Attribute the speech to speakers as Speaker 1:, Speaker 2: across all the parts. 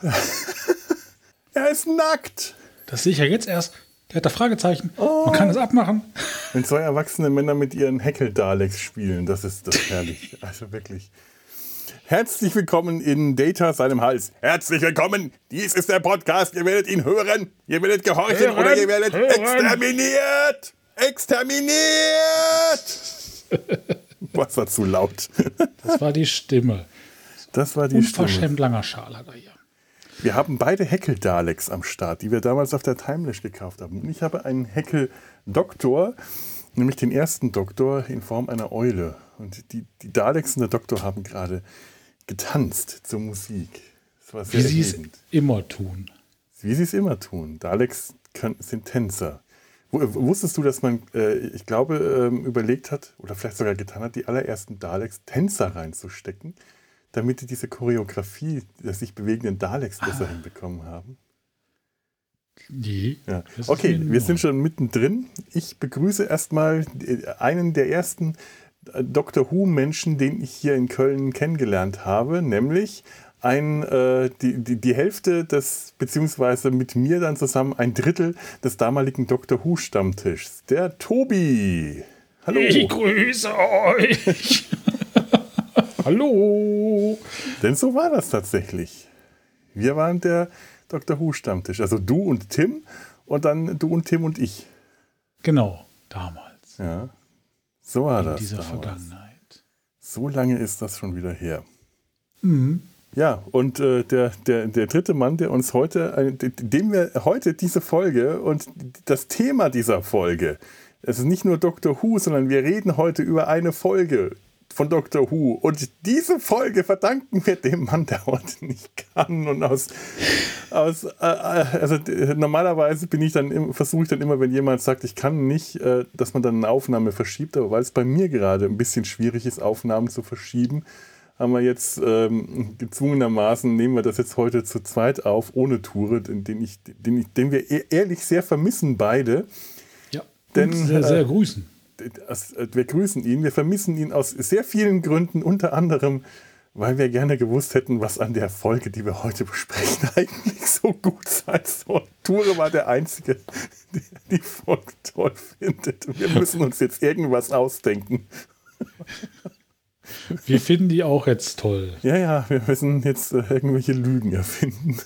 Speaker 1: Er ist nackt.
Speaker 2: Das sehe ich ja jetzt erst. Der hat da Fragezeichen. Man kann es abmachen.
Speaker 1: Wenn zwei erwachsene Männer mit ihren Heckel-Daleks spielen, das ist herrlich. Also wirklich. Herzlich willkommen in Data seinem Hals. Herzlich willkommen. Dies ist der Podcast. Ihr werdet ihn hören. Ihr werdet gehorchen oder ihr werdet exterminiert. Exterminiert. Was war zu laut?
Speaker 2: Das war die Stimme.
Speaker 1: Das war die
Speaker 2: Unverschämt langer Schal hat er hier.
Speaker 1: Wir haben beide Heckel-Daleks am Start, die wir damals auf der Timelash gekauft haben. Und ich habe einen Heckel-Doktor, nämlich den ersten Doktor in Form einer Eule. Und die Daleks und der Doktor haben gerade getanzt zur Musik. Das war sehr
Speaker 2: Wie sie es immer tun.
Speaker 1: Wie sie es immer tun. Daleks sind Tänzer. Wusstest du, dass man, ich glaube, überlegt hat, oder vielleicht sogar getan hat, die allerersten Daleks Tänzer reinzustecken, damit die diese Choreografie der sich bewegenden Daleks besser hinbekommen haben?
Speaker 2: Nee.
Speaker 1: Ja. Okay, wir sind schon mittendrin. Ich begrüße erstmal einen der ersten Doctor Who-Menschen, den ich hier in Köln kennengelernt habe, nämlich die Hälfte beziehungsweise mit mir dann zusammen ein Drittel des damaligen Doctor Who-Stammtischs, der Tobi. Hallo.
Speaker 2: Ich grüße euch. Hallo.
Speaker 1: Denn so war das tatsächlich. Wir waren der Doctor Who-Stammtisch, also du und Tim und dann du und Tim und ich.
Speaker 2: Genau, damals.
Speaker 1: Ja, so war das.
Speaker 2: In dieser
Speaker 1: damals.
Speaker 2: Vergangenheit.
Speaker 1: So lange ist das schon wieder her.
Speaker 2: Mhm.
Speaker 1: Ja, und der dritte Mann, dem wir heute diese Folge und das Thema dieser Folge, es ist nicht nur Doctor Who, sondern wir reden heute über eine Folge von Doctor Who. Und diese Folge verdanken wir dem Mann, der heute nicht kann. Und normalerweise versuche ich dann immer, wenn jemand sagt, ich kann nicht, dass man dann eine Aufnahme verschiebt. Aber weil es bei mir gerade ein bisschen schwierig ist, Aufnahmen zu verschieben, haben wir jetzt gezwungenermaßen, nehmen wir das jetzt heute zu zweit auf, ohne Ture, den wir ehrlich sehr vermissen beide.
Speaker 2: Ja,
Speaker 1: denn
Speaker 2: sehr, sehr grüßen.
Speaker 1: Wir grüßen ihn, wir vermissen ihn aus sehr vielen Gründen, unter anderem, weil wir gerne gewusst hätten, was an der Folge, die wir heute besprechen, eigentlich so gut sein soll. Ture war der Einzige, der die Folge toll findet. Wir müssen uns jetzt irgendwas ausdenken.
Speaker 2: Wir finden die auch jetzt toll.
Speaker 1: Ja, wir müssen jetzt irgendwelche Lügen erfinden.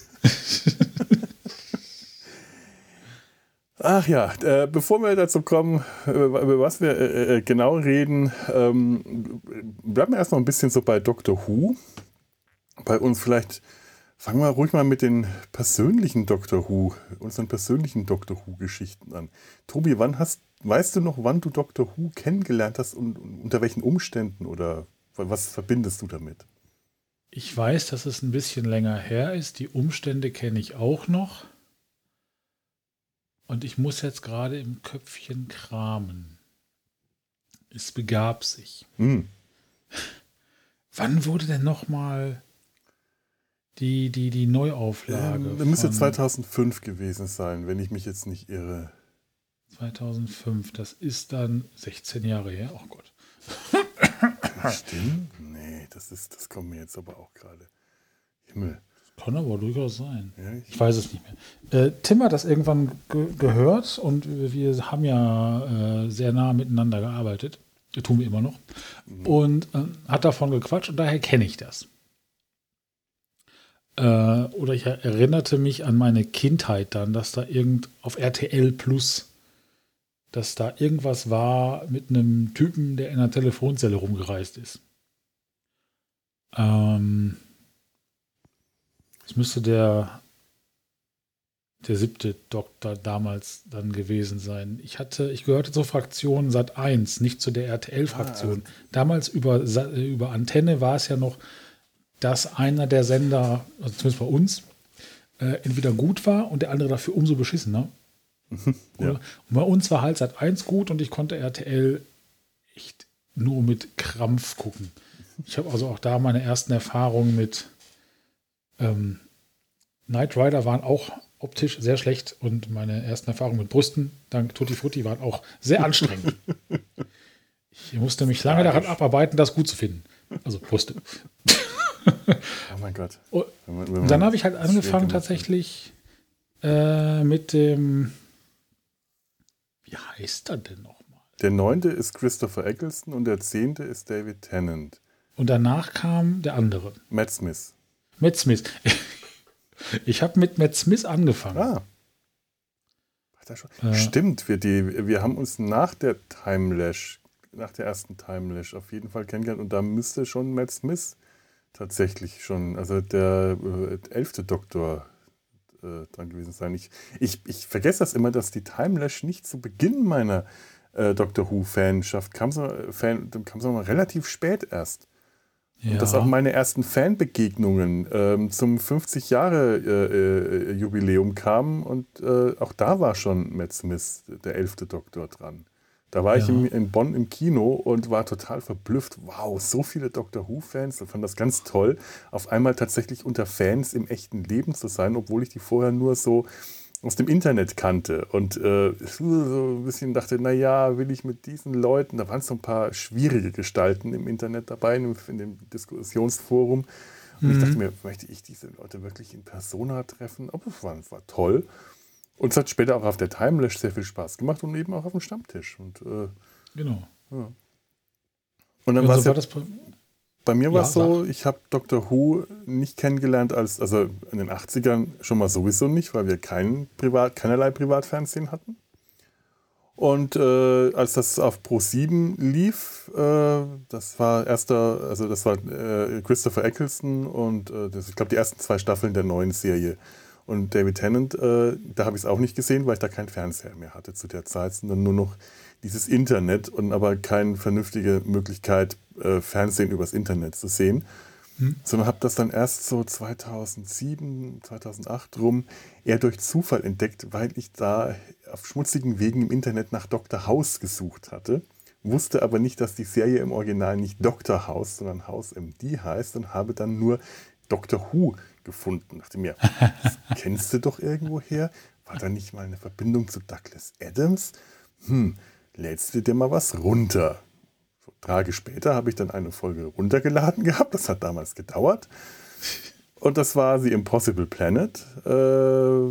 Speaker 1: Ach ja, bevor wir dazu kommen, über was wir genau reden, bleiben wir erstmal ein bisschen so bei Doctor Who. Bei uns vielleicht, fangen wir ruhig mal mit den persönlichen unseren persönlichen Doctor Who-Geschichten an. Tobi, weißt du noch, wann du Doctor Who kennengelernt hast und unter welchen Umständen oder was verbindest du damit?
Speaker 2: Ich weiß, dass es ein bisschen länger her ist. Die Umstände kenne ich auch noch. Und ich muss jetzt gerade im Köpfchen kramen. Es begab sich. Wann wurde denn nochmal die Neuauflage?
Speaker 1: Das müsste 2005 gewesen sein, wenn ich mich jetzt nicht irre.
Speaker 2: 2005, das ist dann 16 Jahre her. Oh Gott.
Speaker 1: Stimmt? Nee, das kommt mir jetzt aber auch gerade. Himmel.
Speaker 2: Kann aber durchaus sein.
Speaker 1: Ja,
Speaker 2: ich weiß es nicht mehr. Tim hat das irgendwann gehört und wir haben ja sehr nah miteinander gearbeitet. Das tun wir immer noch. Und hat davon gequatscht und daher kenne ich das. Oder ich erinnerte mich an meine Kindheit dann, dass da auf RTL Plus, dass da irgendwas war mit einem Typen, der in einer Telefonzelle rumgereist ist. Es müsste der 7. Doktor damals dann gewesen sein. Ich gehörte zur Fraktion Sat.1, nicht zu der RTL-Fraktion. Damals über Antenne war es ja noch, dass einer der Sender, also zumindest bei uns, entweder gut war und der andere dafür umso beschissener. Ja. Und bei uns war halt Sat.1 gut und ich konnte RTL echt nur mit Krampf gucken. Ich habe also auch da meine ersten Erfahrungen mit Knight Rider waren auch optisch sehr schlecht und meine ersten Erfahrungen mit Brüsten, dank Tutti Frutti, waren auch sehr anstrengend. Ich musste mich lange daran abarbeiten, das gut zu finden. Also Brüste.
Speaker 1: Oh mein Gott.
Speaker 2: Und dann habe ich halt angefangen tatsächlich mit dem, wie heißt er denn nochmal?
Speaker 1: Der 9. ist Christopher Eccleston und der 10. ist David Tennant.
Speaker 2: Und danach kam der andere.
Speaker 1: Matt Smith.
Speaker 2: Matt Smith. Ich habe mit Matt Smith angefangen.
Speaker 1: Ah. Stimmt, wir haben uns nach der ersten Timelash auf jeden Fall kennengelernt und da müsste schon Matt Smith tatsächlich schon, also der 11. Doktor dran gewesen sein. Ich vergesse das immer, dass die Timelash nicht zu Beginn meiner Doctor Who-Fanschaft kam, kam so mal relativ spät erst. Ja. Und dass auch meine ersten Fanbegegnungen zum 50-Jahre-Jubiläum kamen und auch da war schon Matt Smith, der 11. Doktor, dran. Da war ich in Bonn im Kino und war total verblüfft. Wow, so viele Doctor Who-Fans. Ich fand das ganz toll, auf einmal tatsächlich unter Fans im echten Leben zu sein, obwohl ich die vorher nur so aus dem Internet kannte. Und so ein bisschen dachte, naja, will ich mit diesen Leuten, da waren so ein paar schwierige Gestalten im Internet dabei, in dem Diskussionsforum. Und ich dachte mir, möchte ich diese Leute wirklich in Persona treffen? Aber es war toll. Und es hat später auch auf der Timelash sehr viel Spaß gemacht und eben auch auf dem Stammtisch. Und,
Speaker 2: genau.
Speaker 1: Ja. Und dann war es bei mir war es so, ich habe Doctor Who nicht kennengelernt, also in den 80ern schon mal sowieso nicht, weil wir keinerlei Privatfernsehen hatten. Und als das auf Pro7 lief, das war Christopher Eccleston und ich glaube die ersten 2 Staffeln der neuen Serie. Und David Tennant, da habe ich es auch nicht gesehen, weil ich da keinen Fernseher mehr hatte zu der Zeit, sondern nur noch dieses Internet und aber keine vernünftige Möglichkeit, Fernsehen übers Internet zu sehen. Sondern habe das dann erst so 2007, 2008 rum eher durch Zufall entdeckt, weil ich da auf schmutzigen Wegen im Internet nach Dr. House gesucht hatte. Wusste aber nicht, dass die Serie im Original nicht Dr. House, sondern House MD heißt und habe dann nur Doctor Who gefunden. Dachte mir, das kennst du doch irgendwoher? War da nicht mal eine Verbindung zu Douglas Adams? Lädst du dir mal was runter? So, Tage später habe ich dann eine Folge runtergeladen gehabt. Das hat damals gedauert. Und das war The Impossible Planet. Eine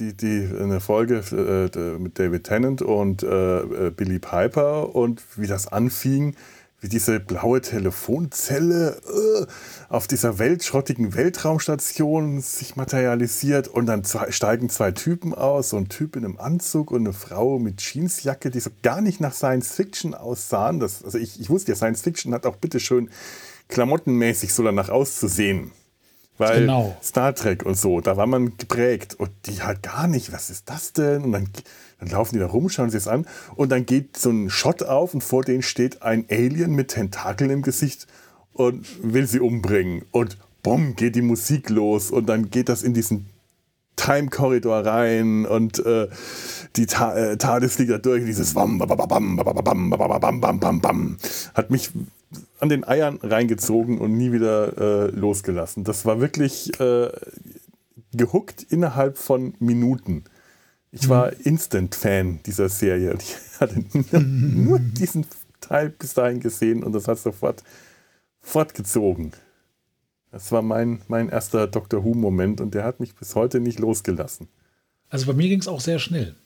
Speaker 1: Folge mit David Tennant und Billie Piper und wie das anfing, wie diese blaue Telefonzelle auf dieser schrottigen Weltraumstation sich materialisiert und dann steigen 2 Typen aus, so ein Typ in einem Anzug und eine Frau mit Jeansjacke, die so gar nicht nach Science-Fiction aussahen. Also ich wusste ja, Science-Fiction hat auch bitteschön klamottenmäßig so danach auszusehen. Weil Star Trek und so, da war man geprägt und die halt gar nicht, was ist das denn? Und dann laufen die da rum, schauen sie es an und dann geht so ein Shot auf und vor denen steht ein Alien mit Tentakeln im Gesicht und will sie umbringen. Und bumm, geht die Musik los und dann geht das in diesen Time-Korridor rein und die TARDIS fliegt da durch, dieses Wam, bababam, bababam, bababam, bam, bam, bam, hat mich an den Eiern reingezogen und nie wieder losgelassen. Das war wirklich gehuckt innerhalb von Minuten. Ich war Instant-Fan dieser Serie und ich hatte nur diesen Teil bis dahin gesehen und das hat sofort fortgezogen. Das war mein erster Doctor Who-Moment und der hat mich bis heute nicht losgelassen.
Speaker 2: Also bei mir ging es auch sehr schnell.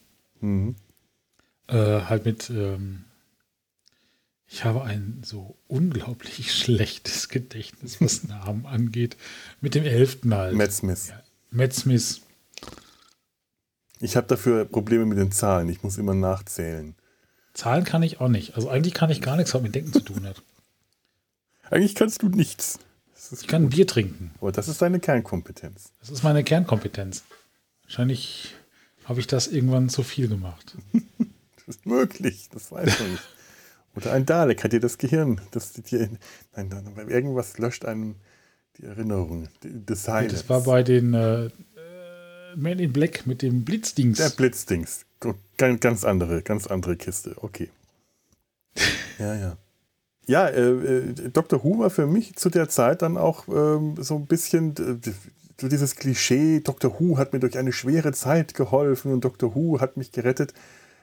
Speaker 2: Halt mit, ich habe ein so unglaublich schlechtes Gedächtnis, was Namen angeht. Mit dem 11. halt.
Speaker 1: Matt Smith.
Speaker 2: Ja, Matt Smith.
Speaker 1: Ich habe dafür Probleme mit den Zahlen. Ich muss immer nachzählen.
Speaker 2: Zahlen kann ich auch nicht. Also eigentlich kann ich gar nichts, was mit Denken zu tun hat.
Speaker 1: Eigentlich kannst du nichts.
Speaker 2: Ich kann ein Bier trinken.
Speaker 1: Aber das ist deine Kernkompetenz.
Speaker 2: Das ist meine Kernkompetenz. Wahrscheinlich habe ich das irgendwann zu viel gemacht.
Speaker 1: Das ist möglich, das weiß man nicht. Oder ein Dalek hat dir das Gehirn. Irgendwas löscht einem die Erinnerung. Das
Speaker 2: war bei den Man in Black mit dem Blitzdings.
Speaker 1: Der Blitzdings. Ganz andere Kiste. Okay. Ja. Ja, Doctor Who war für mich zu der Zeit dann auch so ein bisschen so dieses Klischee, Doctor Who hat mir durch eine schwere Zeit geholfen und Doctor Who hat mich gerettet.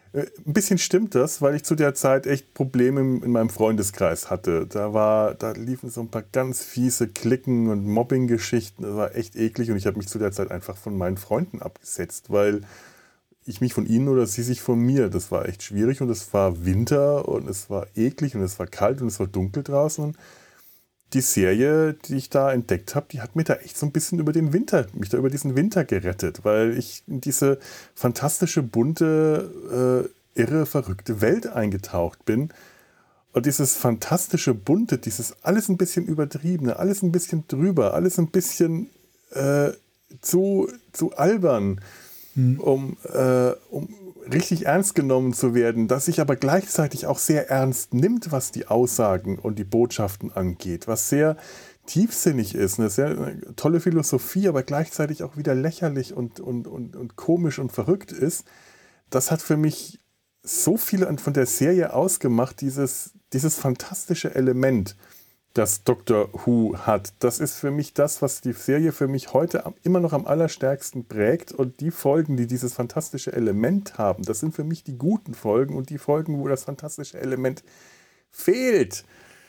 Speaker 1: Ein bisschen stimmt das, weil ich zu der Zeit echt Probleme in meinem Freundeskreis hatte. Da liefen so ein paar ganz fiese Klicken und Mobbing-Geschichten. Das war echt eklig und ich habe mich zu der Zeit einfach von meinen Freunden abgesetzt, weil ich mich von ihnen oder sie sich von mir. Das war echt schwierig und es war Winter und es war eklig und es war kalt und es war dunkel draußen. Und die Serie, die ich da entdeckt habe, die hat mir da echt so ein bisschen über diesen Winter gerettet, weil ich in diese fantastische, bunte, irre, verrückte Welt eingetaucht bin. Und dieses fantastische, bunte, dieses alles ein bisschen übertriebene, alles ein bisschen drüber, alles ein bisschen zu albern, um richtig ernst genommen zu werden, das sich aber gleichzeitig auch sehr ernst nimmt, was die Aussagen und die Botschaften angeht, was sehr tiefsinnig ist, eine sehr tolle Philosophie, aber gleichzeitig auch wieder lächerlich und komisch und verrückt ist. Das hat für mich so viel von der Serie ausgemacht, dieses fantastische Element, das Doctor Who hat. Das ist für mich das, was die Serie für mich heute immer noch am allerstärksten prägt. Und die Folgen, die dieses fantastische Element haben, das sind für mich die guten Folgen und die Folgen, wo das fantastische Element fehlt.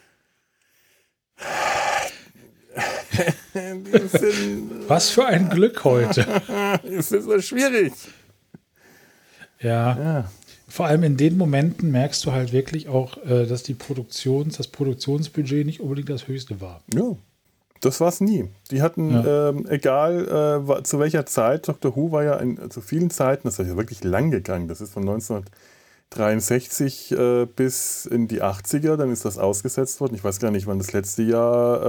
Speaker 2: Was für ein Glück heute.
Speaker 1: Es ist so schwierig.
Speaker 2: Ja. Vor allem in den Momenten merkst du halt wirklich auch, dass das Produktionsbudget nicht unbedingt das höchste war.
Speaker 1: Ja, das war es nie. Die hatten, egal zu welcher Zeit, Doctor Who war ja zu vielen Zeiten, das ist ja wirklich lang gegangen, das ist von 1963 bis in die 80er, dann ist das ausgesetzt worden. Ich weiß gar nicht, wann das letzte Jahr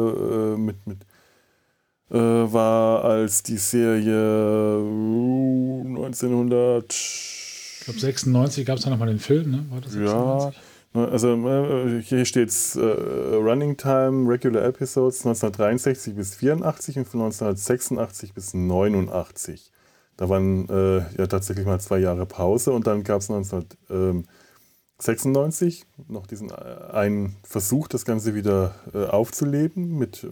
Speaker 1: war, als die Serie 1900...
Speaker 2: Ich glaube 96 gab es dann nochmal den Film, ne? War das 96?
Speaker 1: Ja, also hier steht es Running Time, Regular Episodes 1963 bis 84 und von 1986 bis 89. Da waren tatsächlich mal 2 Jahre Pause und dann gab es 1996 noch diesen einen Versuch, das Ganze wieder aufzuleben mit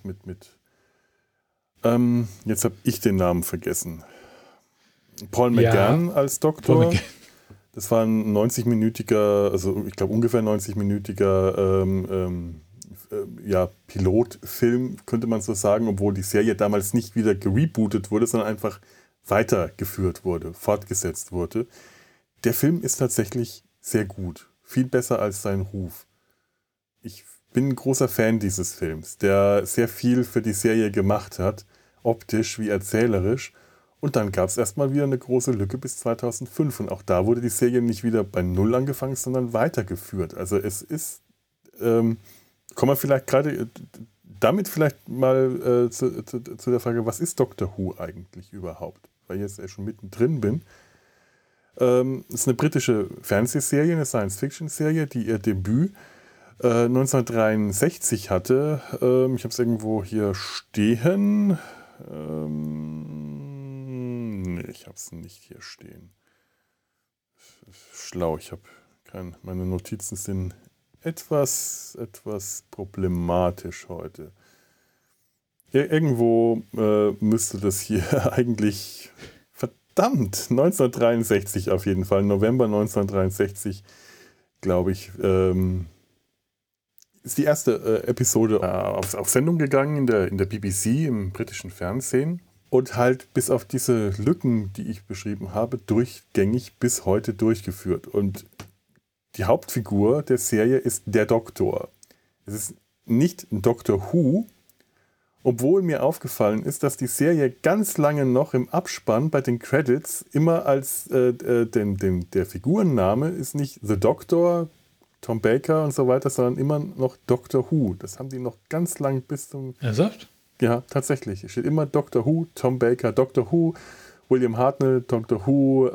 Speaker 1: jetzt habe ich den Namen vergessen. Paul McGann als Doktor. Das war ein 90-minütiger, also ich glaube ungefähr 90-minütiger Pilotfilm, könnte man so sagen, obwohl die Serie damals nicht wieder gerebootet wurde, sondern einfach weitergeführt wurde, fortgesetzt wurde. Der Film ist tatsächlich sehr gut, viel besser als sein Ruf. Ich bin ein großer Fan dieses Films, der sehr viel für die Serie gemacht hat, optisch wie erzählerisch. Und dann gab es erstmal wieder eine große Lücke bis 2005. Und auch da wurde die Serie nicht wieder bei Null angefangen, sondern weitergeführt. Also es ist, kommen wir vielleicht gerade damit vielleicht mal zu der Frage, was ist Doctor Who eigentlich überhaupt? Weil ich jetzt schon mittendrin bin. Es ist eine britische Fernsehserie, eine Science-Fiction-Serie, die ihr Debüt 1963 hatte. Ich habe es irgendwo hier stehen. Ich habe es nicht hier stehen. Schlau, meine Notizen sind etwas problematisch heute. Irgendwo müsste das hier eigentlich, verdammt, 1963 auf jeden Fall, November 1963, glaube ich, ist die erste Episode auf Sendung gegangen in der BBC, im britischen Fernsehen. Und halt bis auf diese Lücken, die ich beschrieben habe, durchgängig bis heute durchgeführt. Und die Hauptfigur der Serie ist der Doktor. Es ist nicht ein Doctor Who, obwohl mir aufgefallen ist, dass die Serie ganz lange noch im Abspann bei den Credits immer als der Figurenname ist nicht The Doctor, Tom Baker und so weiter, sondern immer noch Doctor Who. Das haben die noch ganz lang bis zum...
Speaker 2: Ernsthaft?
Speaker 1: Ja, tatsächlich. Es steht immer Doctor Who, Tom Baker, Doctor Who, William Hartnell, Doctor Who,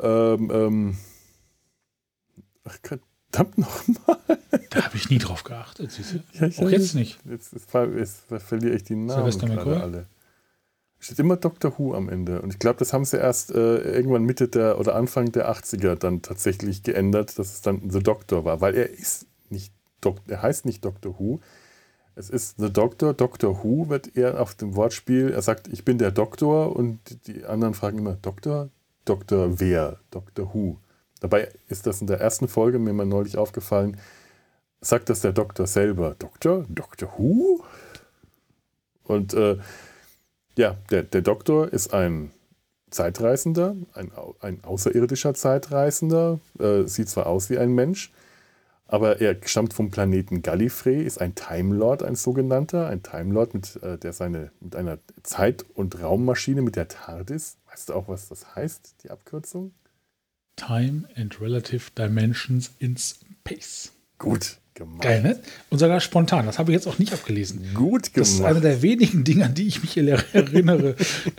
Speaker 1: verdammt nochmal.
Speaker 2: Da habe ich nie drauf geachtet, siehst du? Ja, auch jetzt nicht.
Speaker 1: Jetzt verliere ich die Namen gerade alle. Es steht immer Doctor Who am Ende. Und ich glaube, das haben sie erst irgendwann Mitte oder Anfang der 80er dann tatsächlich geändert, dass es dann The Doctor war. Weil er heißt nicht Doctor Who. Es ist The Doctor, Doctor Who wird er auf dem Wortspiel, er sagt, ich bin der Doktor und die anderen fragen immer, Doktor? Doktor wer? Doctor Who. Dabei ist das in der ersten Folge mir mal neulich aufgefallen, sagt das der Doktor selber. Doktor? Dr. Who? Und der Doktor ist ein Zeitreisender, ein außerirdischer Zeitreisender, sieht zwar aus wie ein Mensch, aber er stammt vom Planeten Gallifrey, ist ein Time Lord, ein sogenannter, ein Time Lord, mit einer Zeit- und Raummaschine, mit der TARDIS. Weißt du auch, was das heißt, die Abkürzung?
Speaker 2: Time and Relative Dimensions in Space.
Speaker 1: Gut gemacht.
Speaker 2: Geil, ne? Und sogar spontan, das habe ich jetzt auch nicht abgelesen.
Speaker 1: Gut gemacht.
Speaker 2: Das ist einer der wenigen Dinge, an die ich mich erinnere.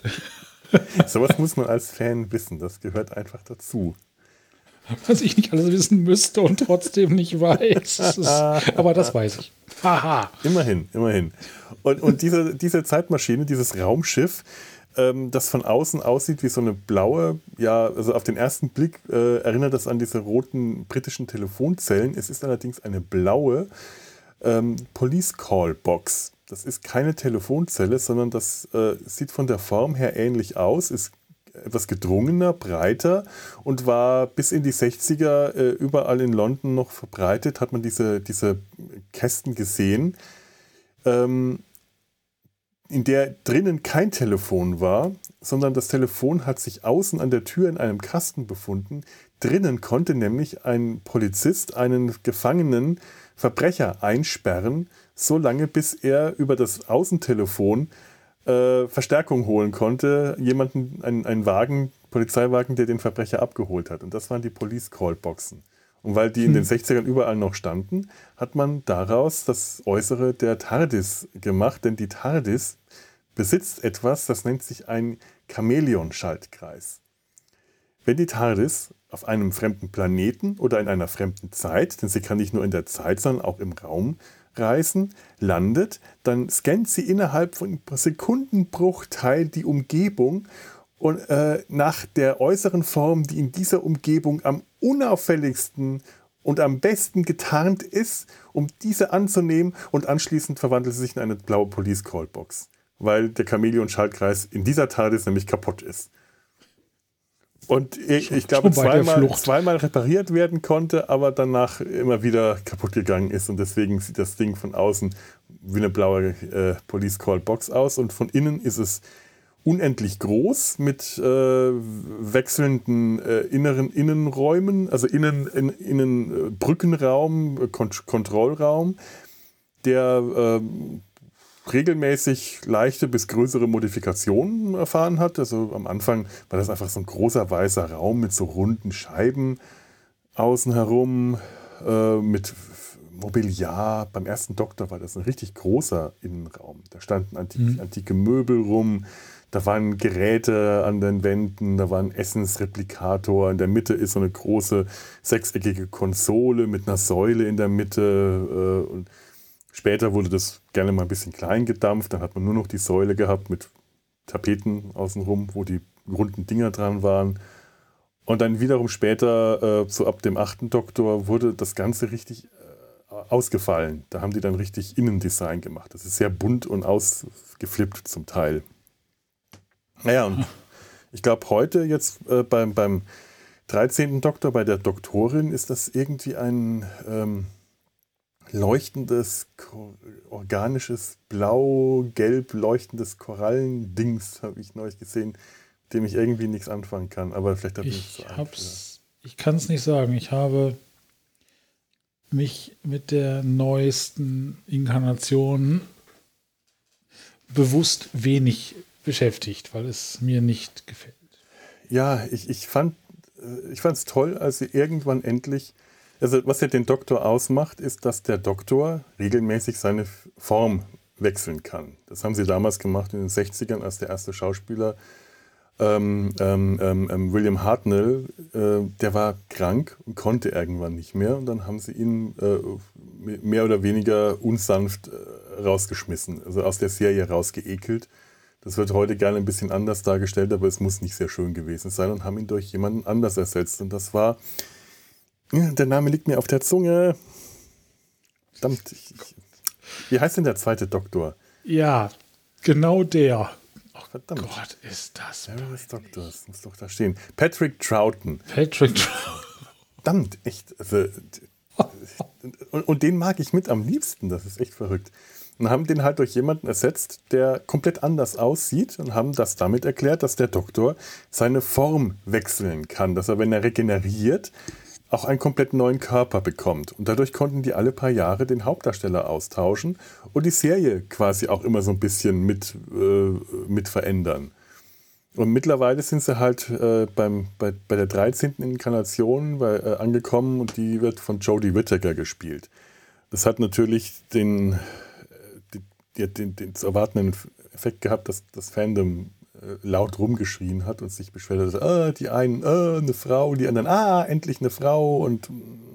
Speaker 1: Sowas muss man als Fan wissen, das gehört einfach dazu.
Speaker 2: Was ich nicht alles wissen müsste und trotzdem nicht weiß. Aber das weiß ich. Haha.
Speaker 1: Immerhin. Und diese Zeitmaschine, dieses Raumschiff, das von außen aussieht wie so eine blaue, ja, also auf den ersten Blick erinnert das an diese roten britischen Telefonzellen. Es ist allerdings eine blaue Police Call Box. Das ist keine Telefonzelle, sondern das sieht von der Form her ähnlich aus, ist etwas gedrungener, breiter und war bis in die 60er überall in London noch verbreitet, hat man diese Kästen gesehen, in der drinnen kein Telefon war, sondern das Telefon hat sich außen an der Tür in einem Kasten befunden. Drinnen konnte nämlich ein Polizist einen gefangenen Verbrecher einsperren, so lange bis er über das Außentelefon Verstärkung holen konnte, einen Polizeiwagen, der den Verbrecher abgeholt hat. Und das waren die Police Call Boxen. Und weil die in den 60ern überall noch standen, hat man daraus das Äußere der TARDIS gemacht, denn die TARDIS besitzt etwas, das nennt sich ein Chamäleon-Schaltkreis. Wenn die TARDIS auf einem fremden Planeten oder in einer fremden Zeit, denn sie kann nicht nur in der Zeit, sondern auch im Raum reisen, landet, dann scannt sie innerhalb von Sekundenbruchteil die Umgebung und nach der äußeren Form, die in dieser Umgebung am unauffälligsten und am besten getarnt ist, um diese anzunehmen, und anschließend verwandelt sie sich in eine blaue Police Call Box, weil der Chamäleon-Schaltkreis in dieser TARDIS nämlich kaputt ist. Und ich glaube, zweimal repariert werden konnte, aber danach immer wieder kaputt gegangen ist. Und deswegen sieht das Ding von außen wie eine blaue Police Call Box aus. Und von innen ist es unendlich groß mit wechselnden Innenräumen, also innen Brückenraum, Kontrollraum, der regelmäßig leichte bis größere Modifikationen erfahren hat. Also am Anfang war das einfach so ein großer weißer Raum mit so runden Scheiben außen herum, mit Mobiliar. Beim ersten Doktor war das ein richtig großer Innenraum. Da standen antike Möbel rum, da waren Geräte an den Wänden, da war ein Essensreplikator. In der Mitte ist so eine große sechseckige Konsole mit einer Säule in der Mitte. Und später wurde das gerne mal ein bisschen klein gedampft, dann hat man nur noch die Säule gehabt mit Tapeten außenrum, wo die runden Dinger dran waren. Und dann wiederum später, so ab dem 8. Doktor, wurde das Ganze richtig ausgefallen. Da haben die dann richtig Innendesign gemacht. Das ist sehr bunt und ausgeflippt zum Teil. Naja, und ich glaube heute jetzt beim 13. Doktor, bei der Doktorin, ist das irgendwie ein leuchtendes, organisches, blau-gelb leuchtendes Korallendings, habe ich neulich gesehen, mit dem ich irgendwie nichts anfangen kann. Aber vielleicht habe ich
Speaker 2: ich kann es nicht sagen. Ich habe mich mit der neuesten Inkarnation bewusst wenig beschäftigt, weil es mir nicht gefällt.
Speaker 1: Ja, ich fand es toll, als sie irgendwann endlich. Also was ja den Doktor ausmacht, ist, dass der Doktor regelmäßig seine Form wechseln kann. Das haben sie damals gemacht in den 60ern, als der erste Schauspieler William Hartnell, der war krank und konnte irgendwann nicht mehr. Und dann haben sie ihn mehr oder weniger unsanft rausgeschmissen, also aus der Serie rausgeekelt. Das wird heute gerne ein bisschen anders dargestellt, aber es muss nicht sehr schön gewesen sein, und haben ihn durch jemanden anders ersetzt. Und das war... Der Name liegt mir auf der Zunge. Verdammt. Wie heißt denn der zweite Doktor?
Speaker 2: Ja, genau der.
Speaker 1: Ach, verdammt.
Speaker 2: Gott, ist das.
Speaker 1: Ja, das Doktor, das muss doch da stehen. Patrick Troughton. verdammt, echt. Also, und den mag ich mit am liebsten, das ist echt verrückt. Und haben den halt durch jemanden ersetzt, der komplett anders aussieht und haben das damit erklärt, dass der Doktor seine Form wechseln kann, dass er, wenn er regeneriert, auch einen komplett neuen Körper bekommt. Und dadurch konnten die alle paar Jahre den Hauptdarsteller austauschen und die Serie quasi auch immer so ein bisschen mit verändern. Und mittlerweile sind sie halt bei der 13. Inkarnation angekommen und die wird von Jodie Whittaker gespielt. Das hat natürlich den zu erwartenden Effekt gehabt, dass das Fandom laut rumgeschrien hat und sich beschwert hat, die einen, eine Frau, die anderen, endlich eine Frau. Und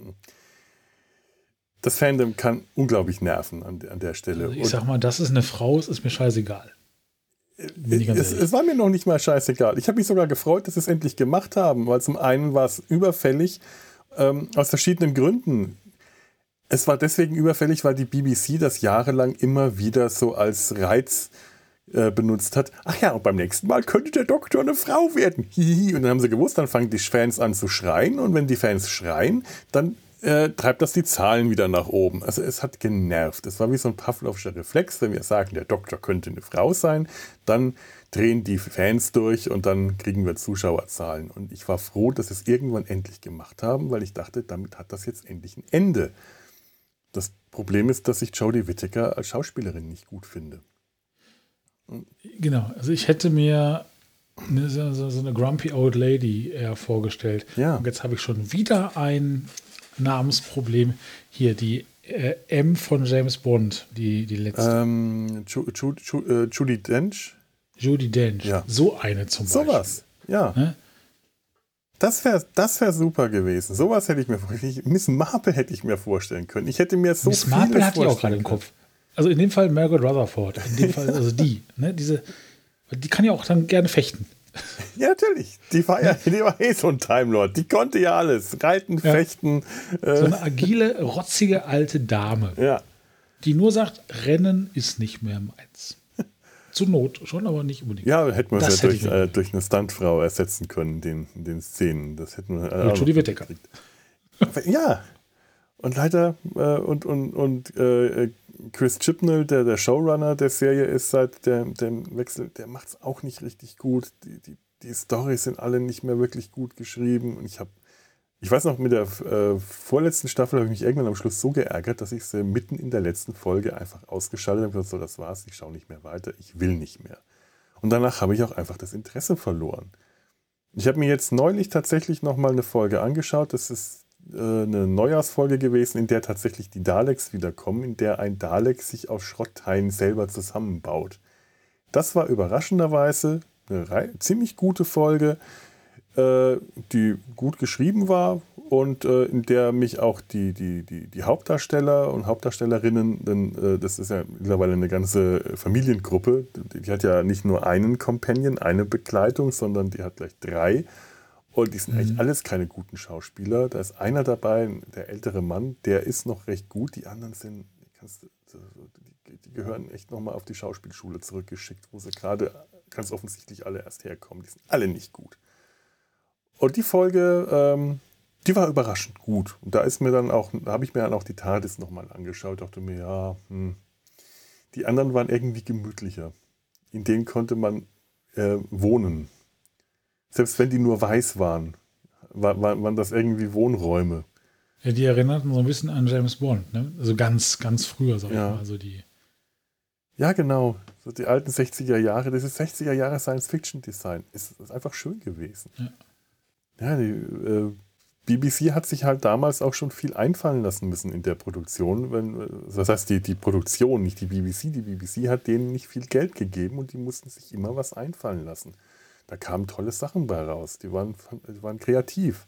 Speaker 1: das Fandom kann unglaublich nerven an der Stelle.
Speaker 2: Also ich sag mal, dass es eine Frau ist, ist mir scheißegal.
Speaker 1: Es war mir noch nicht mal scheißegal. Ich habe mich sogar gefreut, dass sie es endlich gemacht haben, weil zum einen war es überfällig, aus verschiedenen Gründen. Es war deswegen überfällig, weil die BBC das jahrelang immer wieder so als Reiz benutzt hat. Ach ja, und beim nächsten Mal könnte der Doktor eine Frau werden. Hihi. Und dann haben sie gewusst, dann fangen die Fans an zu schreien. Und wenn die Fans schreien, dann treibt das die Zahlen wieder nach oben. Also es hat genervt. Es war wie so ein Pavlovscher Reflex. Wenn wir sagen, der Doktor könnte eine Frau sein, dann drehen die Fans durch und dann kriegen wir Zuschauerzahlen. Und ich war froh, dass sie es irgendwann endlich gemacht haben, weil ich dachte, damit hat das jetzt endlich ein Ende. Das Problem ist, dass ich Jodie Whittaker als Schauspielerin nicht gut finde.
Speaker 2: Genau, also ich hätte mir so eine Grumpy Old Lady eher vorgestellt.
Speaker 1: Ja.
Speaker 2: Und jetzt habe ich schon wieder ein Namensproblem. Hier, die M von James Bond, die letzte.
Speaker 1: Judi Dench?
Speaker 2: Judi Dench,
Speaker 1: ja.
Speaker 2: So eine zum Beispiel.
Speaker 1: Sowas, ja.
Speaker 2: Ne?
Speaker 1: Das wär super gewesen. Sowas hätte ich mir vorstellen. Miss Marple hätte ich mir vorstellen können. Ich hätte mir so
Speaker 2: Miss Marple hatte ich auch gerade im Kopf. Also in dem Fall Margaret Rutherford. In dem Fall, also die. Ne, die kann ja auch dann gerne fechten.
Speaker 1: Ja, natürlich. Die war so ein Time Lord. Die konnte ja alles. Reiten, fechten.
Speaker 2: So eine agile, rotzige alte Dame.
Speaker 1: Ja.
Speaker 2: Die nur sagt, Rennen ist nicht mehr meins. Zur Not schon, aber nicht unbedingt.
Speaker 1: Ja, hätten wir es ja durch eine Stuntfrau ersetzen können, in den Szenen. Das hätten wir
Speaker 2: Jodie Whittaker.
Speaker 1: Ja. Und leider, Chris Chibnall, der Showrunner der Serie ist seit dem Wechsel, der macht es auch nicht richtig gut. Die Storys sind alle nicht mehr wirklich gut geschrieben. Und ich weiß noch, mit der vorletzten Staffel habe ich mich irgendwann am Schluss so geärgert, dass ich sie mitten in der letzten Folge einfach ausgeschaltet habe und gesagt, so, das war's, ich schaue nicht mehr weiter, ich will nicht mehr. Und danach habe ich auch einfach das Interesse verloren. Ich habe mir jetzt neulich tatsächlich nochmal eine Folge angeschaut, das ist eine Neujahrsfolge gewesen, in der tatsächlich die Daleks wiederkommen, in der ein Dalek sich aus Schrottteilen selber zusammenbaut. Das war überraschenderweise eine ziemlich gute Folge, die gut geschrieben war und in der mich auch die Hauptdarsteller und Hauptdarstellerinnen, denn das ist ja mittlerweile eine ganze Familiengruppe, die hat ja nicht nur einen Companion, eine Begleitung, sondern die hat gleich 3. Und die sind eigentlich alles keine guten Schauspieler. Da ist einer dabei, der ältere Mann, der ist noch recht gut. Die anderen sind, die gehören echt nochmal auf die Schauspielschule zurückgeschickt, wo sie gerade ganz offensichtlich alle erst herkommen. Die sind alle nicht gut. Und die Folge, die war überraschend gut. Und da habe ich mir dann auch die TARDIS nochmal angeschaut. Dachte mir, die anderen waren irgendwie gemütlicher. In denen konnte man wohnen. Selbst wenn die nur weiß waren das irgendwie Wohnräume.
Speaker 2: Ja, die erinnerten so ein bisschen an James Bond, ne? Also ganz, ganz früher, sag ich mal. Also
Speaker 1: ja, genau. So die alten 60er Jahre, das ist 60er Jahre Science-Fiction-Design. Ist einfach schön gewesen. Ja, die BBC hat sich halt damals auch schon viel einfallen lassen müssen in der Produktion. Das heißt, die Produktion, nicht die BBC. Die BBC hat denen nicht viel Geld gegeben und die mussten sich immer was einfallen lassen. Da kamen tolle Sachen bei raus. Die waren kreativ.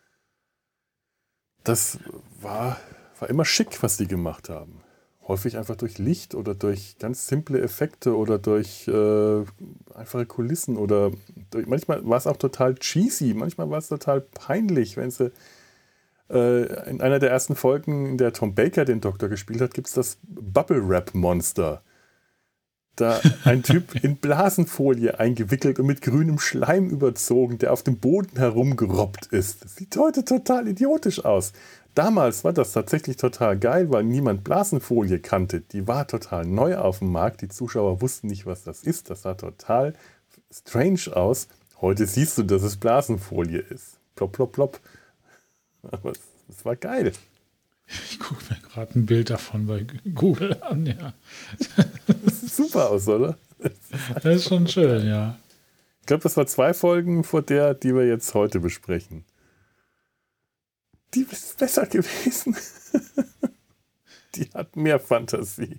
Speaker 1: Das war immer schick, was die gemacht haben. Häufig einfach durch Licht oder durch ganz simple Effekte oder durch einfache Kulissen oder manchmal war es auch total cheesy, manchmal war es total peinlich, wenn sie in einer der ersten Folgen, in der Tom Baker den Doktor gespielt hat, gibt es das Bubble Wrap Monster. da ein Typ in Blasenfolie eingewickelt und mit grünem Schleim überzogen, der auf dem Boden herumgerobbt ist. Das sieht heute total idiotisch aus. Damals war das tatsächlich total geil, weil niemand Blasenfolie kannte. Die war total neu auf dem Markt. Die Zuschauer wussten nicht, was das ist. Das sah total strange aus. Heute siehst du, dass es Blasenfolie ist. Plop, plop, plop. Aber es war geil.
Speaker 2: Ich gucke mir gerade ein Bild davon bei Google an, ja.
Speaker 1: Das sieht super aus, oder?
Speaker 2: Das ist schon schön, ja.
Speaker 1: Ich glaube, das war 2 Folgen vor der, die wir jetzt heute besprechen. Die ist besser gewesen. Die hat mehr Fantasie.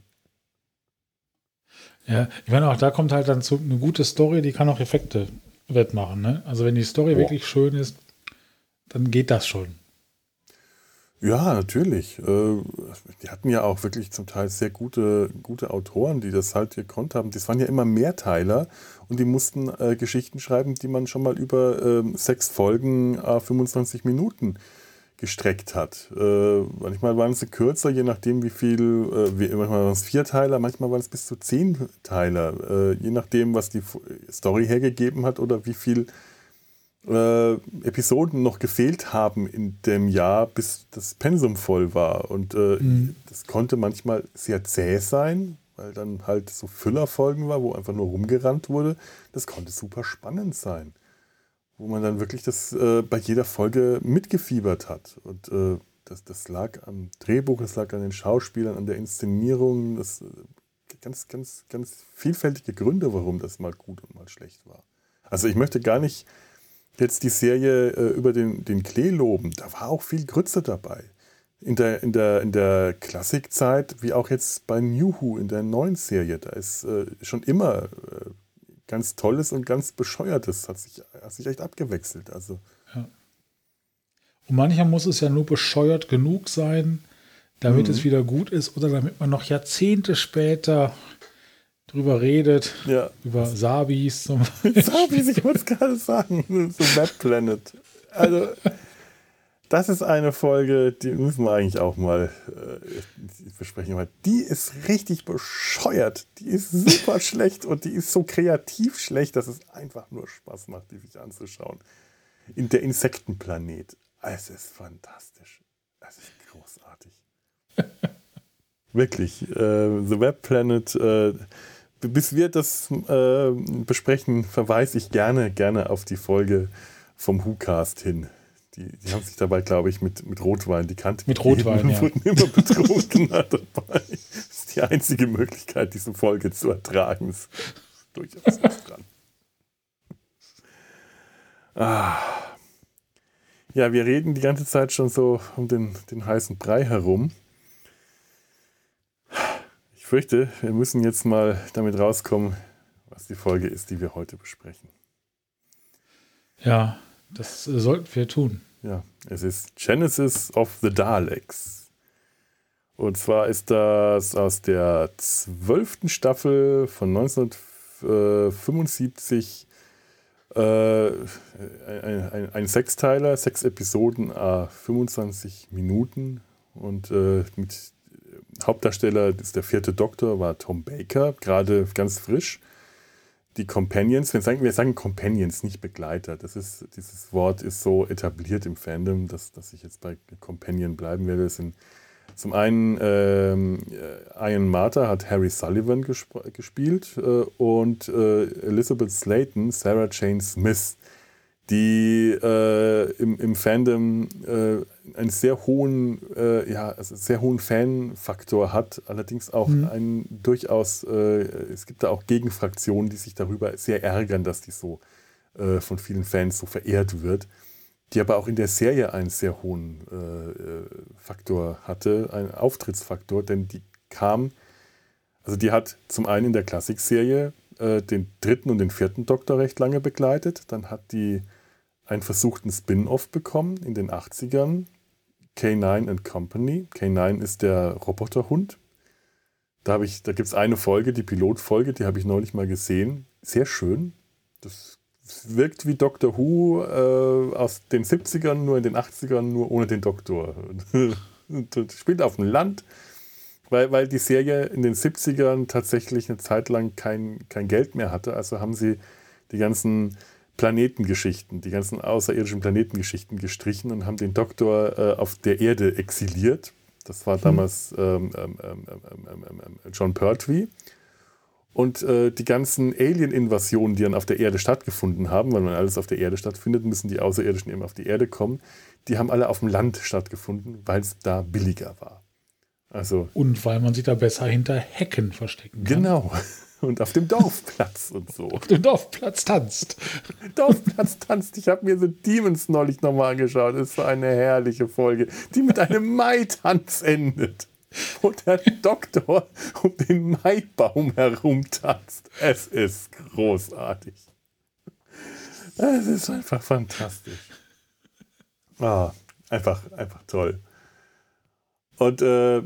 Speaker 2: Ja, ich meine, auch da kommt halt dann zu eine gute Story, die kann auch Effekte wettmachen. Ne? Also wenn die Story wirklich schön ist, dann geht das schon.
Speaker 1: Ja, natürlich. Die hatten ja auch wirklich zum Teil sehr gute Autoren, die das halt gekonnt haben. Das waren ja immer Mehrteiler und die mussten Geschichten schreiben, die man schon mal über 6 Folgen 25 Minuten gestreckt hat. Manchmal waren sie kürzer, je nachdem wie viel, manchmal waren es 4-Teiler, manchmal waren es bis zu 10-Teiler, je nachdem, was die Story hergegeben hat oder wie viel Episoden noch gefehlt haben in dem Jahr, bis das Pensum voll war. Und das konnte manchmal sehr zäh sein, weil dann halt so Füllerfolgen war, wo einfach nur rumgerannt wurde. Das konnte super spannend sein, wo man dann wirklich das bei jeder Folge mitgefiebert hat. Und das lag am Drehbuch, das lag an den Schauspielern, an der Inszenierung. Das ganz, ganz, ganz vielfältige Gründe, warum das mal gut und mal schlecht war. Also ich möchte gar nicht jetzt die Serie über den Klee loben. Da war auch viel Grütze dabei. In der Klassikzeit, wie auch jetzt bei New Who in der neuen Serie, da ist schon immer ganz Tolles und ganz Bescheuertes. Hat sich echt abgewechselt. Also.
Speaker 2: Ja. Und manchmal muss es ja nur bescheuert genug sein, damit es wieder gut ist oder damit man noch Jahrzehnte später drüber redet.
Speaker 1: Ja.
Speaker 2: Über Sabis zum Beispiel.
Speaker 1: Sabis, ich wollte es gerade sagen. So Web Planet. Also, das ist eine Folge, die müssen wir eigentlich auch mal besprechen. Die ist richtig bescheuert. Die ist super schlecht und die ist so kreativ schlecht, dass es einfach nur Spaß macht, die sich anzuschauen. In der Insektenplanet. Es ist fantastisch. Es ist großartig. Wirklich. The Web Planet. Bis wir das besprechen, verweise ich gerne auf die Folge vom WhoCast hin. Die haben sich dabei, glaube ich, mit Rotwein die Kante
Speaker 2: mit Rotwein,
Speaker 1: ja. Wurden immer betrunken dabei. Das ist die einzige Möglichkeit, diese Folge zu ertragen. Ist durchaus was dran. Ja, wir reden die ganze Zeit schon so um den heißen Brei herum. Ich fürchte, wir müssen jetzt mal damit rauskommen, was die Folge ist, die wir heute besprechen.
Speaker 2: Ja, das sollten wir tun.
Speaker 1: Ja, es ist Genesis of the Daleks. Und zwar ist das aus der 12. Staffel von 1975 ein Sechsteiler, 6 Episoden, 25 Minuten. Und mit Hauptdarsteller ist der 4. Doktor, war Tom Baker, gerade ganz frisch. Die Companions, wir sagen Companions, nicht Begleiter. Dieses Wort ist so etabliert im Fandom, dass ich jetzt bei Companion bleiben werde. Es sind zum einen Ian Marter hat Harry Sullivan gespielt und Elizabeth Slaton, Sarah Jane Smith, die im Fandom einen sehr hohen Fanfaktor hat, allerdings auch einen durchaus, es gibt da auch Gegenfraktionen, die sich darüber sehr ärgern, dass die so von vielen Fans so verehrt wird, die aber auch in der Serie einen sehr hohen Faktor hatte, einen Auftrittsfaktor, denn die hat zum einen in der Klassikserie den 3. und den 4. Doktor recht lange begleitet, dann hat die einen versuchten Spin-Off bekommen in den 80ern, K9 and Company. K9 ist der Roboterhund. Da gibt es eine Folge, die Pilotfolge, die habe ich neulich mal gesehen. Sehr schön. Das wirkt wie Doctor Who aus den 70ern, nur in den 80ern, nur ohne den Doktor. Spielt auf dem Land weil die Serie in den 70ern tatsächlich eine Zeit lang kein Geld mehr hatte. Also haben sie die ganzen Planetengeschichten, die ganzen außerirdischen Planetengeschichten gestrichen und haben den Doktor auf der Erde exiliert. Das war damals John Pertwee. Und die ganzen Alien-Invasionen, die dann auf der Erde stattgefunden haben, weil man alles auf der Erde stattfindet, müssen die Außerirdischen eben auf die Erde kommen, die haben alle auf dem Land stattgefunden, weil es da billiger war. Also,
Speaker 2: und weil man sich da besser hinter Hecken verstecken kann.
Speaker 1: genau. Und auf dem Dorfplatz und so.
Speaker 2: Auf dem Dorfplatz tanzt.
Speaker 1: Dorfplatz tanzt. Ich habe mir so Demons neulich nochmal angeschaut. Das ist so eine herrliche Folge, die mit einem Mai-Tanz endet. Wo der Doktor um den Maibaum herumtanzt. Es ist großartig. Es ist einfach fantastisch. Einfach toll. Und Sarah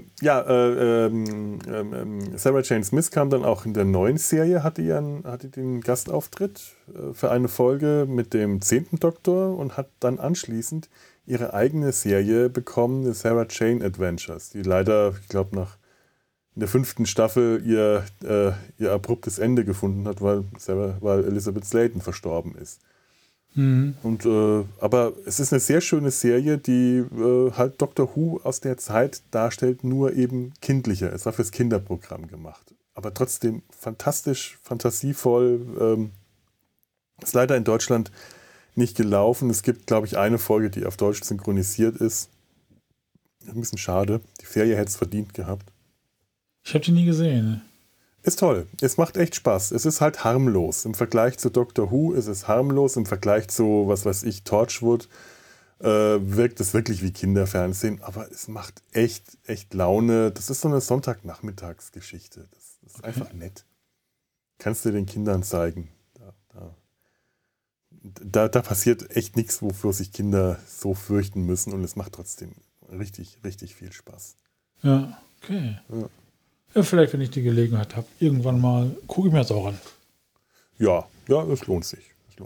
Speaker 1: Jane Smith kam dann auch in der neuen Serie, hatte den Gastauftritt für eine Folge mit dem 10. Doktor und hat dann anschließend ihre eigene Serie bekommen, The Sarah Jane Adventures, die leider, ich glaube, in der 5. Staffel ihr abruptes Ende gefunden hat, weil Elizabeth Sladen verstorben ist. Und, aber es ist eine sehr schöne Serie, die halt Doctor Who aus der Zeit darstellt, nur eben kindlicher. Es war fürs Kinderprogramm gemacht. Aber trotzdem fantastisch, fantasievoll. Ist leider in Deutschland nicht gelaufen. Es gibt, glaube ich, eine Folge, die auf Deutsch synchronisiert ist. Ein bisschen schade. Die Serie hätte es verdient gehabt.
Speaker 2: Ich habe die nie gesehen.
Speaker 1: Ist toll. Es macht echt Spaß. Es ist halt harmlos. Im Vergleich zu Doctor Who ist es harmlos. Im Vergleich zu, was weiß ich, Torchwood wirkt es wirklich wie Kinderfernsehen. Aber es macht echt Laune. Das ist so eine Sonntagnachmittagsgeschichte. Das ist einfach nett. Kannst du den Kindern zeigen. Da passiert echt nichts, wofür sich Kinder so fürchten müssen. Und es macht trotzdem richtig viel Spaß.
Speaker 2: Ja, okay.
Speaker 1: Ja,
Speaker 2: vielleicht, wenn ich die Gelegenheit habe, irgendwann mal, gucke ich mir das auch an.
Speaker 1: Ja, es lohnt sich.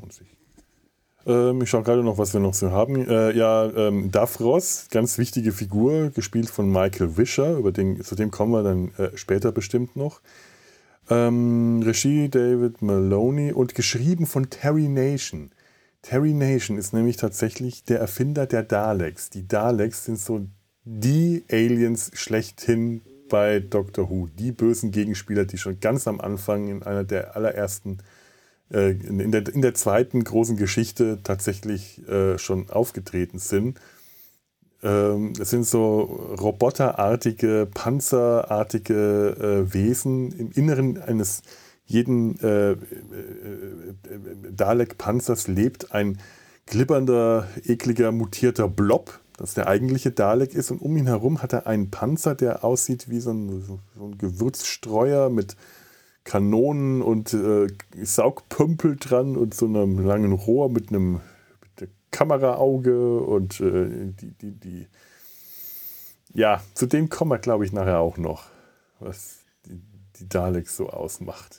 Speaker 1: Ich schaue gerade noch, was wir noch so haben. Davros, ganz wichtige Figur, gespielt von Michael Vischer, zu dem kommen wir dann später bestimmt noch. Regie David Maloney und geschrieben von Terry Nation. Terry Nation ist nämlich tatsächlich der Erfinder der Daleks. Die Daleks sind so die Aliens schlechthin bei Doctor Who. Die bösen Gegenspieler, die schon ganz am Anfang in einer der allerersten, in der zweiten großen Geschichte tatsächlich schon aufgetreten sind. Es sind so roboterartige, panzerartige Wesen im Inneren eines jeden Dalek-Panzers lebt ein glibbernder, ekliger, mutierter Blob, das der eigentliche Dalek ist, und um ihn herum hat er einen Panzer, der aussieht wie so ein Gewürzstreuer mit Kanonen und Saugpümpel dran und so einem langen Rohr mit einem Kameraauge und zu dem kommen wir, glaube ich, nachher auch noch, was die Daleks so ausmacht.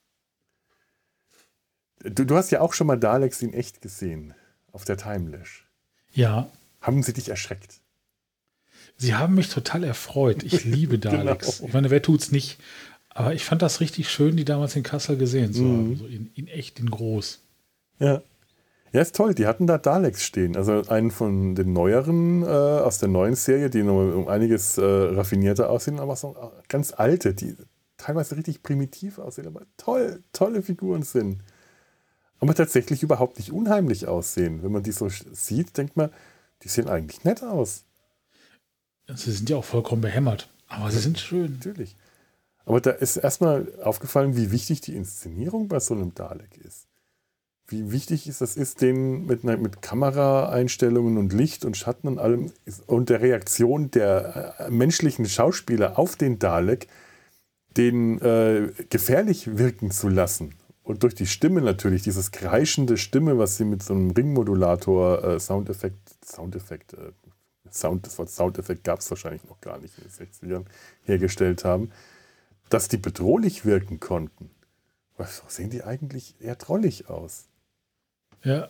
Speaker 1: Du hast ja auch schon mal Daleks in echt gesehen, auf der Timelash.
Speaker 2: Ja.
Speaker 1: Haben sie dich erschreckt?
Speaker 2: Sie haben mich total erfreut. Ich liebe Daleks. Genau. Ich meine, wer tut's nicht? Aber ich fand das richtig schön, die damals in Kassel gesehen zu haben. So in echt, in groß.
Speaker 1: Ja. Ja, ist toll. Die hatten da Daleks stehen. Also einen von den neueren, aus der neuen Serie, die noch um einiges raffinierter aussehen, aber so ganz alte, die teilweise richtig primitiv aussehen, aber tolle Figuren sind. Aber tatsächlich überhaupt nicht unheimlich aussehen. Wenn man die so sieht, denkt man, die sehen eigentlich nett aus.
Speaker 2: Sie sind ja auch vollkommen behämmert, aber sie sind schön.
Speaker 1: Natürlich. Aber da ist erstmal aufgefallen, wie wichtig die Inszenierung bei so einem Dalek ist. Wie wichtig ist, den mit Kameraeinstellungen und Licht und Schatten und allem und der Reaktion der menschlichen Schauspieler auf den Dalek, den gefährlich wirken zu lassen. Und durch die Stimme natürlich, dieses kreischende Stimme, was sie mit so einem Ringmodulator Soundeffekt, das Wort Soundeffekt gab es wahrscheinlich noch gar nicht in den 60ern, hergestellt haben, dass die bedrohlich wirken konnten. Was sehen die eigentlich eher drollig aus?
Speaker 2: Ja.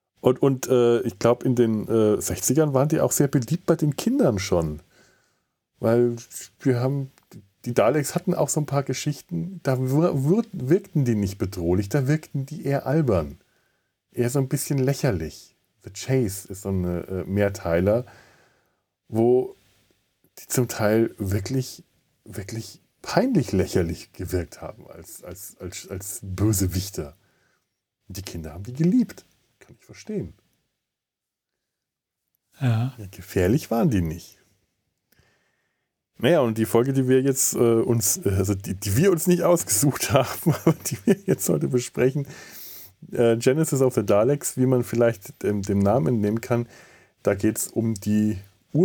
Speaker 1: Und ich glaube, in den 60ern waren die auch sehr beliebt bei den Kindern schon. Weil die Daleks hatten auch so ein paar Geschichten, da wirkten die nicht bedrohlich, da wirkten die eher albern. Eher so ein bisschen lächerlich. The Chase ist so ein Mehrteiler, wo die zum Teil wirklich, wirklich peinlich lächerlich gewirkt haben als Bösewichter. Die Kinder haben die geliebt. Kann ich verstehen.
Speaker 2: Ja.
Speaker 1: Ja, gefährlich waren die nicht. Naja, und die Folge, die wir jetzt die wir uns nicht ausgesucht haben, aber die wir jetzt heute besprechen, Genesis of the Daleks, wie man vielleicht dem Namen entnehmen kann, da geht es um die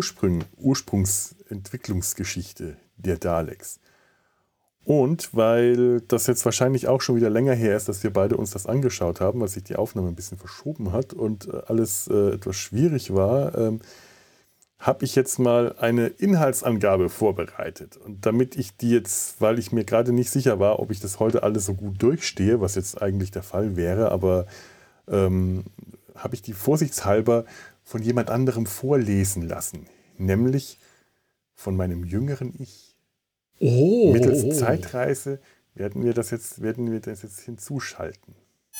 Speaker 1: Ursprungsentwicklungsgeschichte der Daleks. Und weil das jetzt wahrscheinlich auch schon wieder länger her ist, dass wir beide uns das angeschaut haben, weil sich die Aufnahme ein bisschen verschoben hat und alles etwas schwierig war, habe ich jetzt mal eine Inhaltsangabe vorbereitet. Und damit ich die jetzt, weil ich mir gerade nicht sicher war, ob ich das heute alles so gut durchstehe, was jetzt eigentlich der Fall wäre, aber habe ich die vorsichtshalber von jemand anderem vorlesen lassen. Nämlich von meinem jüngeren Ich.
Speaker 2: Oh.
Speaker 1: Mittels Zeitreise werden wir das jetzt hinzuschalten.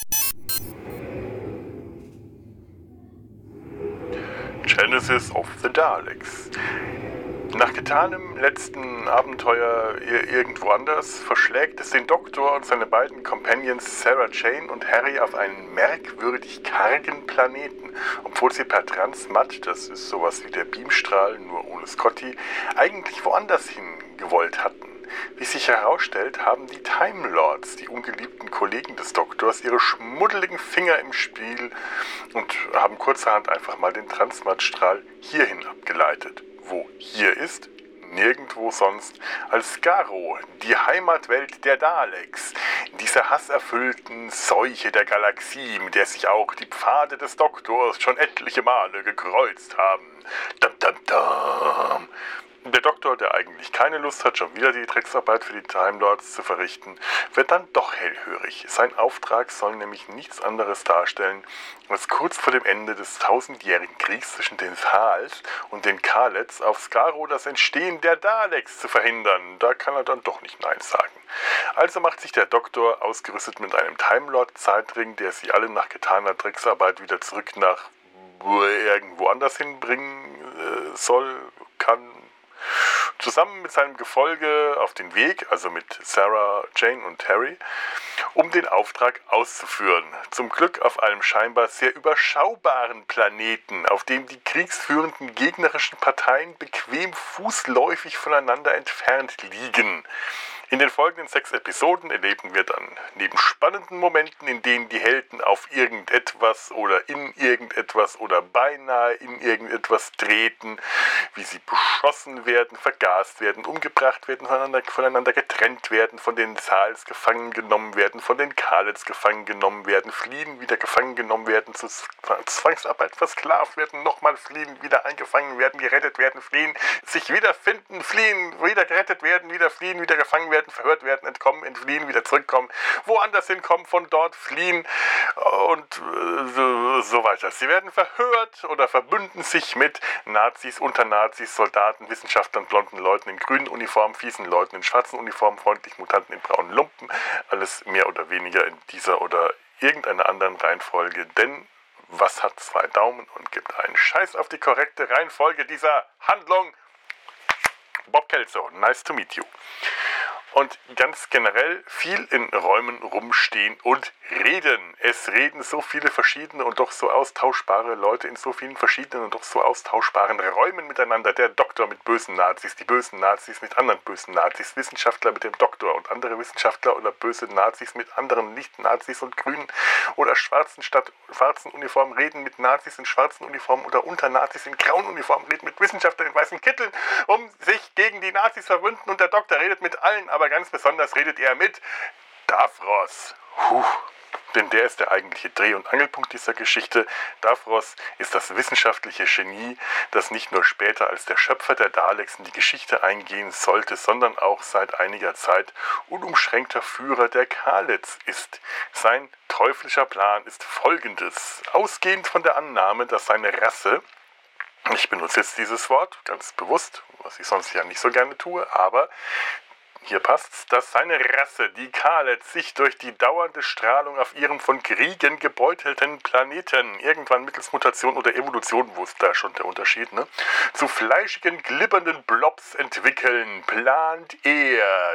Speaker 1: Genesis of the Daleks. Nach getanem letzten Abenteuer irgendwo anders verschlägt es den Doktor und seine beiden Companions Sarah Jane und Harry auf einen merkwürdig kargen Planeten, obwohl sie per Transmat, das ist sowas wie der Beamstrahl, nur ohne Scotty, eigentlich woanders hin gewollt hatten. Wie sich herausstellt, haben die Time Lords, die ungeliebten Kollegen des Doktors, ihre schmuddeligen Finger im Spiel und haben kurzerhand einfach mal den Transmatstrahl hierhin abgeleitet. Wo hier ist? Nirgendwo sonst als Skaro, die Heimatwelt der Daleks, dieser hasserfüllten Seuche der Galaxie, mit der sich auch die Pfade des Doktors schon etliche Male gekreuzt haben. Dam, dam, dam. Der Doktor, der eigentlich keine Lust hat, schon wieder die Drecksarbeit für die Time Lords zu verrichten, wird dann doch hellhörig. Sein Auftrag soll nämlich nichts anderes darstellen, als kurz vor dem Ende des 1000-jährigen Kriegs zwischen den Thals und den Kalets auf Skaro das Entstehen der Daleks zu verhindern. Da kann er dann doch nicht Nein sagen. Also macht sich der Doktor, ausgerüstet mit einem Time Lord-Zeitring, der sie alle nach getaner Drecksarbeit wieder zurück nach irgendwo anders hinbringen kann, zusammen mit seinem Gefolge auf den Weg, also mit Sarah, Jane und Harry, um den Auftrag auszuführen. Zum Glück auf einem scheinbar sehr überschaubaren Planeten, auf dem die kriegsführenden gegnerischen Parteien bequem fußläufig voneinander entfernt liegen. In den folgenden 6 Episoden erleben wir dann neben spannenden Momenten, in denen die Helden auf irgendetwas oder in irgendetwas oder beinahe in irgendetwas treten, wie sie beschossen werden, vergast werden, umgebracht werden, voneinander getrennt werden, von den Thals gefangen genommen werden, von den Kalets gefangen genommen werden, fliehen, wieder gefangen genommen werden, zur Zwangsarbeit versklavt werden, nochmal fliehen, wieder eingefangen werden, gerettet werden, fliehen, sich wiederfinden, fliehen, wieder gerettet werden, wieder fliehen, wieder gefangen werden, verhört werden, entkommen, entfliehen, wieder zurückkommen, woanders hinkommen, von dort fliehen und so weiter. Sie werden verhört oder verbünden sich mit Nazis, Unternazis, Soldaten, Wissenschaftlern, blonden Leuten in grünen Uniformen, fiesen Leuten in schwarzen Uniformen, freundlichen Mutanten in braunen Lumpen. Alles mehr oder weniger in dieser oder irgendeiner anderen Reihenfolge, denn was hat 2 Daumen und gibt einen Scheiß auf die korrekte Reihenfolge dieser Handlung? Bob Kelso, nice to meet you. Und ganz generell viel in Räumen rumstehen und reden. Es reden so viele verschiedene und doch so austauschbare Leute in so vielen verschiedenen und doch so austauschbaren Räumen miteinander. Der Doktor mit bösen Nazis, die bösen Nazis mit anderen bösen Nazis, Wissenschaftler mit dem Doktor und andere Wissenschaftler oder böse Nazis mit anderen Nicht-Nazis und grünen oder schwarzen Uniformen reden mit Nazis in schwarzen Uniformen oder unter Nazis in grauen Uniformen reden mit Wissenschaftlern in weißen Kitteln, um sich gegen die Nazis verbünden, und der Doktor redet mit allen, aber ganz besonders redet er mit Davros. Denn der ist der eigentliche Dreh- und Angelpunkt dieser Geschichte. Davros ist das wissenschaftliche Genie, das nicht nur später als der Schöpfer der Daleks in die Geschichte eingehen sollte, sondern auch seit einiger Zeit unumschränkter Führer der Kalets ist. Sein teuflischer Plan ist folgendes: Ausgehend von der Annahme, dass seine Rasse Ich benutze jetzt dieses Wort ganz bewusst, was ich sonst ja nicht so gerne tue, aber hier passt's, dass seine Rasse, die Kalets, sich durch die dauernde Strahlung auf ihrem von Kriegen gebeutelten Planeten, irgendwann mittels Mutation oder Evolution, wo ist da schon der Unterschied, ne, zu fleischigen, glibbernden Blobs entwickeln, plant er,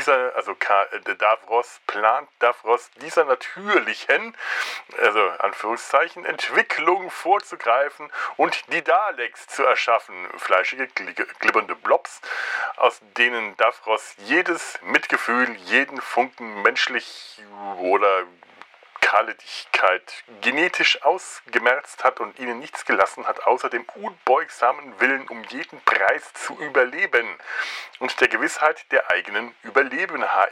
Speaker 1: Davros, dieser natürlichen, also Anführungszeichen, Entwicklung vorzugreifen und die Daleks zu erschaffen, fleischige, glibbernde Blobs, aus denen Davros jedes Mitgefühl, jeden Funken menschlich oder Kaledigkeit genetisch ausgemerzt hat und ihnen nichts gelassen hat, außer dem unbeugsamen Willen, um jeden Preis zu überleben und der Gewissheit der eigenen Überlegenheit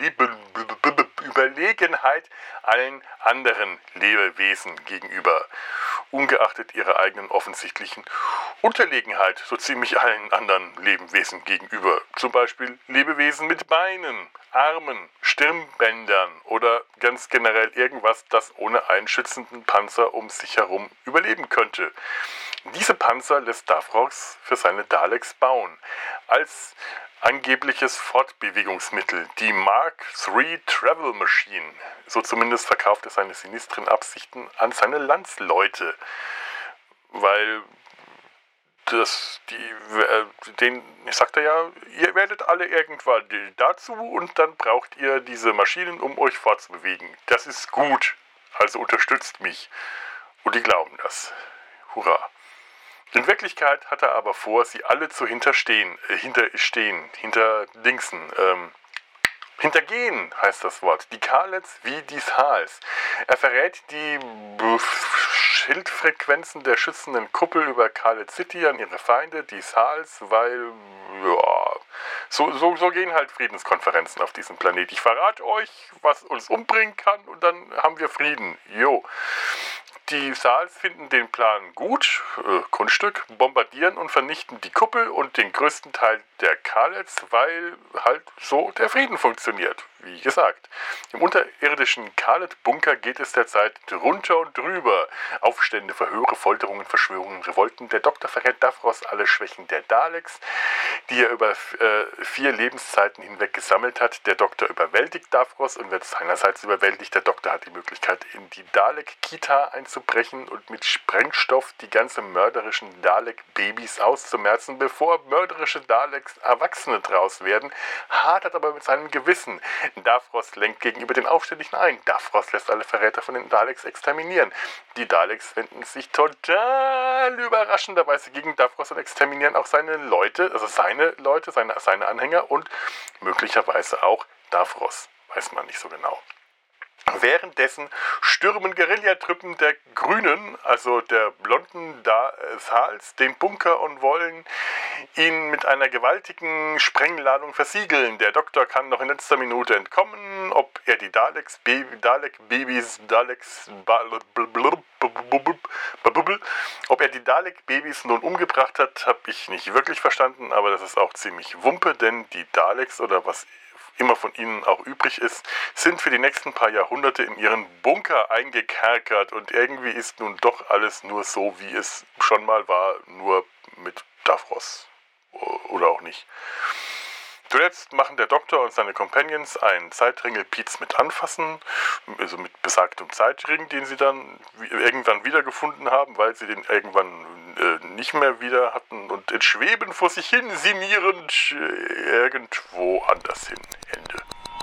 Speaker 1: allen anderen Lebewesen gegenüber, ungeachtet ihrer eigenen offensichtlichen Unterlegenheit so ziemlich allen anderen Lebewesen gegenüber, zum Beispiel Lebewesen mit Beinen, Armen, Stirnbändern oder ganz generell irgendwas, das ohne einen schützenden Panzer um sich herum überleben könnte. Diese Panzer lässt Davros für seine Daleks bauen, als angebliches Fortbewegungsmittel, die Mark III Travel Machine. So zumindest verkauft er seine sinistren Absichten an seine Landsleute, weil ich sagte ja, ihr werdet alle irgendwann dazu und dann braucht ihr diese Maschinen, um euch fortzubewegen. Das ist gut, also unterstützt mich. Und die glauben das. Hurra. In Wirklichkeit hat er aber vor, sie alle zu hintergehen heißt das Wort. Die Kalets wie die Thals. Er verrät die Schildfrequenzen der schützenden Kuppel über Kalet City an ihre Feinde, die Thals, weil, ja, so gehen halt Friedenskonferenzen auf diesem Planet. Ich verrate euch, was uns umbringen kann und dann haben wir Frieden. Jo. Die Thals finden den Plan gut, Kunststück, bombardieren und vernichten die Kuppel und den größten Teil der Kalets, weil halt so der Frieden funktioniert, wie gesagt. Im unterirdischen Kalet-Bunker geht es derzeit drunter und drüber. Aufstände, Verhöre, Folterungen, Verschwörungen, Revolten. Der Doktor verrät Davros alle Schwächen der Daleks, die er über 4 Lebenszeiten hinweg gesammelt hat. Der Doktor überwältigt Davros und wird seinerseits überwältigt. Der Doktor hat die Möglichkeit, in die Dalek-Kita einzubrechen und mit Sprengstoff die ganze mörderischen Dalek-Babys auszumerzen, bevor mörderische Daleks Erwachsene draus werden, hadert aber mit seinem Gewissen. Davros lenkt gegenüber den Aufständischen ein. Davros lässt alle Verräter von den Daleks exterminieren. Die Daleks wenden sich total überraschenderweise gegen Davros und exterminieren auch seine Leute, seine Anhänger und möglicherweise auch Davros. Weiß man nicht so genau. Währenddessen stürmen Guerillatruppen der Grünen, also der blonden Thals, den Bunker und wollen ihn mit einer gewaltigen Sprengladung versiegeln. Der Doktor kann noch in letzter Minute entkommen. Ob er die Dalek-Babys nun umgebracht hat, habe ich nicht wirklich verstanden, aber das ist auch ziemlich Wumpe, denn die Daleks oder was immer von ihnen auch übrig ist, sind für die nächsten paar Jahrhunderte in ihren Bunker eingekerkert und irgendwie ist nun doch alles nur so, wie es schon mal war, nur mit Davros. Oder auch nicht. Zuletzt machen der Doktor und seine Companions einen Zeitringel-Piez mit Anfassen, also mit besagtem Zeitring, den sie dann irgendwann wiedergefunden haben, weil sie den irgendwann nicht mehr wieder hatten und in Schweben vor sich hin, sinnierend irgendwo anders hin. Ende.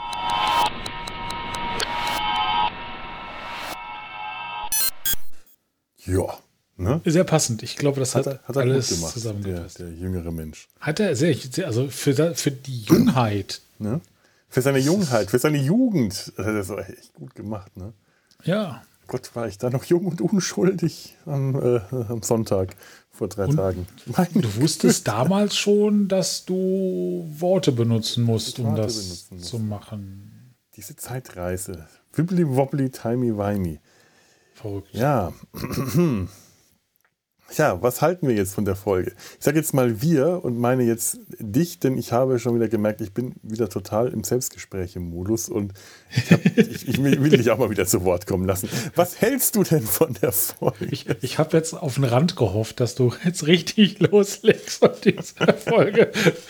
Speaker 1: Ja. Ne?
Speaker 2: Sehr passend. Ich glaube, das hat
Speaker 1: er
Speaker 2: alles
Speaker 1: gut gemacht,
Speaker 2: zusammengepasst.
Speaker 1: der jüngere Mensch.
Speaker 2: Hat er also für die Jungheit.
Speaker 1: Ne? Für seine Jungheit, für seine Jugend hat er das echt gut gemacht. Ne?
Speaker 2: Ja.
Speaker 1: Gott, war ich da noch jung und unschuldig am Sonntag vor 3 Tagen.
Speaker 2: Du wusstest damals schon, dass du Worte benutzen musst, um das zu machen.
Speaker 1: Diese Zeitreise. Wibbly wobbly, timey wimey.
Speaker 2: Verrückt.
Speaker 1: Ja. Ja, was halten wir jetzt von der Folge? Ich sage jetzt mal wir und meine jetzt dich, denn ich habe schon wieder gemerkt, ich bin wieder total im Selbstgespräch im Modus und ich will dich auch mal wieder zu Wort kommen lassen. Was hältst du denn von der Folge?
Speaker 2: Ich habe jetzt auf den Rand gehofft, dass du jetzt richtig loslegst von dieser Folge.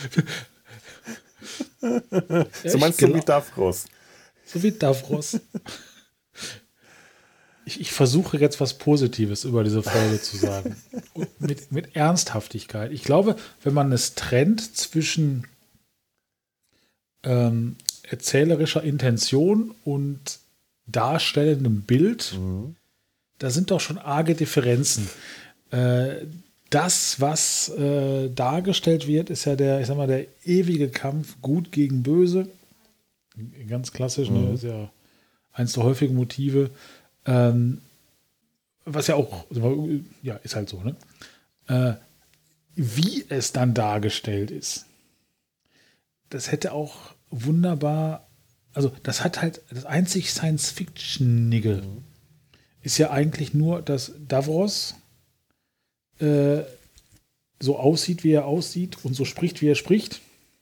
Speaker 1: So meinst du wie Davros?
Speaker 2: So wie Davros. Ich versuche jetzt was Positives über diese Folge zu sagen. Und mit Ernsthaftigkeit. Ich glaube, wenn man es trennt zwischen erzählerischer Intention und darstellendem Bild, da sind doch schon arge Differenzen. Das, was dargestellt wird, ist ja der ewige Kampf Gut gegen Böse. Ganz klassisch, ne? Ist ja eins der häufigen Motive. Was ja auch, ja, ist halt so, ne? Wie es dann dargestellt ist, das hätte auch wunderbar, also das hat halt, das einzig Science-Fiction-Nige ist ja eigentlich nur, dass Davros so aussieht, wie er aussieht und so spricht, wie er spricht.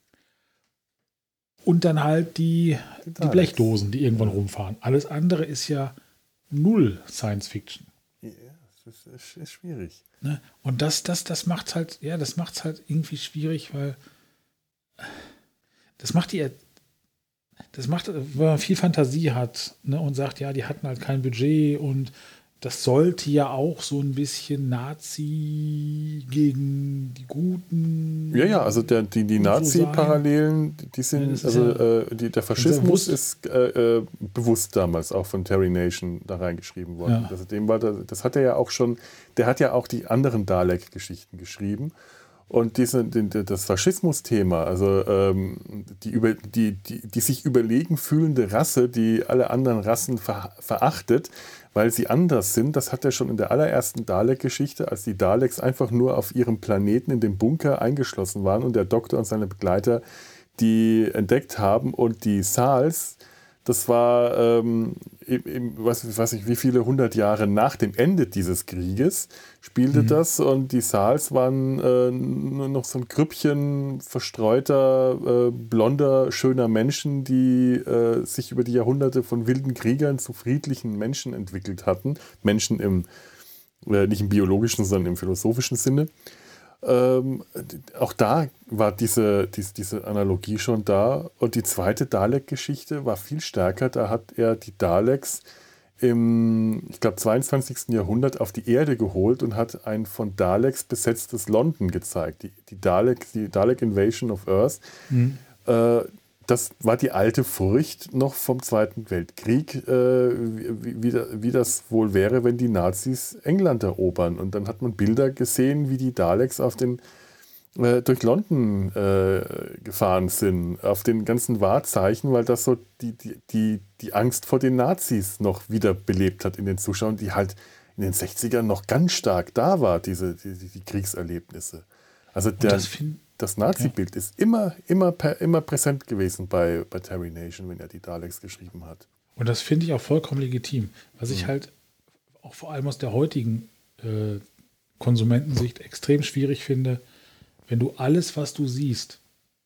Speaker 2: Und dann halt die Blechdosen, die irgendwann rumfahren. Alles andere ist ja null Science Fiction.
Speaker 1: Ja, das ist schwierig.
Speaker 2: Ne? Und das macht halt, ja, das macht es halt irgendwie schwierig, weil wenn man viel Fantasie hat, ne, und sagt, ja, die hatten halt kein Budget und das sollte ja auch so ein bisschen Nazi gegen die Guten.
Speaker 1: Ja, also die Nazi-Parallelen, die sind, der Faschismus ist bewusst damals auch von Terry Nation da reingeschrieben worden. Ja. Das hat er ja auch schon, der hat ja auch die anderen Dalek-Geschichten geschrieben. Und das Faschismus-Thema, also die sich überlegen fühlende Rasse, die alle anderen Rassen verachtet, weil sie anders sind, das hat er schon in der allerersten Dalek-Geschichte, als die Daleks einfach nur auf ihrem Planeten in dem Bunker eingeschlossen waren und der Doktor und seine Begleiter die entdeckt haben. Und die Sals, das war, weiß ich, wie viele 100 Jahre nach dem Ende dieses Krieges spielte das, und die Sals waren nur noch so ein Grüppchen verstreuter, blonder, schöner Menschen, die sich über die Jahrhunderte von wilden Kriegern zu friedlichen Menschen entwickelt hatten. Menschen nicht im biologischen, sondern im philosophischen Sinne. Auch da war diese Analogie schon da. Und die zweite Dalek-Geschichte war viel stärker. Da hat er die Daleks im, ich glaube, 22. Jahrhundert auf die Erde geholt und hat ein von Daleks besetztes London gezeigt. Die Dalek Invasion of Earth. Das war die alte Furcht noch vom Zweiten Weltkrieg, wie das wohl wäre, wenn die Nazis England erobern. Und dann hat man Bilder gesehen, wie die Daleks durch London gefahren sind, auf den ganzen Wahrzeichen, weil das so die Angst vor den Nazis noch wieder belebt hat in den Zuschauern, die halt in den 60ern noch ganz stark da war, die Kriegserlebnisse. Also das Nazi-Bild ist immer präsent gewesen bei Terry Nation, wenn er die Daleks geschrieben hat.
Speaker 2: Und das finde ich auch vollkommen legitim. Was ich halt auch vor allem aus der heutigen Konsumentensicht extrem schwierig finde, wenn du alles, was du siehst,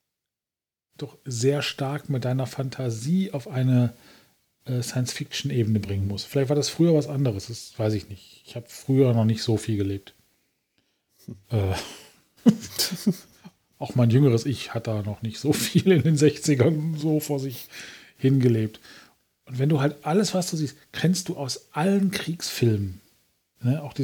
Speaker 2: doch sehr stark mit deiner Fantasie auf eine Science-Fiction-Ebene bringen musst. Vielleicht war das früher was anderes, das weiß ich nicht. Ich habe früher noch nicht so viel gelebt. Auch mein jüngeres Ich hat da noch nicht so viel in den 60ern so vor sich hingelebt. Und wenn du halt alles, was du siehst, kennst du aus allen Kriegsfilmen, ne? Auch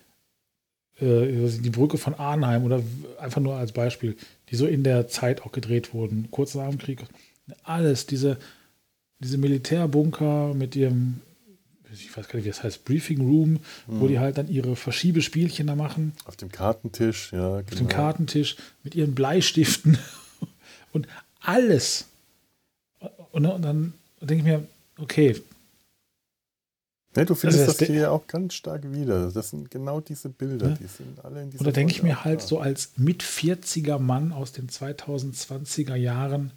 Speaker 2: die Brücke von Arnheim oder einfach nur als Beispiel, die so in der Zeit auch gedreht wurden, kurz nach dem Krieg. Alles, diese Militärbunker mit ihrem, ich weiß gar nicht, wie das heißt, Briefing Room, wo die halt dann ihre Verschiebespielchen da machen.
Speaker 1: Auf dem Kartentisch, ja. Genau.
Speaker 2: Auf dem Kartentisch mit ihren Bleistiften und alles. Und dann denke ich mir, okay.
Speaker 1: Ja, du findest das hier ja auch ganz stark wieder. Das sind genau diese Bilder, die sind alle in dieser.
Speaker 2: Und da denke ich mir halt so als Mit-40er Mann aus den 2020er Jahren,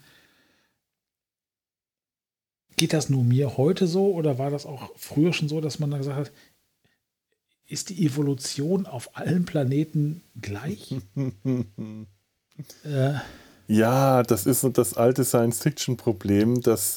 Speaker 2: geht das nur mir heute so oder war das auch früher schon so, dass man da gesagt hat, ist die Evolution auf allen Planeten gleich?
Speaker 1: Ja, das ist so das alte Science-Fiction-Problem, das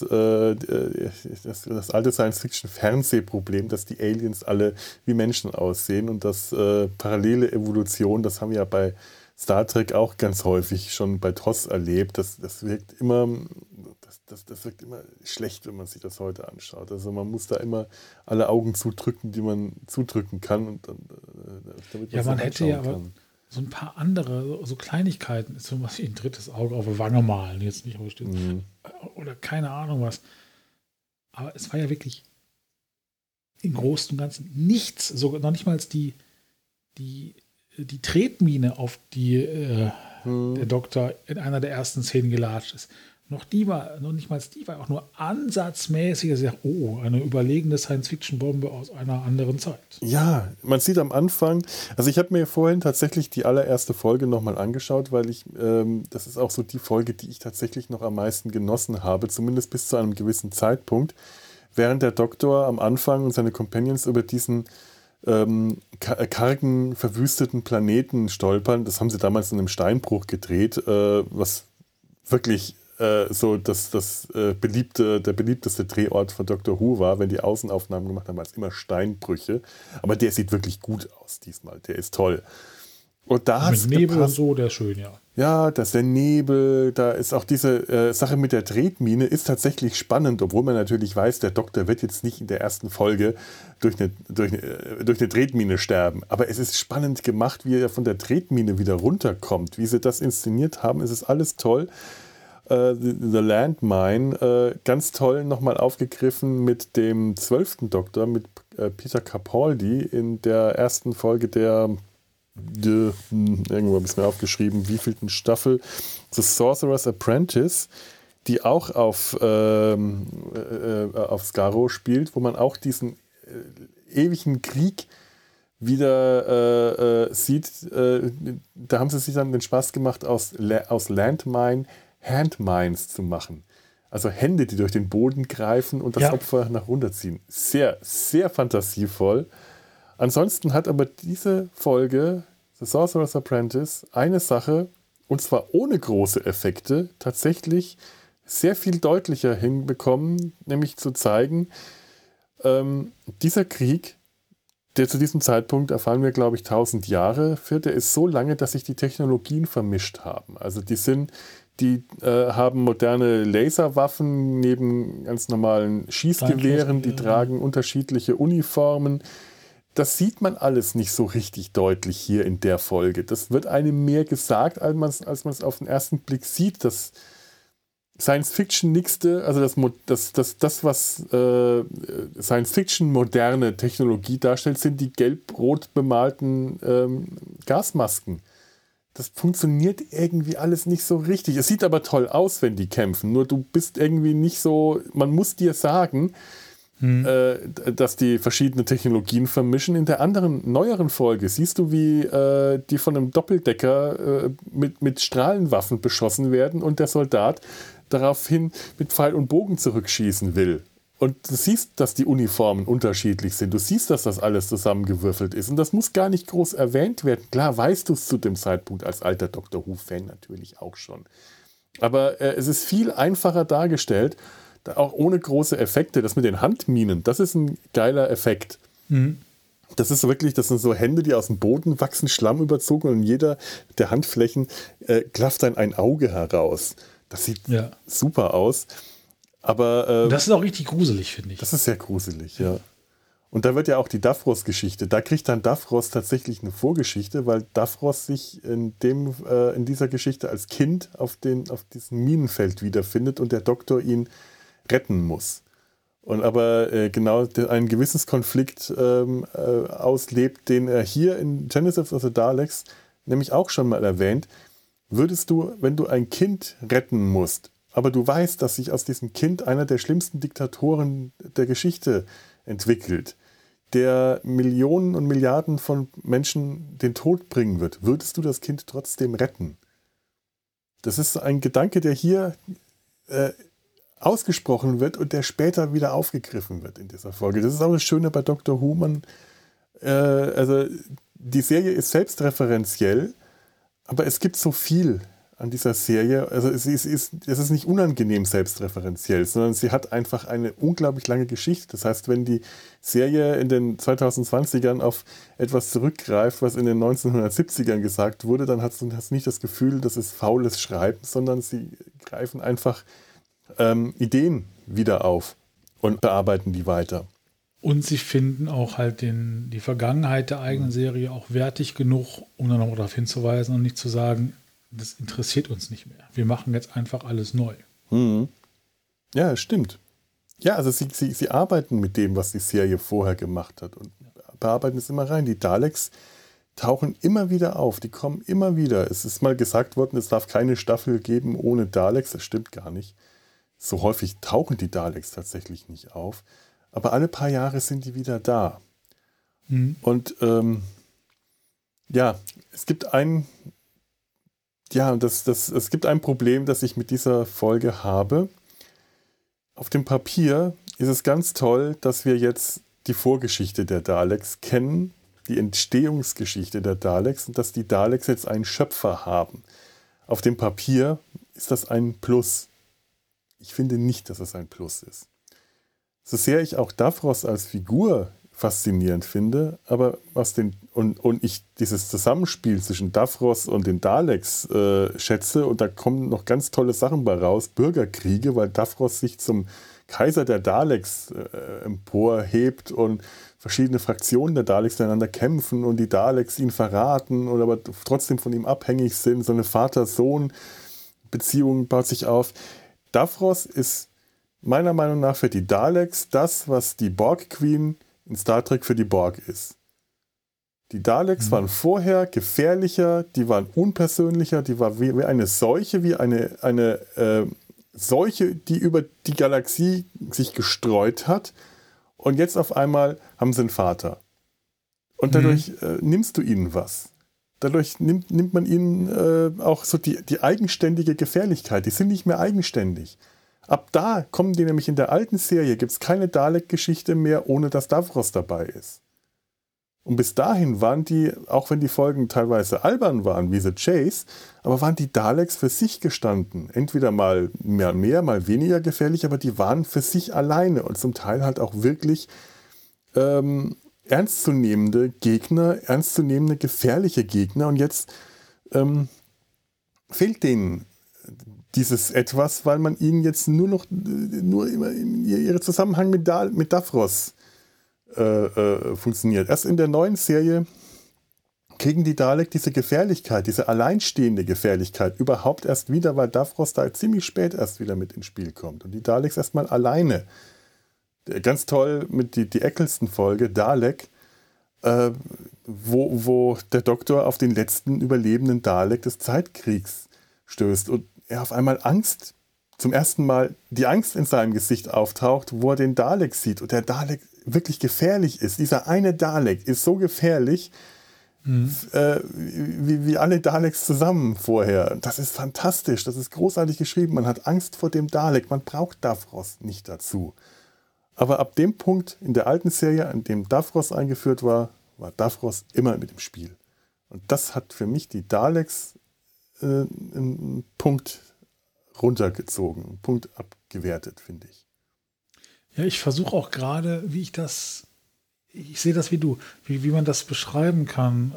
Speaker 1: alte Science-Fiction-Fernsehproblem, dass die Aliens alle wie Menschen aussehen und das parallele Evolution, das haben wir ja bei Star Trek auch ganz häufig schon bei TOS erlebt. Das wirkt immer schlecht, wenn man sich das heute anschaut. Also man muss da immer alle Augen zudrücken, die man zudrücken kann. Und dann, damit
Speaker 2: ja, man hätte ja aber so ein paar andere, so Kleinigkeiten, so was wie ein drittes Auge auf der Wange malen, jetzt nicht oder keine Ahnung was. Aber es war ja wirklich im Großen und Ganzen nichts, sogar noch nicht mal die Tretmine, auf die der Doktor in einer der ersten Szenen gelatscht ist. Noch nicht mal die war auch nur ansatzmäßig, eine überlegene Science-Fiction-Bombe aus einer anderen Zeit.
Speaker 1: Ja, man sieht am Anfang, also ich habe mir vorhin tatsächlich die allererste Folge nochmal angeschaut, weil das ist auch so die Folge, die ich tatsächlich noch am meisten genossen habe, zumindest bis zu einem gewissen Zeitpunkt, während der Doktor am Anfang und seine Companions über diesen kargen, verwüsteten Planeten stolpern. Das haben sie damals in einem Steinbruch gedreht, was wirklich so der beliebteste Drehort von Doctor Who war, wenn die Außenaufnahmen gemacht haben, war es immer Steinbrüche. Aber der sieht wirklich gut aus diesmal. Der ist toll. Und da
Speaker 2: mit Nebel und so, der ist schön, ja.
Speaker 1: Ja, das ist der Nebel, da ist auch diese Sache mit der Tretmine, ist tatsächlich spannend, obwohl man natürlich weiß, der Doktor wird jetzt nicht in der ersten Folge durch eine Tretmine sterben. Aber es ist spannend gemacht, wie er von der Tretmine wieder runterkommt. Wie sie das inszeniert haben, es ist alles toll. The Landmine, ganz toll nochmal aufgegriffen mit dem 12. Doktor, mit Peter Capaldi in der ersten Folge irgendwo habe ich es mir aufgeschrieben, wievielten Staffel, The Sorcerer's Apprentice, die auch auf Skaro spielt, wo man auch diesen ewigen Krieg wieder sieht. Da haben sie sich dann den Spaß gemacht, aus Landmine Handmines zu machen. Also Hände, die durch den Boden greifen und das Opfer nach runterziehen. Sehr, sehr fantasievoll. Ansonsten hat aber diese Folge, The Sorcerer's Apprentice, eine Sache, und zwar ohne große Effekte, tatsächlich sehr viel deutlicher hinbekommen, nämlich zu zeigen, dieser Krieg, der zu diesem Zeitpunkt, erfahren wir, glaube ich, 1000 Jahre führt, der ist so lange, dass sich die Technologien vermischt haben. Also die haben moderne Laserwaffen neben ganz normalen Schießgewehren, die tragen unterschiedliche Uniformen. Das sieht man alles nicht so richtig deutlich hier in der Folge. Das wird einem mehr gesagt, als man es auf den ersten Blick sieht. Das Science-Fiction-Nixte, also das was Science-Fiction-moderne Technologie darstellt, sind die gelb-rot bemalten Gasmasken. Das funktioniert irgendwie alles nicht so richtig. Es sieht aber toll aus, wenn die kämpfen. Nur du bist irgendwie nicht so, man muss dir sagen, dass die verschiedene Technologien vermischen. In der anderen, neueren Folge siehst du, wie die von einem Doppeldecker mit Strahlenwaffen beschossen werden und der Soldat daraufhin mit Pfeil und Bogen zurückschießen will. Und du siehst, dass die Uniformen unterschiedlich sind. Du siehst, dass das alles zusammengewürfelt ist. Und das muss gar nicht groß erwähnt werden. Klar weißt du es zu dem Zeitpunkt als alter Doctor Who-Fan natürlich auch schon. Aber es ist viel einfacher dargestellt, auch ohne große Effekte. Das mit den Handminen, das ist ein geiler Effekt. Mhm. Das sind so Hände, die aus dem Boden wachsen, Schlamm überzogen und in jeder der Handflächen klafft dann ein Auge heraus. Das sieht super aus. Aber
Speaker 2: das ist auch richtig gruselig, finde ich.
Speaker 1: Das ist sehr gruselig, ja. Und da wird ja auch die Davros-Geschichte. Da kriegt dann Davros tatsächlich eine Vorgeschichte, weil Davros sich in dieser Geschichte als Kind auf diesem Minenfeld wiederfindet und der Doktor ihn retten muss. Und aber genau einen Gewissenskonflikt auslebt, den er hier in Genesis of the Daleks nämlich auch schon mal erwähnt. Würdest du, wenn du ein Kind retten musst, aber du weißt, dass sich aus diesem Kind einer der schlimmsten Diktatoren der Geschichte entwickelt, der Millionen und Milliarden von Menschen den Tod bringen wird, würdest du das Kind trotzdem retten? Das ist ein Gedanke, der hier ausgesprochen wird und der später wieder aufgegriffen wird in dieser Folge. Das ist auch das Schöne bei Doctor Who. Man Also die Serie ist selbstreferenziell, aber es gibt so viel an dieser Serie. Also es ist nicht unangenehm selbstreferenziell, sondern sie hat einfach eine unglaublich lange Geschichte. Das heißt, wenn die Serie in den 2020ern auf etwas zurückgreift, was in den 1970ern gesagt wurde, dann hast du nicht das Gefühl, das ist faules Schreiben, sondern sie greifen einfach Ideen wieder auf und bearbeiten die weiter.
Speaker 2: Und sie finden auch halt die Vergangenheit der eigenen Serie auch wertig genug, um dann noch darauf hinzuweisen und nicht zu sagen, das interessiert uns nicht mehr. Wir machen jetzt einfach alles neu.
Speaker 1: Mhm. Ja, stimmt. Ja, also sie arbeiten mit dem, was die Serie vorher gemacht hat und bearbeiten es immer rein. Die Daleks tauchen immer wieder auf, die kommen immer wieder. Es ist mal gesagt worden, es darf keine Staffel geben ohne Daleks. Das stimmt gar nicht. So häufig tauchen die Daleks tatsächlich nicht auf. Aber alle paar Jahre sind die wieder da. Mhm. Und es gibt es gibt ein Problem, das ich mit dieser Folge habe. Auf dem Papier ist es ganz toll, dass wir jetzt die Vorgeschichte der Daleks kennen, die Entstehungsgeschichte der Daleks und dass die Daleks jetzt einen Schöpfer haben. Auf dem Papier ist das ein Plus. Ich finde nicht, dass es ein Plus ist. So sehr ich auch Davros als Figur faszinierend finde, aber ich dieses Zusammenspiel zwischen Davros und den Daleks schätze, und da kommen noch ganz tolle Sachen bei raus, Bürgerkriege, weil Davros sich zum Kaiser der Daleks emporhebt und verschiedene Fraktionen der Daleks miteinander kämpfen und die Daleks ihn verraten und aber trotzdem von ihm abhängig sind. So eine Vater-Sohn-Beziehung baut sich auf. Davros ist meiner Meinung nach für die Daleks das, was die Borg Queen in Star Trek für die Borg ist. Die Daleks waren vorher gefährlicher, die waren unpersönlicher, die war wie eine Seuche, wie eine Seuche, die über die Galaxie sich gestreut hat. Und jetzt auf einmal haben sie einen Vater. Und dadurch nimmst du ihnen was. Dadurch nimmt man ihnen auch so die eigenständige Gefährlichkeit. Die sind nicht mehr eigenständig. Ab da kommen die nämlich in der alten Serie, gibt es keine Dalek-Geschichte mehr, ohne dass Davros dabei ist. Und bis dahin waren die, auch wenn die Folgen teilweise albern waren, wie The Chase, aber waren die Daleks für sich gestanden. Entweder mal mehr, mal weniger gefährlich, aber die waren für sich alleine und zum Teil halt auch wirklich ernstzunehmende Gegner, ernstzunehmende gefährliche Gegner. Und jetzt fehlt denen dieses Etwas, weil man ihnen jetzt nur immer ihre Zusammenhang mit Davros funktioniert. Erst in der neuen Serie kriegen die Dalek diese Gefährlichkeit, diese alleinstehende Gefährlichkeit überhaupt erst wieder, weil Davros da ziemlich spät erst wieder mit ins Spiel kommt. Und die Daleks erstmal alleine. Ganz toll mit die Eccleston-Folge, Dalek, wo der Doktor auf den letzten überlebenden Dalek des Zeitkriegs stößt und er auf einmal zum ersten Mal die Angst in seinem Gesicht auftaucht, wo er den Dalek sieht und der Dalek wirklich gefährlich ist. Dieser eine Dalek ist so gefährlich, wie alle Daleks zusammen vorher. Das ist fantastisch, das ist großartig geschrieben. Man hat Angst vor dem Dalek, man braucht Davros nicht dazu. Aber ab dem Punkt in der alten Serie, an dem Davros eingeführt war, war Davros immer mit im Spiel. Und das hat für mich die Daleks einen Punkt runtergezogen, einen Punkt abgewertet, finde ich.
Speaker 2: Ja, ich versuche auch gerade, ich sehe das wie du, wie man das beschreiben kann.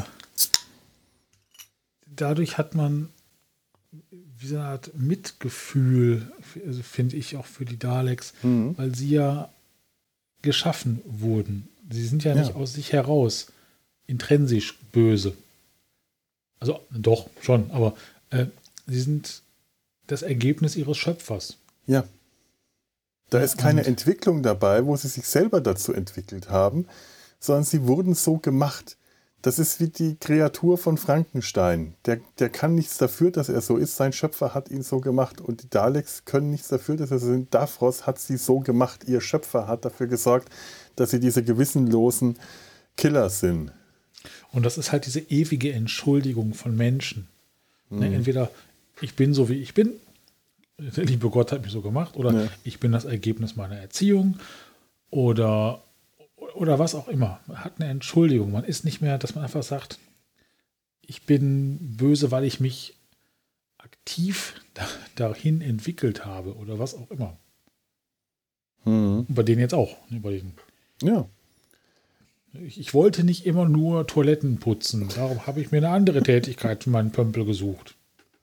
Speaker 2: Dadurch hat man wie so eine Art Mitgefühl, also finde ich auch für die Daleks, weil sie ja geschaffen wurden. Sie sind ja nicht aus sich heraus intrinsisch böse. Also doch, schon, aber sie sind das Ergebnis ihres Schöpfers.
Speaker 1: Ja. Da ist keine Entwicklung dabei, wo sie sich selber dazu entwickelt haben, sondern sie wurden so gemacht. Das ist wie die Kreatur von Frankenstein. Der kann nichts dafür, dass er so ist. Sein Schöpfer hat ihn so gemacht. Und die Daleks können nichts dafür, dass er so sind. Davros hat sie so gemacht. Ihr Schöpfer hat dafür gesorgt, dass sie diese gewissenlosen Killer sind.
Speaker 2: Und das ist halt diese ewige Entschuldigung von Menschen. Ne, entweder ich bin so, wie ich bin, der liebe Gott hat mich so gemacht, oder ich bin das Ergebnis meiner Erziehung, oder oder was auch immer. Man hat eine Entschuldigung. Man ist nicht mehr, dass man einfach sagt, ich bin böse, weil ich mich aktiv dahin entwickelt habe oder was auch immer. Und bei denen jetzt auch.
Speaker 1: Ja.
Speaker 2: Ich wollte nicht immer nur Toiletten putzen. Darum habe ich mir eine andere Tätigkeit für meinen Pömpel gesucht.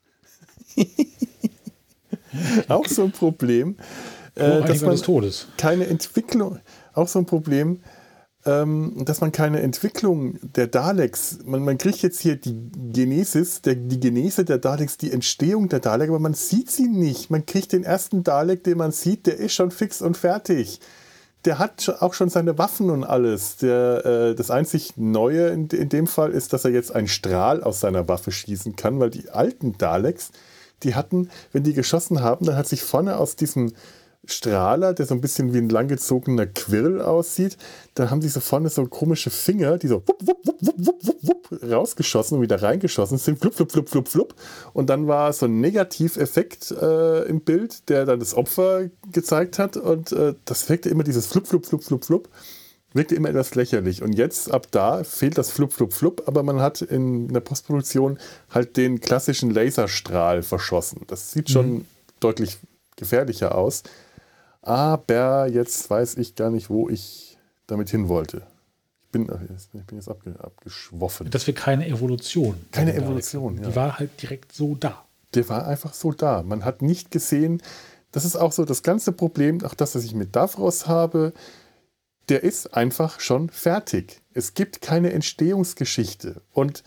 Speaker 1: Auch so ein Problem.
Speaker 2: Dass man des Todes.
Speaker 1: Keine Entwicklung, auch so ein Problem, dass man keine Entwicklung der Daleks, man kriegt jetzt hier die Genesis, die Genese der Daleks, die Entstehung der Daleks, aber man sieht sie nicht. Man kriegt den ersten Dalek, den man sieht, der ist schon fix und fertig. Der hat auch schon seine Waffen und alles. Das einzig Neue in dem Fall ist, dass er jetzt einen Strahl aus seiner Waffe schießen kann, weil die alten Daleks, die hatten, wenn die geschossen haben, dann hat sich vorne aus diesem Strahler, der so ein bisschen wie ein langgezogener Quirl aussieht, dann haben die so vorne so komische Finger, die so wupp, wupp, wupp, wupp, wupp, wupp, wupp, rausgeschossen und wieder reingeschossen sind, flupp, flupp, flupp, flupp, flupp. Und dann war so ein Negativeffekt im Bild, der dann das Opfer gezeigt hat und das wirkte immer dieses flupp, flupp, flupp, flupp, flupp, wirkte immer etwas lächerlich. Und jetzt, ab da, fehlt das flupp, flupp, flupp, aber man hat in der Postproduktion halt den klassischen Laserstrahl verschossen. Das sieht schon deutlich gefährlicher aus. Aber jetzt weiß ich gar nicht, wo ich damit hin wollte. Ich bin jetzt abgeschwoffen.
Speaker 2: Dass wir keine Evolution.
Speaker 1: Keine Evolution, ja.
Speaker 2: Die war halt direkt so da.
Speaker 1: Der war einfach so da. Man hat nicht gesehen, das ist auch so das ganze Problem, auch das, was ich mit Davros habe, der ist einfach schon fertig. Es gibt keine Entstehungsgeschichte. Und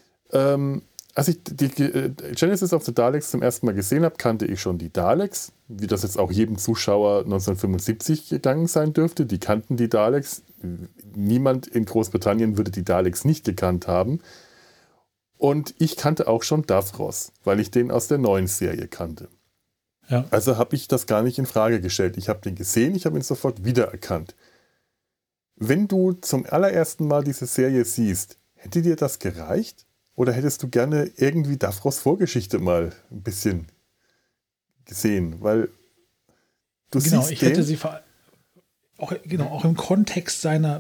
Speaker 1: als ich die Genesis of the Daleks zum ersten Mal gesehen habe, kannte ich schon die Daleks, wie das jetzt auch jedem Zuschauer 1975 gegangen sein dürfte. Die kannten die Daleks. Niemand in Großbritannien würde die Daleks nicht gekannt haben. Und ich kannte auch schon Davros, weil ich den aus der neuen Serie kannte.
Speaker 2: Ja.
Speaker 1: Also habe ich das gar nicht in Frage gestellt. Ich habe den gesehen, ich habe ihn sofort wiedererkannt. Wenn du zum allerersten Mal diese Serie siehst, hätte dir das gereicht? Oder hättest du gerne irgendwie Davros Vorgeschichte mal ein bisschen gesehen? Weil du siehst
Speaker 2: ich hätte sie auch im Kontext seiner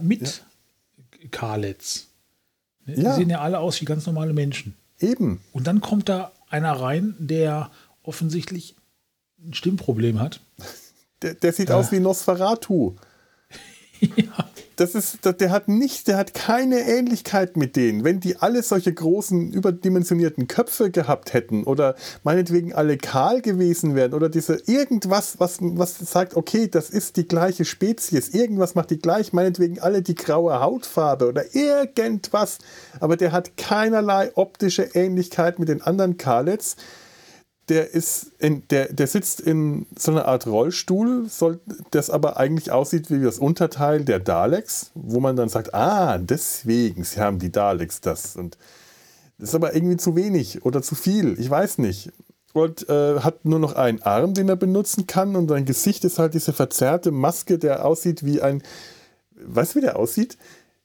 Speaker 2: Mit-Kalets. Die sehen ja alle aus wie ganz normale Menschen.
Speaker 1: Eben.
Speaker 2: Und dann kommt da einer rein, der offensichtlich ein Stimmproblem hat.
Speaker 1: Der sieht aus wie Nosferatu.
Speaker 2: Ja.
Speaker 1: Der hat keine Ähnlichkeit mit denen. Wenn die alle solche großen, überdimensionierten Köpfe gehabt hätten oder meinetwegen alle kahl gewesen wären oder irgendwas, was sagt, okay, das ist die gleiche Spezies, irgendwas macht die gleich, meinetwegen alle die graue Hautfarbe oder irgendwas, aber der hat keinerlei optische Ähnlichkeit mit den anderen Kalets. Der sitzt in so einer Art Rollstuhl, das aber eigentlich aussieht wie das Unterteil der Daleks, wo man dann sagt, deswegen haben die Daleks das. Und das ist aber irgendwie zu wenig oder zu viel, ich weiß nicht. Und hat nur noch einen Arm, den er benutzen kann und sein Gesicht ist halt diese verzerrte Maske, der aussieht wie ein, weißt du, wie der aussieht?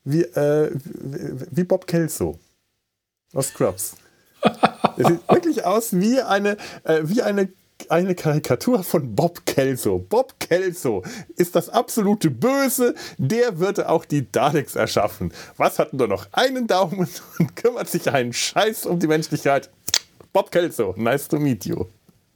Speaker 1: Wie Bob Kelso aus Scrubs. Es sieht wirklich aus wie eine Karikatur von Bob Kelso. Bob Kelso ist das absolute Böse, der würde auch die Daleks erschaffen. Was hat nur noch einen Daumen und kümmert sich einen Scheiß um die Menschlichkeit? Bob Kelso, nice to meet you.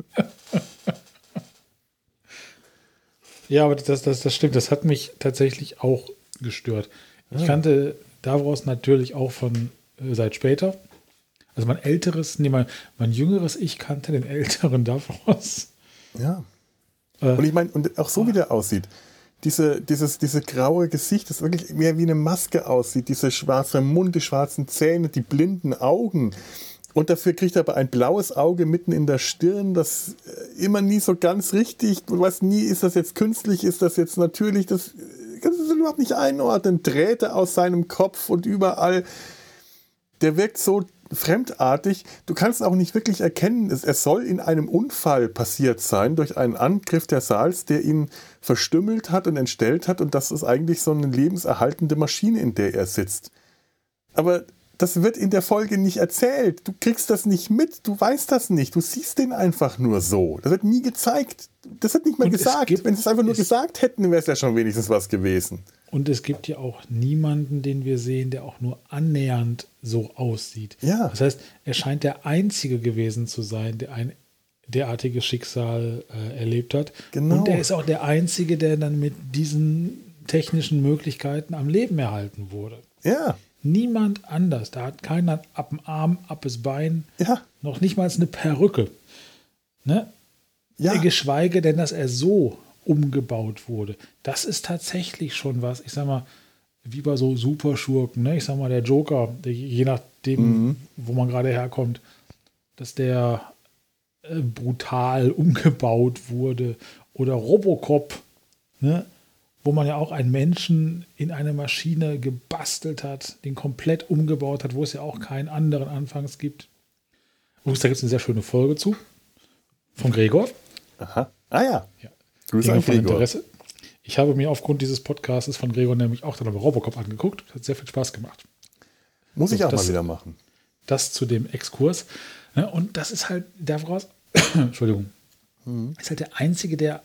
Speaker 2: Ja, aber das stimmt, das hat mich tatsächlich auch gestört. Ich kannte Davros natürlich auch von seit später. Also mein jüngeres Ich kannte den älteren Davros.
Speaker 1: Ja. Und ich meine, und auch so wie der aussieht, dieses graue Gesicht, das wirklich mehr wie eine Maske aussieht, dieser schwarze Mund, die schwarzen Zähne, die blinden Augen. Und dafür kriegt er aber ein blaues Auge mitten in der Stirn, das immer nie so ganz richtig, du weißt nie, ist das jetzt künstlich, ist das jetzt natürlich, das kannst du überhaupt nicht einordnen. Drähte aus seinem Kopf und überall. Der wirkt so fremdartig. Du kannst auch nicht wirklich erkennen, es soll in einem Unfall passiert sein, durch einen Angriff der Sals, der ihn verstümmelt hat und entstellt hat. Und das ist eigentlich so eine lebenserhaltende Maschine, in der er sitzt. Aber das wird in der Folge nicht erzählt. Du kriegst das nicht mit, du weißt das nicht. Du siehst den einfach nur so. Das wird nie gezeigt. Das wird nicht mal gesagt. Wenn sie es einfach nur gesagt hätten, wäre es ja schon wenigstens was gewesen.
Speaker 2: Und es gibt ja auch niemanden, den wir sehen, der auch nur annähernd so aussieht.
Speaker 1: Ja.
Speaker 2: Das heißt, er scheint der Einzige gewesen zu sein, der ein derartiges Schicksal erlebt hat.
Speaker 1: Genau.
Speaker 2: Und er ist auch der Einzige, der dann mit diesen technischen Möglichkeiten am Leben erhalten wurde.
Speaker 1: Ja.
Speaker 2: Niemand anders. Da hat keiner ab dem Arm, ab das Bein,
Speaker 1: Ja.
Speaker 2: noch nicht mal eine Perücke. Ne?
Speaker 1: Ja.
Speaker 2: Geschweige denn, dass er so umgebaut wurde. Das ist tatsächlich schon was, ich sag mal, wie bei so Superschurken, ne? Ich sag mal, der Joker, je nachdem, wo man gerade herkommt, dass der brutal umgebaut wurde. Oder Robocop, ne? Wo man ja auch einen Menschen in eine Maschine gebastelt hat, den komplett umgebaut hat, wo es ja auch keinen anderen anfangs gibt. Da gibt es eine sehr schöne Folge zu, von Gregor.
Speaker 1: Aha. Ah ja. Grüße
Speaker 2: Dinge
Speaker 1: an
Speaker 2: von
Speaker 1: Gregor.
Speaker 2: Interesse. Ich habe mir aufgrund dieses Podcasts von Gregor nämlich auch dann aber Robocop angeguckt. Hat sehr viel Spaß gemacht.
Speaker 1: Muss ich auch
Speaker 2: das-
Speaker 1: mal wieder machen.
Speaker 2: Das zu dem Exkurs. Ne, und das ist halt daraus, Entschuldigung, ist halt der Einzige, der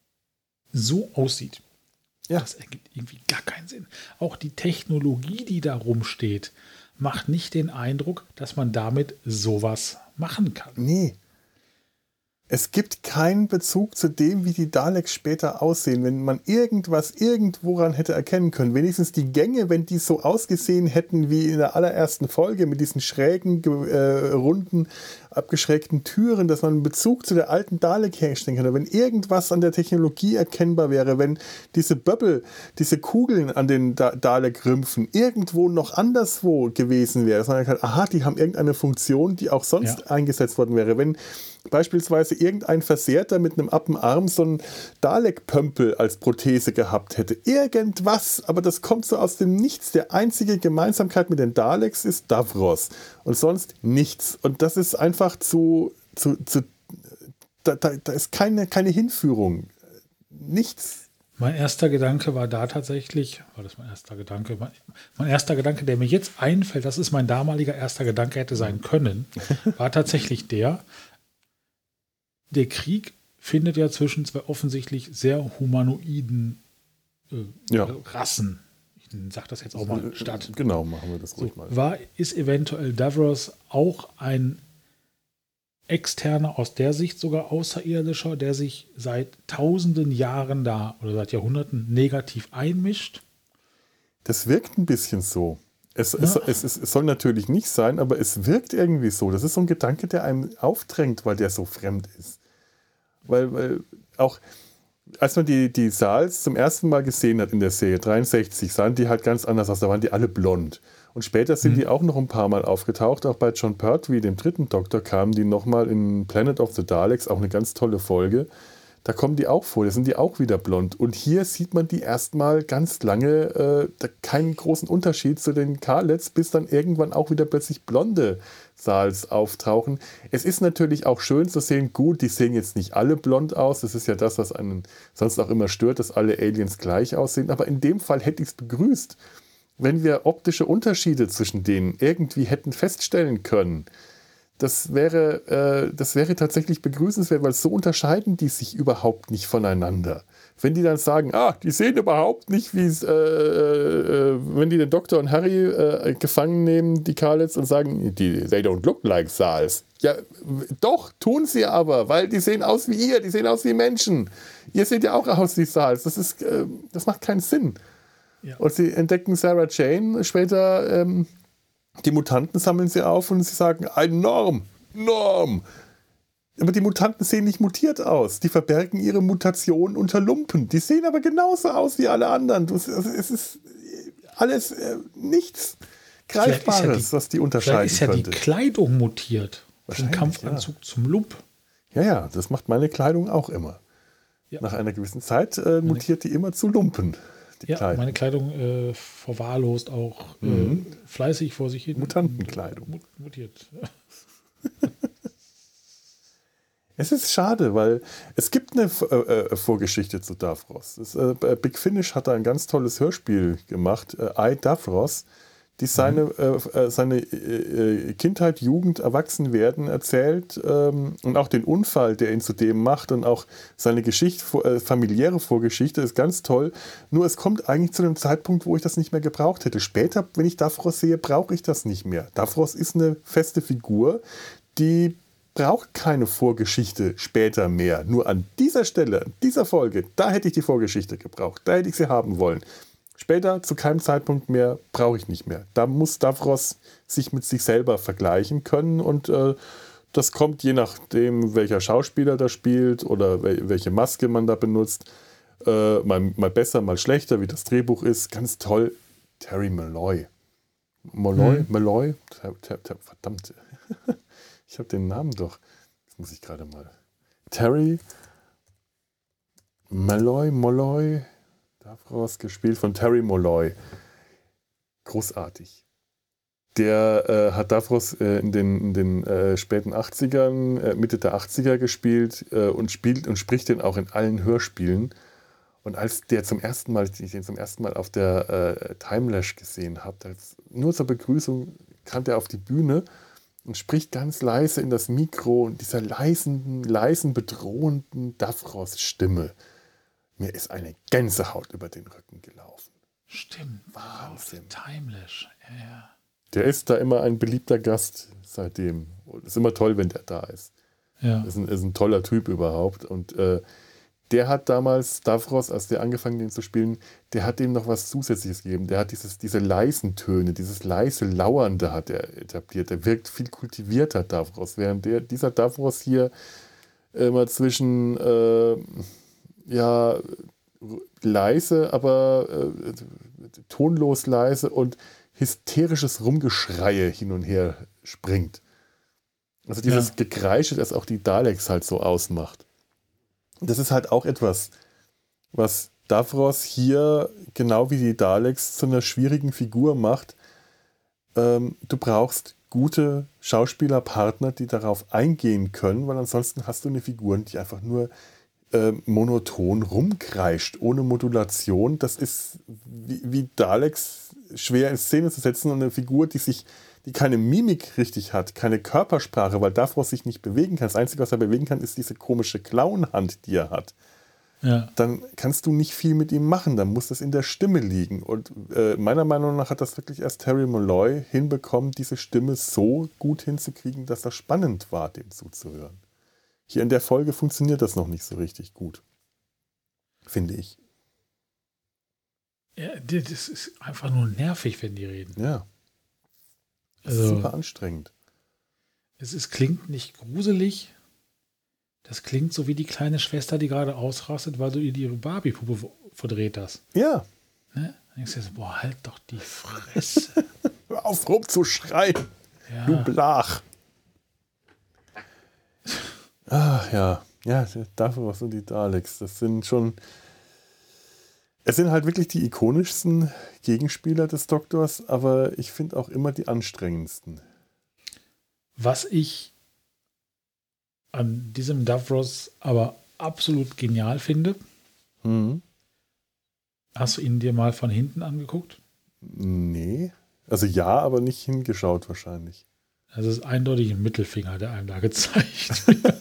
Speaker 2: so aussieht.
Speaker 1: Ja.
Speaker 2: Das ergibt irgendwie gar keinen Sinn. Auch die Technologie, die da rumsteht, macht nicht den Eindruck, dass man damit sowas machen kann.
Speaker 1: Nee. Es gibt keinen Bezug zu dem, wie die Daleks später aussehen. Wenn man irgendworan hätte erkennen können, wenigstens die Gänge, wenn die so ausgesehen hätten wie in der allerersten Folge mit diesen schrägen, runden, abgeschrägten Türen, dass man einen Bezug zu der alten Dalek herstellen kann. Wenn irgendwas an der Technologie erkennbar wäre, wenn diese Böbbel, diese Kugeln an den Dalek-Rümpfen irgendwo noch anderswo gewesen wäre, dass man kann, aha, die haben irgendeine Funktion, die auch sonst eingesetzt worden wäre. Wenn beispielsweise irgendein Versehrter mit einem Appenarm so einen Dalek-Pömpel als Prothese gehabt hätte. Irgendwas, aber das kommt so aus dem Nichts. Der einzige Gemeinsamkeit mit den Daleks ist Davros und sonst nichts. Und das ist einfach da ist keine Hinführung. Nichts.
Speaker 2: Mein erster Gedanke war da tatsächlich, war das mein erster Gedanke? Mein erster Gedanke, der mir jetzt einfällt, das ist mein damaliger erster Gedanke hätte sein können, war tatsächlich der Krieg findet ja zwischen zwei offensichtlich sehr humanoiden Rassen, ich sage das jetzt auch mal, statt.
Speaker 1: Genau, machen wir das ruhig mal.
Speaker 2: Ist eventuell Davros auch ein Externer, aus der Sicht sogar Außerirdischer, der sich seit tausenden Jahren da oder seit Jahrhunderten negativ einmischt?
Speaker 1: Das wirkt ein bisschen so. Es soll natürlich nicht sein, aber es wirkt irgendwie so. Das ist so ein Gedanke, der einem aufdrängt, weil der so fremd ist. Weil auch, als man die Sals zum ersten Mal gesehen hat in der Serie, 63, sahen die halt ganz anders aus. Da waren die alle blond. Und später sind die auch noch ein paar Mal aufgetaucht. Auch bei John Pertwee, dem dritten Doktor, kamen die nochmal in Planet of the Daleks, auch eine ganz tolle Folge. Da kommen die auch vor, da sind die auch wieder blond. Und hier sieht man die erstmal ganz lange keinen großen Unterschied zu den Kalets, bis dann irgendwann auch wieder plötzlich blonde Sals auftauchen. Es ist natürlich auch schön zu sehen, gut, die sehen jetzt nicht alle blond aus. Das ist ja das, was einen sonst auch immer stört, dass alle Aliens gleich aussehen. Aber in dem Fall hätte ich es begrüßt, wenn wir optische Unterschiede zwischen denen irgendwie hätten feststellen können. Das wäre tatsächlich begrüßenswert, weil so unterscheiden die sich überhaupt nicht voneinander. Wenn die dann sagen, die sehen überhaupt nicht, wie es, wenn die den Doktor und Harry gefangen nehmen, die Kalets, und sagen, they don't look like Sals. Ja, doch, tun sie aber, weil die sehen aus wie ihr, die sehen aus wie Menschen. Ihr seht ja auch aus wie Sals. Das macht keinen Sinn. Ja. Und sie entdecken Sarah Jane später, die Mutanten sammeln sie auf und sie sagen, ein Norm. Aber die Mutanten sehen nicht mutiert aus. Die verbergen ihre Mutation unter Lumpen. Die sehen aber genauso aus wie alle anderen. Es ist alles nichts Greifbares, was die unterscheiden
Speaker 2: Vielleicht ist ja
Speaker 1: könnte.
Speaker 2: die Kleidung mutiert. Vom Kampfanzug zum Lump.
Speaker 1: Ja, das macht meine Kleidung auch immer. Ja. Nach einer gewissen Zeit mutiert die immer zu Lumpen.
Speaker 2: Ja, meine Kleidung verwahrlost auch fleißig vor sich hin.
Speaker 1: Mutantenkleidung.
Speaker 2: Mutiert.
Speaker 1: Es ist schade, weil es gibt eine Vorgeschichte zu Davros. Big Finish hat da ein ganz tolles Hörspiel gemacht, I, Davros. die seine Kindheit, Jugend, Erwachsenwerden erzählt und auch den Unfall, der ihn zu dem macht und auch seine Geschichte, familiäre Vorgeschichte ist ganz toll. Nur es kommt eigentlich zu einem Zeitpunkt, wo ich das nicht mehr gebraucht hätte. Später, wenn ich Davros sehe, brauche ich das nicht mehr. Davros ist eine feste Figur, die braucht keine Vorgeschichte später mehr. Nur an dieser Stelle, an dieser Folge, da hätte ich die Vorgeschichte gebraucht. Da hätte ich sie haben wollen. Später, zu keinem Zeitpunkt mehr, brauche ich nicht mehr. Da muss Davros sich mit sich selber vergleichen können und das kommt je nachdem, welcher Schauspieler da spielt oder welche Maske man da benutzt. Mal besser, mal schlechter, wie das Drehbuch ist. Ganz toll. Terry Malloy. Malloy? Verdammt. Ich habe den Namen doch. Das muss ich gerade mal. Terry Malloy. Davros, gespielt von Terry Malloy. Großartig. Der hat Davros in den späten 80ern, Mitte der 80er gespielt und spricht den auch in allen Hörspielen. Und als ich den zum ersten Mal auf der Timelash gesehen habe, nur zur Begrüßung kam der auf die Bühne und spricht ganz leise in das Mikro und dieser leisen, bedrohenden Davros-Stimme. Mir ist eine Gänsehaut über den Rücken gelaufen.
Speaker 2: Stimmt.
Speaker 1: Wahnsinn.
Speaker 2: Timelash. Ja.
Speaker 1: Der ist da immer ein beliebter Gast seitdem. Es ist immer toll, wenn der da ist.
Speaker 2: Ja.
Speaker 1: Ist ein toller Typ überhaupt. Und der hat damals, Davros, als der angefangen den zu spielen, der hat dem noch was Zusätzliches gegeben. Der hat diese leisen Töne, dieses leise Lauernde hat er etabliert. Der wirkt viel kultivierter, Davros. Während dieser Davros hier immer zwischen leise, aber tonlos leise und hysterisches Rumgeschreie hin und her springt. Also dieses Gekreische, das auch die Daleks halt so ausmacht. Das ist halt auch etwas, was Davros hier, genau wie die Daleks, zu einer schwierigen Figur macht. Du brauchst gute Schauspielerpartner, die darauf eingehen können, weil ansonsten hast du eine Figur, die einfach nur monoton rumkreischt, ohne Modulation. Das ist wie Daleks schwer in Szene zu setzen und eine Figur, die keine Mimik richtig hat, keine Körpersprache, weil Davros sich nicht bewegen kann. Das Einzige, was er bewegen kann, ist diese komische Clownhand, die er hat.
Speaker 2: Ja.
Speaker 1: Dann kannst du nicht viel mit ihm machen, dann muss das in der Stimme liegen. Und meiner Meinung nach hat das wirklich erst Terry Malloy hinbekommen, diese Stimme so gut hinzukriegen, dass das spannend war, dem zuzuhören. Hier in der Folge funktioniert das noch nicht so richtig gut, finde ich.
Speaker 2: Ja, das ist einfach nur nervig, wenn die reden.
Speaker 1: Ja. Das ist
Speaker 2: Also,
Speaker 1: super anstrengend.
Speaker 2: Klingt nicht gruselig. Das klingt so wie die kleine Schwester, die gerade ausrastet, weil du ihr ihre Barbie-Puppe verdreht hast.
Speaker 1: Ja.
Speaker 2: Ne? Dann denkst du jetzt, boah, halt doch die Fresse.
Speaker 1: Hör auf rumzuschreien,
Speaker 2: Ja.
Speaker 1: du Blach. Ach ja. Ja, Davros und die Daleks, das sind schon... Es sind halt wirklich die ikonischsten Gegenspieler des Doktors, aber ich finde auch immer die anstrengendsten.
Speaker 2: Was ich an diesem Davros aber absolut genial finde, hast du ihn dir mal von hinten angeguckt?
Speaker 1: Nee. Also ja, aber nicht hingeschaut wahrscheinlich.
Speaker 2: Das ist eindeutig ein Mittelfinger, der einem da gezeigt wird.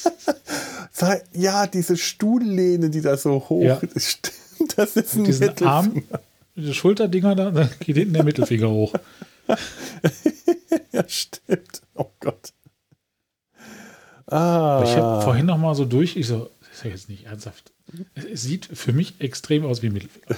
Speaker 1: Ja, diese Stuhllehne, die da so hoch ist. Das ist ein
Speaker 2: diesen
Speaker 1: Mittelfinger.
Speaker 2: Arm, diese Schulterdinger da, dann geht hinten der Mittelfinger hoch.
Speaker 1: Ja, stimmt. Oh Gott.
Speaker 2: Aber ich habe vorhin noch mal so durch, ich so, das ist ja jetzt nicht ernsthaft. Es sieht für mich extrem aus wie ein Mittelfinger.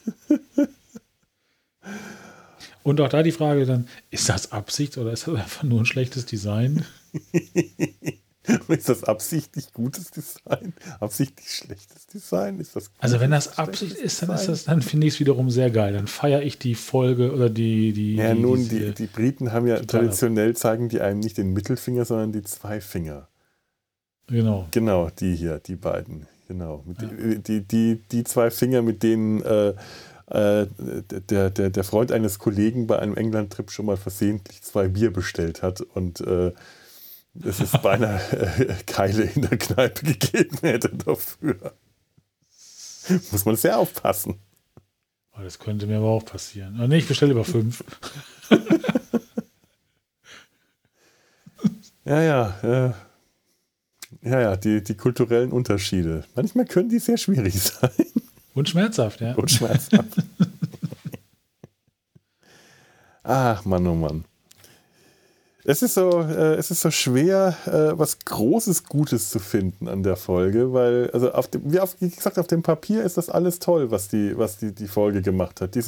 Speaker 2: Und auch da die Frage dann, ist das Absicht oder ist das einfach nur ein schlechtes Design?
Speaker 1: Ist das absichtlich gutes Design? Absichtlich schlechtes Design? Ist das
Speaker 2: Also wenn das Absicht ist, dann finde ich es wiederum sehr geil. Dann feiere ich die Folge oder die
Speaker 1: Briten haben ja traditionell, zeigen die einem nicht den Mittelfinger, sondern die zwei Finger.
Speaker 2: Genau.
Speaker 1: Genau, die hier, die beiden. Genau. Die zwei Finger, mit denen der Freund eines Kollegen bei einem England-Trip schon mal versehentlich 2 Bier bestellt hat und es ist beinahe Keile in der Kneipe gegeben hätte dafür. Muss man sehr aufpassen.
Speaker 2: Das könnte mir aber auch passieren. Nee, ich bestelle über 5.
Speaker 1: Ja, die kulturellen Unterschiede. Manchmal können die sehr schwierig sein.
Speaker 2: Und schmerzhaft, ja.
Speaker 1: Und schmerzhaft. Ach, Mann, oh Mann. Es ist so schwer, was Großes Gutes zu finden an der Folge, weil, also wie gesagt, auf dem Papier ist das alles toll, was die Folge gemacht hat. Die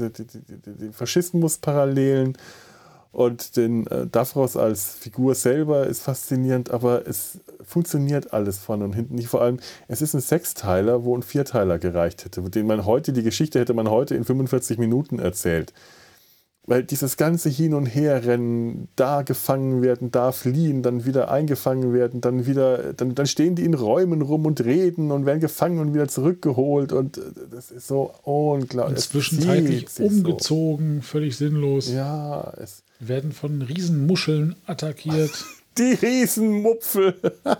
Speaker 1: Faschismus-Parallelen und den Davros als Figur selber ist faszinierend, aber es funktioniert alles vorne und hinten nicht. Vor allem, es ist ein Sechsteiler, wo ein Vierteiler gereicht hätte, die Geschichte hätte man heute in 45 Minuten erzählt. Weil dieses ganze Hin- und Herrennen, da gefangen werden, da fliehen, dann wieder eingefangen werden, dann stehen die in Räumen rum und reden und werden gefangen und wieder zurückgeholt und das ist so unglaublich.
Speaker 2: Und zwischenzeitlich umgezogen, so. Völlig sinnlos.
Speaker 1: Ja,
Speaker 2: werden von Riesenmuscheln attackiert.
Speaker 1: Die Riesenmupfel.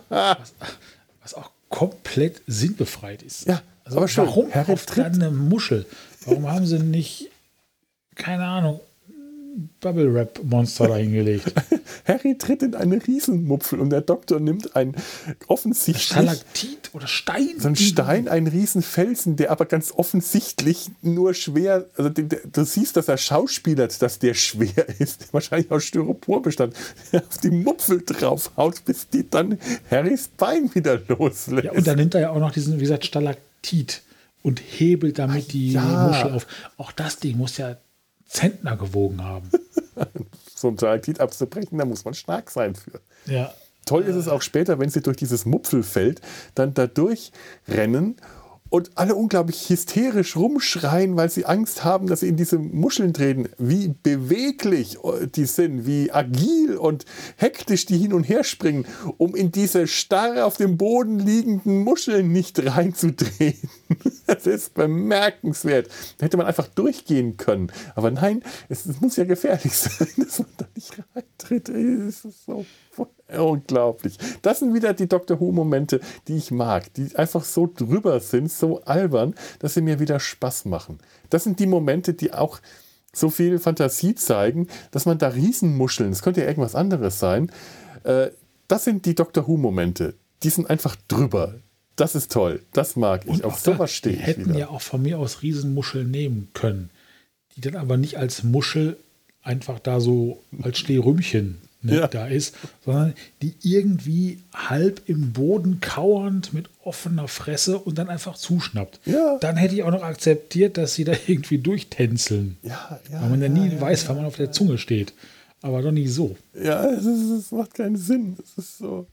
Speaker 2: was auch komplett sinnbefreit ist.
Speaker 1: Ja,
Speaker 2: also
Speaker 1: aber schon.
Speaker 2: Warum auf eine Muschel? Warum haben sie nicht, keine Ahnung, Bubble-Wrap-Monster da hingelegt?
Speaker 1: Harry tritt in eine Riesenmupfel und der Doktor nimmt ein offensichtlich...
Speaker 2: Stalaktit oder Stein?
Speaker 1: So ein Stein, ein Riesenfelsen, der aber ganz offensichtlich nur schwer... Also du siehst, dass er schauspielert, dass der schwer ist. Wahrscheinlich aus Styropor bestand. Auf die Mupfel draufhaut, bis die dann Harrys Bein wieder loslässt.
Speaker 2: Ja, und dann nimmt er ja auch noch diesen, wie gesagt, Stalaktit und hebelt damit die Muschel auf. Auch das Ding muss ja Zentner gewogen haben.
Speaker 1: So ein Stalaktit abzubrechen, da muss man stark sein für.
Speaker 2: Ja.
Speaker 1: Toll ist es auch später, wenn sie durch dieses Mupfelfeld dann da durchrennen und alle unglaublich hysterisch rumschreien, weil sie Angst haben, dass sie in diese Muscheln treten. Wie beweglich die sind, wie agil und hektisch die hin und her springen, um in diese starr auf dem Boden liegenden Muscheln nicht reinzutreten. Das ist bemerkenswert. Da hätte man einfach durchgehen können. Aber nein, es muss ja gefährlich sein, dass man da nicht reintritt. Es ist so unglaublich. Das sind wieder die Doctor Who-Momente, die ich mag, die einfach so drüber sind, so albern, dass sie mir wieder Spaß machen. Das sind die Momente, die auch so viel Fantasie zeigen, dass man da Riesenmuscheln, das könnte ja irgendwas anderes sein, das sind die Doctor Who-Momente. Die sind einfach drüber. Das ist toll. Das mag ich.
Speaker 2: Und
Speaker 1: auf sowas stehe ich wieder.
Speaker 2: Die hätten ja auch von mir aus Riesenmuscheln nehmen können, die dann aber nicht als Muschel einfach da so als Stehrümchen da ist, sondern die irgendwie halb im Boden kauernd mit offener Fresse und dann einfach zuschnappt.
Speaker 1: Ja.
Speaker 2: Dann hätte ich auch noch akzeptiert, dass sie da irgendwie durchtänzeln. Weil man ja nie weiß, wann man auf der Zunge steht. Aber doch nicht so.
Speaker 1: Ja, es macht keinen Sinn. Es ist so...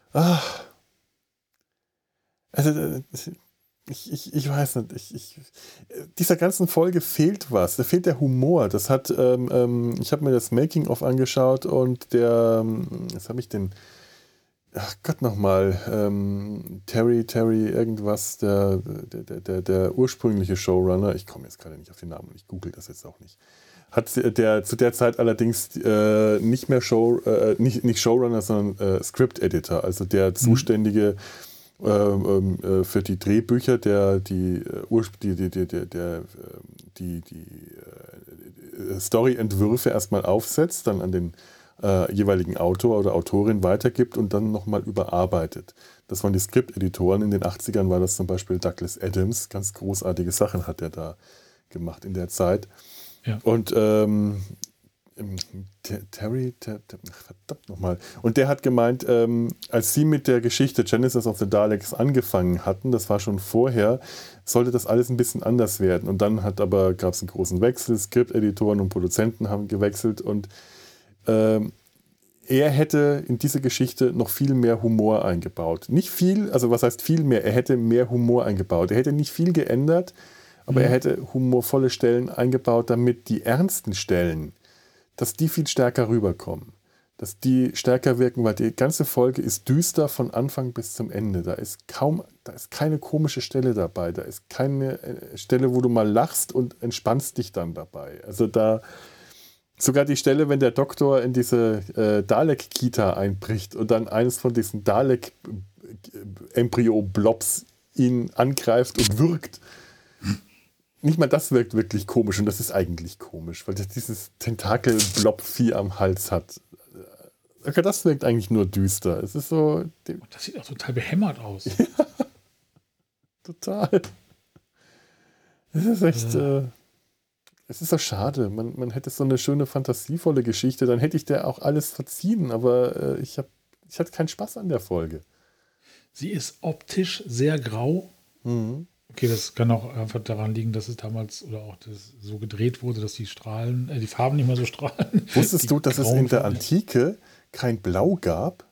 Speaker 1: Also, ich weiß nicht. Dieser ganzen Folge fehlt was. Da fehlt der Humor. Das hat, ich habe mir das Making-of angeschaut und was habe ich denn? Ach Gott nochmal. Terry irgendwas, der ursprüngliche Showrunner. Ich komme jetzt gerade nicht auf den Namen und ich google das jetzt auch nicht. Hat zu der Zeit allerdings nicht mehr nicht Showrunner, sondern Script-Editor, also der zuständige für die Drehbücher, der die Story-Entwürfe erstmal aufsetzt, dann an den jeweiligen Autor oder Autorin weitergibt und dann nochmal überarbeitet. Das waren die Skripteditoren. In den 80ern war das zum Beispiel Douglas Adams. Ganz großartige Sachen hat er da gemacht in der Zeit.
Speaker 2: Ja.
Speaker 1: Und Terry, verdammt nochmal. Und der hat gemeint, als sie mit der Geschichte Genesis of the Daleks angefangen hatten, das war schon vorher, sollte das alles ein bisschen anders werden. Und dann gab es einen großen Wechsel, Skripteditoren und Produzenten haben gewechselt und er hätte in diese Geschichte noch viel mehr Humor eingebaut. Nicht viel, also was heißt viel mehr? Er hätte mehr Humor eingebaut. Er hätte nicht viel geändert, aber er hätte humorvolle Stellen eingebaut, damit die ernsten Stellen, dass die viel stärker rüberkommen. Dass die stärker wirken, weil die ganze Folge ist düster von Anfang bis zum Ende. Da ist keine komische Stelle dabei. Da ist keine Stelle, wo du mal lachst und entspannst dich dann dabei. Also sogar die Stelle, wenn der Doktor in diese Dalek-Kita einbricht und dann eines von diesen Dalek-Embryo-Blobs ihn angreift und würgt. nicht mal das wirkt wirklich komisch und das ist eigentlich komisch, weil das dieses Tentakel-Blob-Vieh am Hals hat. Okay, das wirkt eigentlich nur düster. Es ist so.
Speaker 2: Das sieht auch total behämmert aus.
Speaker 1: Ja, total. Es ist echt. Es ist so schade. Man hätte so eine schöne, fantasievolle Geschichte, dann hätte ich der auch alles verziehen, aber ich hatte keinen Spaß an der Folge.
Speaker 2: Sie ist optisch sehr grau.
Speaker 1: Mhm.
Speaker 2: Okay, das kann auch einfach daran liegen, dass es damals oder auch das so gedreht wurde, dass die Farben nicht mehr so strahlen.
Speaker 1: Wusstest du, dass es in der Antike kein Blau gab?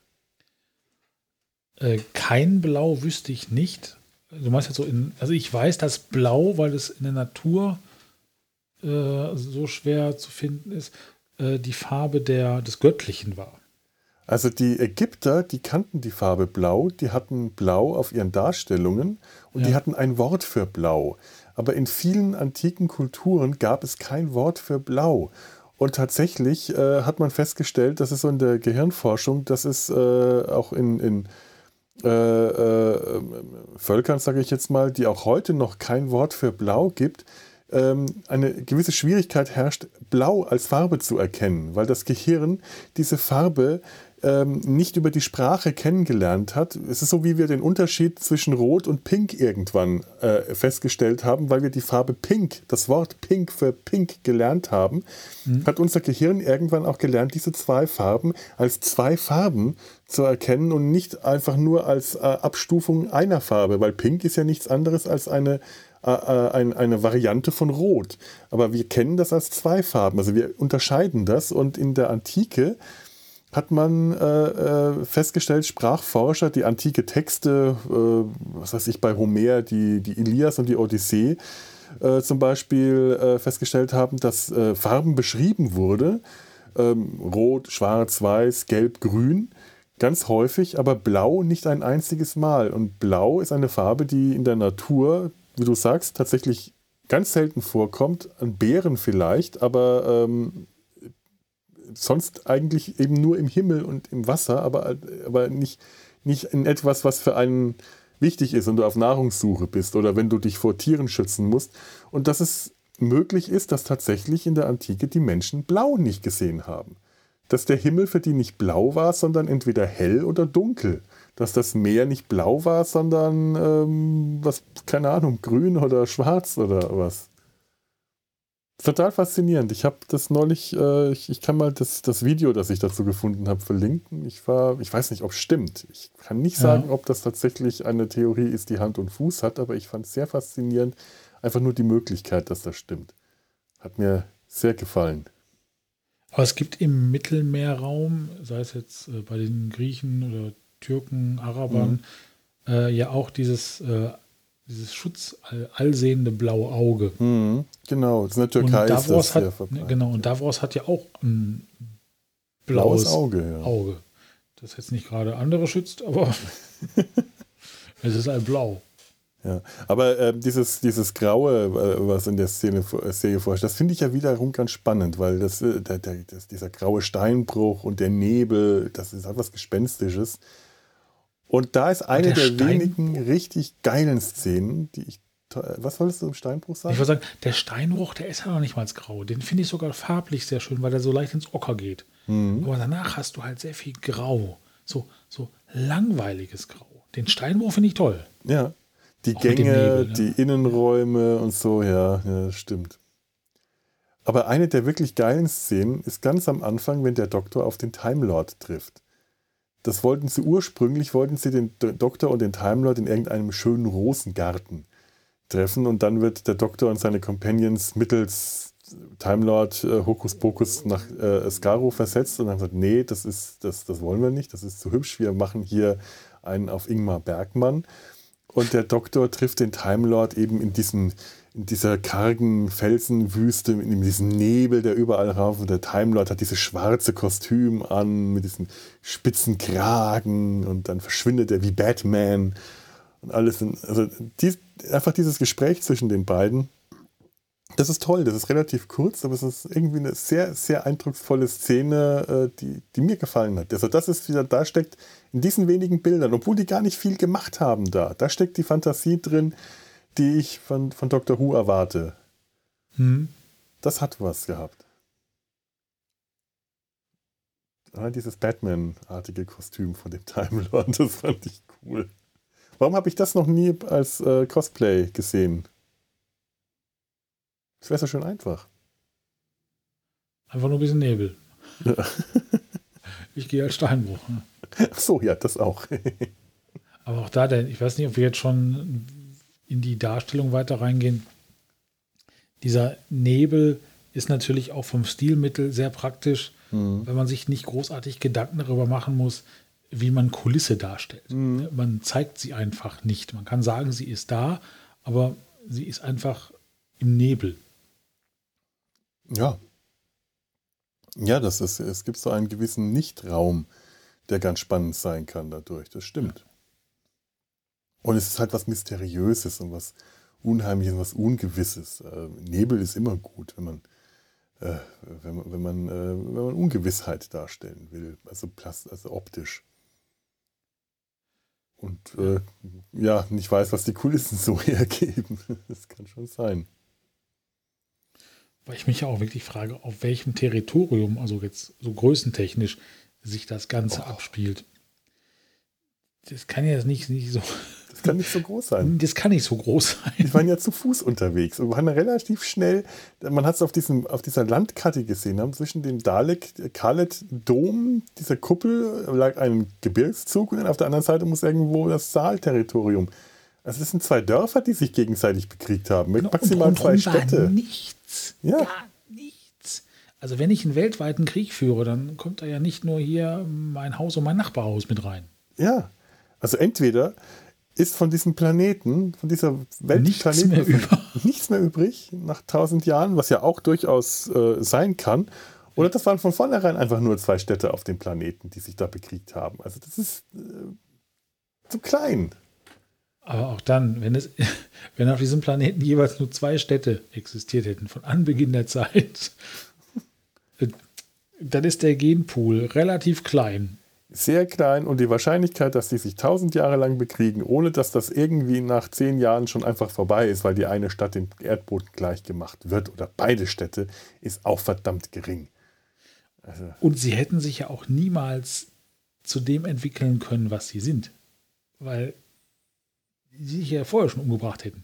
Speaker 2: Kein Blau wüsste ich nicht. Du meinst jetzt so also ich weiß, dass Blau, weil es in der Natur so schwer zu finden ist, die Farbe des Göttlichen war.
Speaker 1: Also die Ägypter, die kannten die Farbe Blau, die hatten Blau auf ihren Darstellungen und die hatten ein Wort für Blau. Aber in vielen antiken Kulturen gab es kein Wort für Blau. Und tatsächlich hat man festgestellt, dass es so in der Gehirnforschung, dass es auch in Völkern, sage ich jetzt mal, die auch heute noch kein Wort für Blau gibt, eine gewisse Schwierigkeit herrscht, Blau als Farbe zu erkennen, weil das Gehirn diese Farbe nicht über die Sprache kennengelernt hat. Es ist so, wie wir den Unterschied zwischen Rot und Pink irgendwann festgestellt haben, weil wir die Farbe Pink, das Wort Pink für Pink gelernt haben, hat unser Gehirn irgendwann auch gelernt, diese zwei Farben als zwei Farben zu erkennen und nicht einfach nur als Abstufung einer Farbe, weil Pink ist ja nichts anderes als eine Variante von Rot. Aber wir kennen das als zwei Farben, also wir unterscheiden das und in der Antike hat man festgestellt, Sprachforscher, die antike Texte, was weiß ich, bei Homer, die Ilias und die Odyssee zum Beispiel festgestellt haben, dass Farben beschrieben wurde, Rot, Schwarz, Weiß, Gelb, Grün, ganz häufig, aber Blau nicht ein einziges Mal. Und Blau ist eine Farbe, die in der Natur, wie du sagst, tatsächlich ganz selten vorkommt, an Bären vielleicht, aber sonst eigentlich eben nur im Himmel und im Wasser, aber nicht in etwas, was für einen wichtig ist und du auf Nahrungssuche bist oder wenn du dich vor Tieren schützen musst. Und dass es möglich ist, dass tatsächlich in der Antike die Menschen Blau nicht gesehen haben. Dass der Himmel für die nicht blau war, sondern entweder hell oder dunkel. Dass das Meer nicht blau war, sondern keine Ahnung, grün oder schwarz oder was. Total faszinierend. Ich habe das neulich, ich kann mal das Video, das ich dazu gefunden habe, verlinken. Ich weiß nicht, ob es stimmt. Ich kann nicht sagen, ob das tatsächlich eine Theorie ist, die Hand und Fuß hat, aber ich fand es sehr faszinierend. Einfach nur die Möglichkeit, dass das stimmt. Hat mir sehr gefallen.
Speaker 2: Aber es gibt im Mittelmeerraum, sei es jetzt bei den Griechen oder Türken, Arabern, ja auch dieses allsehende blaue Auge.
Speaker 1: Genau, das ist in der Türkei.
Speaker 2: Und Davos und Davos hat ja auch ein blaues Auge. Das jetzt nicht gerade andere schützt, aber es ist ein Blau.
Speaker 1: Ja, aber dieses Graue, was in der Serie vorstellt, das finde ich ja wiederum ganz spannend, weil dieser graue Steinbruch und der Nebel, das ist halt was Gespenstisches. Und da ist eine der wenigen richtig geilen Szenen, die ich. Was wolltest du im Steinbruch sagen?
Speaker 2: Ich würde sagen, der Steinbruch, der ist ja noch nicht mal grau. Den finde ich sogar farblich sehr schön, weil der so leicht ins Ocker geht. Aber danach hast du halt sehr viel Grau. So langweiliges Grau. Den Steinbruch finde ich toll.
Speaker 1: Ja. Die
Speaker 2: auch
Speaker 1: Gänge,
Speaker 2: Nebel, ne?
Speaker 1: die Innenräume und so, ja, das stimmt. Aber eine der wirklich geilen Szenen ist ganz am Anfang, wenn der Doktor auf den Time Lord trifft. Ursprünglich wollten sie den Doktor und den Time Lord in irgendeinem schönen Rosengarten treffen und dann wird der Doktor und seine Companions mittels Time Lord Hokuspokus nach Skaro versetzt und dann sagt, nee, das wollen wir nicht, das ist zu hübsch, wir machen hier einen auf Ingmar Bergman. Und der Doktor trifft den Time Lord eben in dieser kargen Felsenwüste, in diesem Nebel, der überall rauf. Und der Time Lord hat dieses schwarze Kostüm an, mit diesem spitzen Kragen. Und dann verschwindet er wie Batman. Und alles. Einfach dieses Gespräch zwischen den beiden, das ist toll. Das ist relativ kurz, aber es ist irgendwie eine sehr, sehr eindrucksvolle Szene, die mir gefallen hat. Also das ist wieder, da steckt in diesen wenigen Bildern, obwohl die gar nicht viel gemacht haben da steckt die Fantasie drin, die ich von Doctor Who erwarte. Das hat was gehabt. Dieses Batman-artige Kostüm von dem Time Lord, das fand ich cool. Warum habe ich das noch nie als Cosplay gesehen? Das wäre so schön einfach.
Speaker 2: Einfach nur ein bisschen Nebel.
Speaker 1: Ja.
Speaker 2: Ich gehe als Steinbruch. Ne?
Speaker 1: Ach so, ja, das auch.
Speaker 2: Aber auch da, ich weiß nicht, ob wir jetzt schon in die Darstellung weiter reingehen. Dieser Nebel ist natürlich auch vom Stilmittel sehr praktisch, weil man sich nicht großartig Gedanken darüber machen muss, wie man Kulisse darstellt. Man zeigt sie einfach nicht. Man kann sagen, sie ist da, aber sie ist einfach im Nebel.
Speaker 1: Ja. Ja, es gibt so einen gewissen Nichtraum, der ganz spannend sein kann dadurch. Das stimmt. Und es ist halt was Mysteriöses und was Unheimliches, was Ungewisses. Nebel ist immer gut, wenn man Ungewissheit darstellen will, also optisch. Und nicht weiß, was die Kulissen so hergeben. Das kann schon sein.
Speaker 2: Weil ich mich ja auch wirklich frage, auf welchem Territorium, also jetzt so größentechnisch, sich das Ganze abspielt. Das kann ja nicht so.
Speaker 1: Das kann nicht so groß sein.
Speaker 2: Das kann nicht so groß sein.
Speaker 1: Die waren ja zu Fuß unterwegs und waren relativ schnell, man hat es auf dieser Landkarte gesehen, haben zwischen dem Khalet-Dom, dieser Kuppel, lag ein Gebirgszug und dann auf der anderen Seite muss irgendwo das Saal-Territorium. Also das sind 2 Dörfer, die sich gegenseitig bekriegt haben, mit maximal 2 Städte.
Speaker 2: War nichts.
Speaker 1: Ja.
Speaker 2: Gar nichts. Also wenn ich einen weltweiten Krieg führe, dann kommt da ja nicht nur hier mein Haus und mein Nachbarhaus mit rein.
Speaker 1: Ja, also entweder ist von diesem Planeten, von dieser Weltplaneten nichts mehr übrig nach 1000 Jahren, was ja auch durchaus sein kann. Oder das waren von vornherein einfach nur 2 Städte auf dem Planeten, die sich da bekriegt haben. Also das ist zu klein.
Speaker 2: Aber auch dann, wenn auf diesem Planeten jeweils nur 2 Städte existiert hätten, von Anbeginn der Zeit, dann ist der Genpool relativ klein.
Speaker 1: Sehr klein und die Wahrscheinlichkeit, dass die sich 1000 Jahre lang bekriegen, ohne dass das irgendwie nach 10 Jahren schon einfach vorbei ist, weil die eine Stadt dem Erdboden gleich gemacht wird oder beide Städte, ist auch verdammt gering. Also.
Speaker 2: Und sie hätten sich ja auch niemals zu dem entwickeln können, was sie sind. Weil sie sich ja vorher schon umgebracht hätten.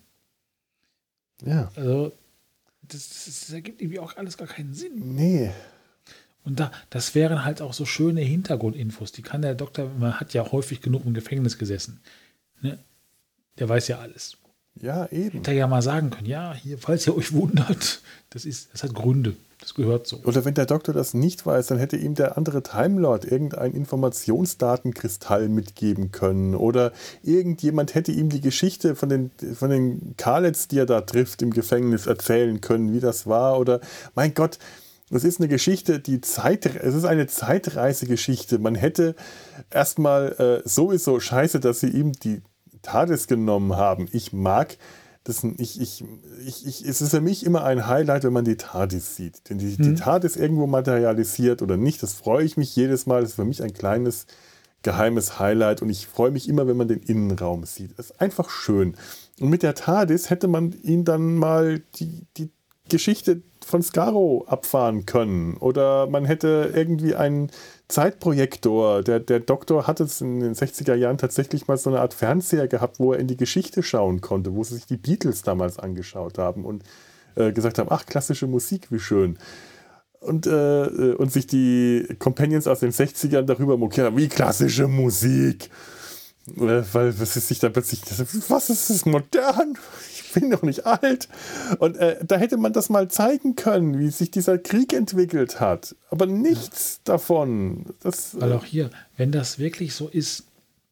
Speaker 1: Ja.
Speaker 2: Also das ergibt irgendwie auch alles gar keinen Sinn.
Speaker 1: Nee.
Speaker 2: Und das wären halt auch so schöne Hintergrundinfos. Die kann der Doktor, man hat ja häufig genug im Gefängnis gesessen. Ne? Der weiß ja alles.
Speaker 1: Ja, eben.
Speaker 2: Hätte er ja mal sagen können, ja, hier, falls ihr euch wundert, das hat Gründe. Das gehört so.
Speaker 1: Oder wenn der Doktor das nicht weiß, dann hätte ihm der andere Time Lord irgendein Informationsdatenkristall mitgeben können. Oder irgendjemand hätte ihm die Geschichte von den Khalets, die er da trifft im Gefängnis, erzählen können, wie das war. Oder, mein Gott, es ist eine Geschichte, es ist eine Zeitreisegeschichte. Man hätte erstmal sowieso scheiße, dass sie ihm die TARDIS genommen haben. Ich mag das, es ist für mich immer ein Highlight, wenn man die TARDIS sieht. Denn die TARDIS irgendwo materialisiert oder nicht, das freue ich mich jedes Mal. Das ist für mich ein kleines, geheimes Highlight und ich freue mich immer, wenn man den Innenraum sieht. Das ist einfach schön. Und mit der TARDIS hätte man ihn dann mal die Geschichte von Skaro abfahren können. Oder man hätte irgendwie einen Zeitprojektor. Der Doktor hatte es in den 60er Jahren tatsächlich mal so eine Art Fernseher gehabt, wo er in die Geschichte schauen konnte, wo sie sich die Beatles damals angeschaut haben und gesagt haben, ach, klassische Musik, wie schön. Und sich die Companions aus den 60ern darüber mokieren haben, wie klassische Musik. Weil es sich dann plötzlich, was ist das modern? Ich bin doch nicht alt. Und da hätte man das mal zeigen können, wie sich dieser Krieg entwickelt hat. Aber nichts davon.
Speaker 2: Weil auch hier, wenn das wirklich so ist,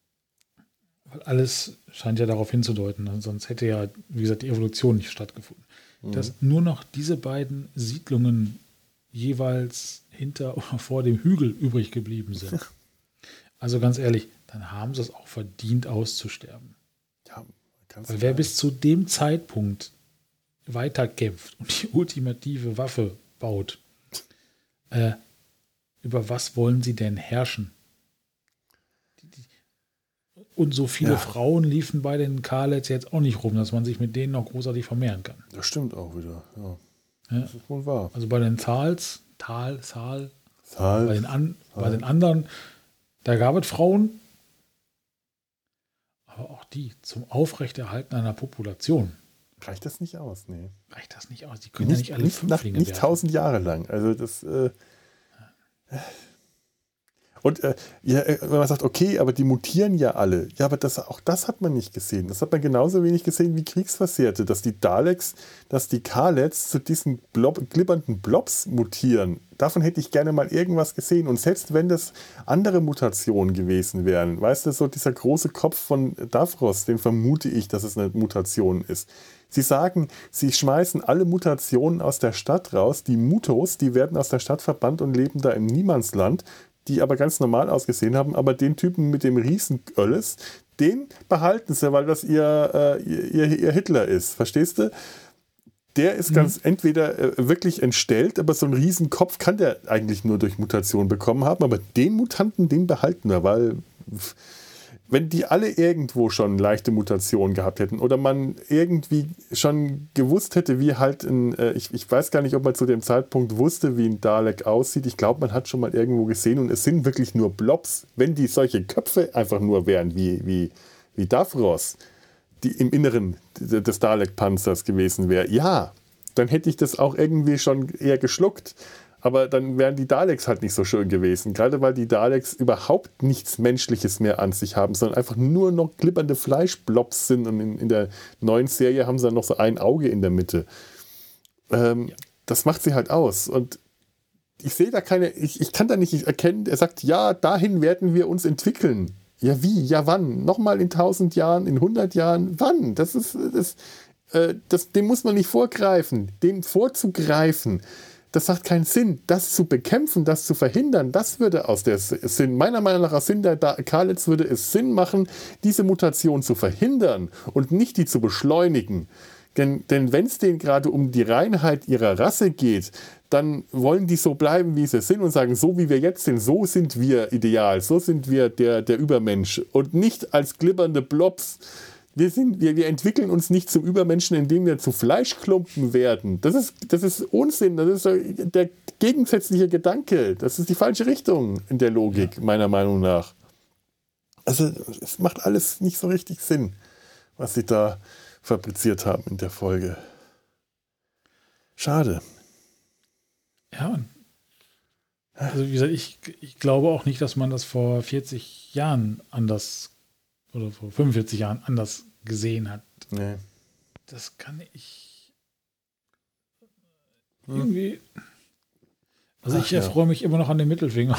Speaker 2: weil alles scheint ja darauf hinzudeuten, sonst hätte ja, wie gesagt, die Evolution nicht stattgefunden. Dass nur noch diese beiden Siedlungen jeweils hinter oder vor dem Hügel übrig geblieben sind. Also ganz ehrlich, dann haben sie es auch verdient, auszusterben.
Speaker 1: Ja,
Speaker 2: weil wer bis zu dem Zeitpunkt weiterkämpft und die ultimative Waffe baut, über was wollen sie denn herrschen? Und so viele Frauen liefen bei den Kalets jetzt auch nicht rum, dass man sich mit denen noch großartig vermehren kann.
Speaker 1: Das stimmt auch wieder, ja. Das ist wohl wahr.
Speaker 2: Also bei den bei den anderen, da gab es Frauen, aber auch die zum Aufrechterhalten einer Population.
Speaker 1: Reicht das nicht aus? Nee.
Speaker 2: Reicht das nicht aus? Die können nicht alle Fünflinge
Speaker 1: nicht 1000 Jahre lang. Also das... Und wenn man sagt, okay, aber die mutieren ja alle. Ja, aber auch das hat man nicht gesehen. Das hat man genauso wenig gesehen wie Kriegsversehrte, dass die Daleks, dass die Kalets zu diesen glibbernden Blobs mutieren. Davon hätte ich gerne mal irgendwas gesehen. Und selbst wenn das andere Mutationen gewesen wären, weißt du, so dieser große Kopf von Davros, den vermute ich, dass es eine Mutation ist. Sie sagen, sie schmeißen alle Mutationen aus der Stadt raus. Die Mutos, die werden aus der Stadt verbannt und leben da im Niemandsland, die aber ganz normal ausgesehen haben, aber den Typen mit dem Riesenölles, den behalten sie, weil das ihr Hitler ist. Verstehst du? Der ist ganz entweder wirklich entstellt, aber so einen Riesenkopf kann der eigentlich nur durch Mutation bekommen haben, aber den Mutanten, den behalten wir, weil wenn die alle irgendwo schon leichte Mutationen gehabt hätten oder man irgendwie schon gewusst hätte, wie halt ich weiß gar nicht, ob man zu dem Zeitpunkt wusste, wie ein Dalek aussieht. Ich glaube, man hat schon mal irgendwo gesehen und es sind wirklich nur Blobs. Wenn die solche Köpfe einfach nur wären wie Davros, die im Inneren des Dalek-Panzers gewesen wäre, ja, dann hätte ich das auch irgendwie schon eher geschluckt. Aber dann wären die Daleks halt nicht so schön gewesen. Gerade weil die Daleks überhaupt nichts Menschliches mehr an sich haben, sondern einfach nur noch glibbernde Fleischblobs sind. Und in der neuen Serie haben sie dann noch so ein Auge in der Mitte. Das macht sie halt aus. Und ich sehe da ich kann da nicht erkennen, er sagt, ja, dahin werden wir uns entwickeln. Ja, wie? Ja, wann? Nochmal in 1000 Jahren, in 100 Jahren? Wann? Dem muss man nicht vorgreifen. Dem vorzugreifen, das macht keinen Sinn. Das zu bekämpfen, das zu verhindern, das würde aus der Sinn, meiner Meinung nach aus Sinn der Kalets würde es Sinn machen, diese Mutation zu verhindern und nicht die zu beschleunigen. Denn wenn es denen gerade um die Reinheit ihrer Rasse geht, dann wollen die so bleiben, wie sie sind und sagen, so wie wir jetzt sind, so sind wir ideal, so sind wir der Übermensch und nicht als glibbernde Blobs. Wir entwickeln uns nicht zum Übermenschen, indem wir zu Fleischklumpen werden. Das ist Unsinn, das ist der gegensätzliche Gedanke. Das ist die falsche Richtung in der Logik, meiner Meinung nach. Also es macht alles nicht so richtig Sinn, was sie da fabriziert haben in der Folge. Schade.
Speaker 2: Ja, also wie gesagt, ich glaube auch nicht, dass man das vor 40 Jahren anders oder vor 45 Jahren anders gesehen hat.
Speaker 1: Nee.
Speaker 2: Das kann ich irgendwie... Also ich erfreue mich immer noch an den Mittelfinger.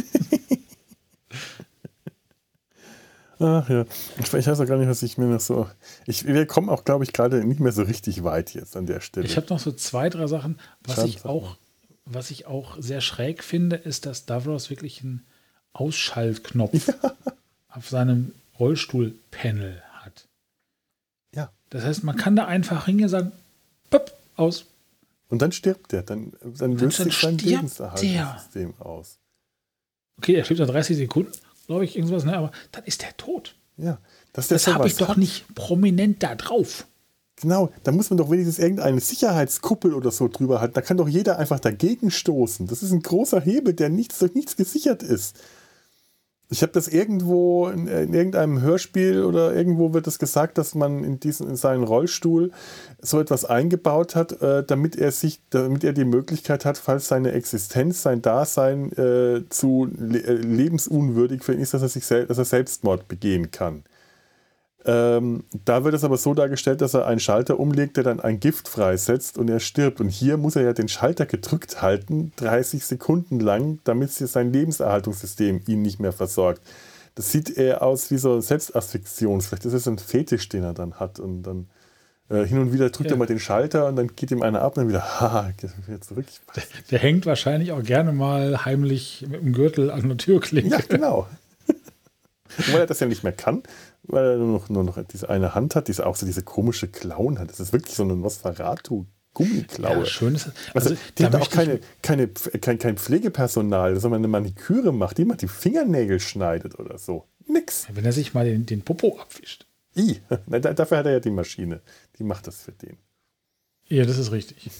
Speaker 1: Ach ja, ich weiß auch gar nicht, was ich mir noch so... Wir kommen auch, glaube ich, gerade nicht mehr so richtig weit jetzt an der Stelle.
Speaker 2: Ich habe noch so 2, 3 Sachen. Was ich auch sehr schräg finde, ist, dass Davros wirklich einen Ausschaltknopf auf seinem Rollstuhlpanel hat.
Speaker 1: Ja.
Speaker 2: Das heißt, man kann da einfach hingehen und sagen, pop, aus.
Speaker 1: Und dann stirbt der. Dann löst sich sein Lebenserhaltungssystem aus.
Speaker 2: Okay, er stirbt nach 30 Sekunden, glaube ich, irgendwas, ne? Aber dann ist der tot.
Speaker 1: Ja.
Speaker 2: Das habe ich doch nicht prominent da drauf.
Speaker 1: Genau, da muss man doch wenigstens irgendeine Sicherheitskuppel oder so drüber halten. Da kann doch jeder einfach dagegen stoßen. Das ist ein großer Hebel, der durch nichts gesichert ist. Ich habe das irgendwo in irgendeinem Hörspiel oder irgendwo wird es gesagt, dass man in seinen Rollstuhl so etwas eingebaut hat, damit er die Möglichkeit hat, falls seine Existenz, sein Dasein zu lebensunwürdig für ihn ist, dass er Selbstmord begehen kann. Da wird es aber so dargestellt, dass er einen Schalter umlegt, der dann ein Gift freisetzt und er stirbt. Und hier muss er ja den Schalter gedrückt halten, 30 Sekunden lang, damit sein Lebenserhaltungssystem ihn nicht mehr versorgt. Das sieht eher aus wie so eine Selbstasphyxion. Vielleicht ist es ein Fetisch, den er dann hat. Und dann hin und wieder drückt er mal den Schalter und dann geht ihm einer ab und dann wieder, geht wieder zurück.
Speaker 2: Der hängt wahrscheinlich auch gerne mal heimlich mit dem Gürtel an der Türklinke.
Speaker 1: Ja, genau. Und weil er das ja nicht mehr kann, weil er nur noch diese eine Hand hat, auch so diese komische Klauen hat. Das ist wirklich so eine Nosferatu-Gummiklaue.
Speaker 2: Ja, schön ist
Speaker 1: also die hat auch kein Pflegepersonal, dass man eine Maniküre macht, die man die Fingernägel schneidet oder so. Nix.
Speaker 2: Wenn er sich mal den Popo abwischt.
Speaker 1: Dafür hat er ja die Maschine. Die macht das für den.
Speaker 2: Ja, das ist richtig.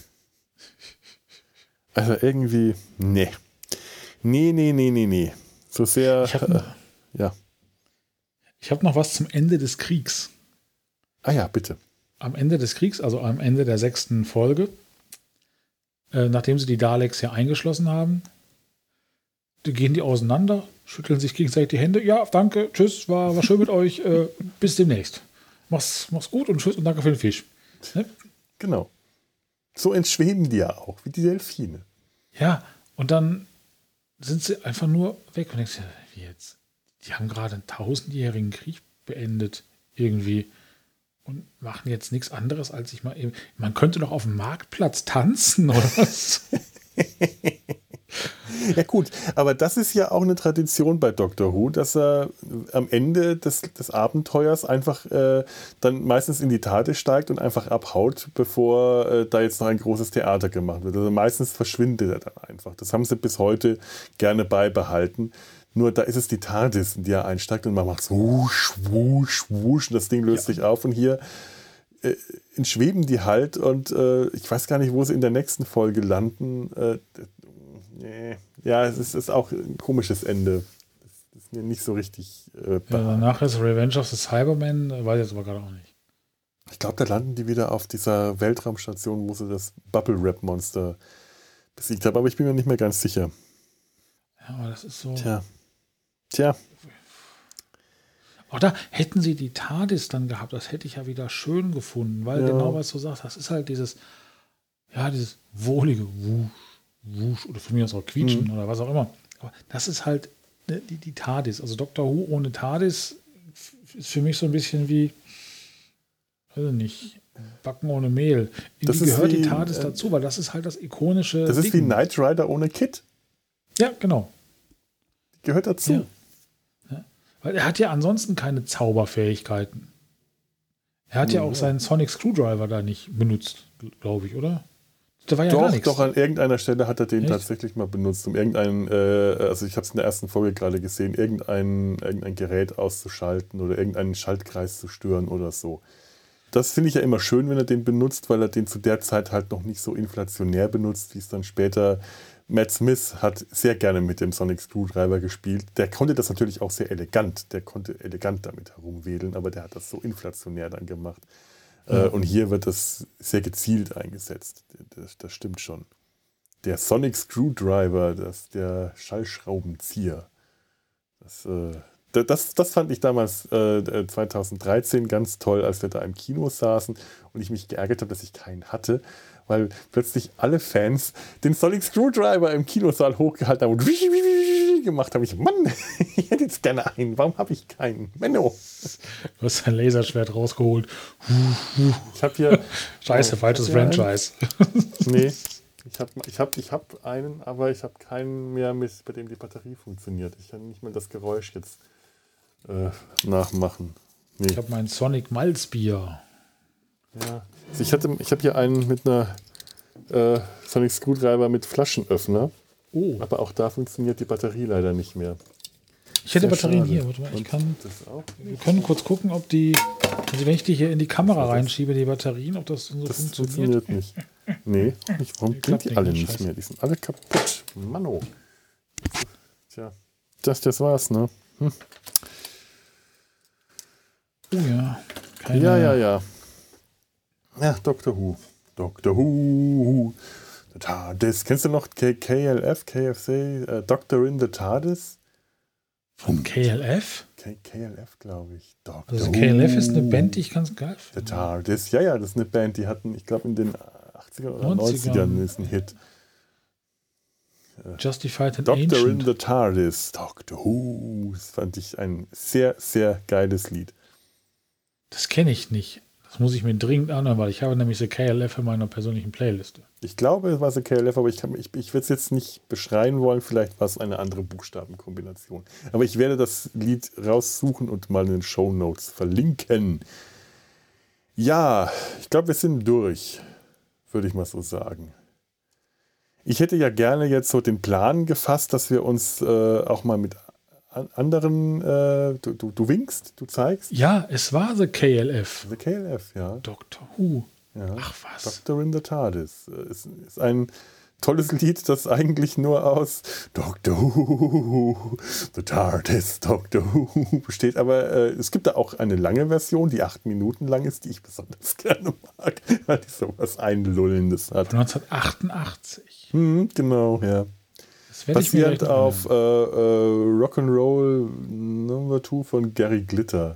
Speaker 1: Also irgendwie, nee. Nee. So sehr, ja.
Speaker 2: Ich habe noch was zum Ende des Kriegs.
Speaker 1: Ah ja, bitte.
Speaker 2: Am Ende des Kriegs, also am Ende der 6. Folge, nachdem sie die Daleks ja eingeschlossen haben, gehen die auseinander, schütteln sich gegenseitig die Hände. Ja, danke, tschüss, war schön mit euch, bis demnächst. Mach's gut und tschüss und danke für den Fisch. Ne?
Speaker 1: Genau. So entschweben die ja auch, wie die Delfine.
Speaker 2: Ja, und dann sind sie einfach nur weg. Und denkst, wie jetzt? Die haben gerade einen 1000-jährigen Krieg beendet, irgendwie. Und machen jetzt nichts anderes, als sich mal eben. Man könnte doch auf dem Marktplatz tanzen, oder was?
Speaker 1: Ja gut, aber das ist ja auch eine Tradition bei Doctor Who, dass er am Ende des Abenteuers einfach dann meistens in die Tate steigt und einfach abhaut, bevor da jetzt noch ein großes Theater gemacht wird. Also meistens verschwindet er dann einfach. Das haben sie bis heute gerne beibehalten. Nur da ist es die TARDIS, in die er einsteigt und man macht so wusch, wusch, wusch und das Ding löst sich auf und hier entschweben die halt und ich weiß gar nicht, wo sie in der nächsten Folge landen. Ja, es ist auch ein komisches Ende. Das ist mir nicht so richtig
Speaker 2: danach ist Revenge of the Cybermen, weiß ich jetzt aber gerade auch nicht.
Speaker 1: Ich glaube, da landen die wieder auf dieser Weltraumstation, wo sie das Bubble-Wrap-Monster besiegt haben, aber ich bin mir nicht mehr ganz sicher.
Speaker 2: Ja, aber das ist so...
Speaker 1: Tja.
Speaker 2: Oder hätten sie die TARDIS dann gehabt, das hätte ich ja wieder schön gefunden, weil genau was du sagst, das ist halt dieses wohlige Wusch oder von mir aus auch Quietschen oder was auch immer. Aber das ist halt die TARDIS. Also Doctor Who ohne TARDIS ist für mich so ein bisschen wie, weiß nicht, Backen ohne Mehl. Irgendwie gehört die TARDIS dazu, weil das ist halt das ikonische
Speaker 1: Das ist
Speaker 2: Ding.
Speaker 1: wie Knight Rider ohne Kit.
Speaker 2: Ja, genau.
Speaker 1: Gehört dazu.
Speaker 2: Ja. Weil er hat ja ansonsten keine Zauberfähigkeiten. Er hat ja auch seinen Sonic Screwdriver da nicht benutzt, glaube ich, oder? Da war ja gar nichts.
Speaker 1: Doch, an irgendeiner Stelle hat er den tatsächlich mal benutzt, um also ich habe es in der ersten Folge gerade gesehen, irgendein Gerät auszuschalten oder irgendeinen Schaltkreis zu stören oder so. Das finde ich ja immer schön, wenn er den benutzt, weil er den zu der Zeit halt noch nicht so inflationär benutzt, wie es dann später. Matt Smith hat sehr gerne mit dem Sonic Screwdriver gespielt. Der konnte das natürlich auch sehr elegant. Der konnte elegant damit herumwedeln, aber der hat das so inflationär dann gemacht. Und hier wird das sehr gezielt eingesetzt. Das stimmt schon. Der Sonic Screwdriver, der Schallschraubenzieher. Das fand ich damals 2013 ganz toll, als wir da im Kino saßen und ich mich geärgert habe, dass ich keinen hatte, weil plötzlich alle Fans den Sonic Screwdriver im Kinosaal hochgehalten haben und gemacht haben. Ich so, Mann, ich hätte jetzt gerne einen. Warum habe ich keinen? Menno.
Speaker 2: Du hast dein Laserschwert rausgeholt.
Speaker 1: Ich habe hier...
Speaker 2: Scheiße, falsches Franchise.
Speaker 1: Nee, ich hab einen, aber ich habe keinen mehr, bei dem die Batterie funktioniert. Ich kann nicht mehr das Geräusch jetzt nachmachen. Nee.
Speaker 2: Ich habe mein Sonic Malzbier.
Speaker 1: Ja. Also ich habe hier einen mit einer Sonic Screwdriver mit Flaschenöffner.
Speaker 2: Oh.
Speaker 1: Aber auch da funktioniert die Batterie leider nicht mehr.
Speaker 2: Ich hätte
Speaker 1: Sehr
Speaker 2: Batterien
Speaker 1: schade.
Speaker 2: hier. Warte mal,
Speaker 1: Wir
Speaker 2: können kurz gucken, ob die, also wenn ich die hier in die Kamera reinschiebe, die Batterien, ob das so
Speaker 1: das
Speaker 2: funktioniert.
Speaker 1: nicht. Nee, nicht. Warum sind die alle nicht
Speaker 2: Scheiße.
Speaker 1: mehr? Die sind alle kaputt. Manno. Tja, das war's, ne?
Speaker 2: Oh ja.
Speaker 1: Ja. Ja, Doctor Who. Doctor Who. The TARDIS. Kennst du noch KLF, KFC? Doctor in the TARDIS?
Speaker 2: Von KLF?
Speaker 1: KLF, glaube ich. Doctor
Speaker 2: Also KLF ist eine Band, die ich ganz geil
Speaker 1: The
Speaker 2: finde.
Speaker 1: TARDIS. Ja, das ist eine Band, die hatten, ich glaube, in den 80ern oder 90ern ist ein Hit.
Speaker 2: Justified and
Speaker 1: Doctor
Speaker 2: Ancient.
Speaker 1: in the TARDIS. Doctor Who. Das fand ich ein sehr, sehr geiles Lied.
Speaker 2: Das kenne ich nicht. Das muss ich mir dringend anhören, weil ich habe nämlich The KLF in meiner persönlichen Playliste.
Speaker 1: Ich glaube, es war so KLF, aber ich würde es jetzt nicht beschreien wollen. Vielleicht war es eine andere Buchstabenkombination. Aber ich werde das Lied raussuchen und mal in den Shownotes verlinken. Ja, ich glaube, wir sind durch, würde ich mal so sagen. Ich hätte ja gerne jetzt so den Plan gefasst, dass wir uns auch mal mit anderen, du winkst, du zeigst.
Speaker 2: Ja, es war The KLF.
Speaker 1: The KLF, ja.
Speaker 2: Doctor Who.
Speaker 1: Ja.
Speaker 2: Ach was.
Speaker 1: Doctor in the TARDIS. Ist ein tolles Lied, das eigentlich nur aus Doctor Who, The TARDIS, Doctor Who besteht. Aber es gibt da auch eine lange Version, die 8 Minuten lang ist, die ich besonders gerne mag, weil die sowas Einlullendes hat.
Speaker 2: Von 1988.
Speaker 1: Genau, ja. Basierend auf Rock'n'Roll Number 2 von Gary Glitter.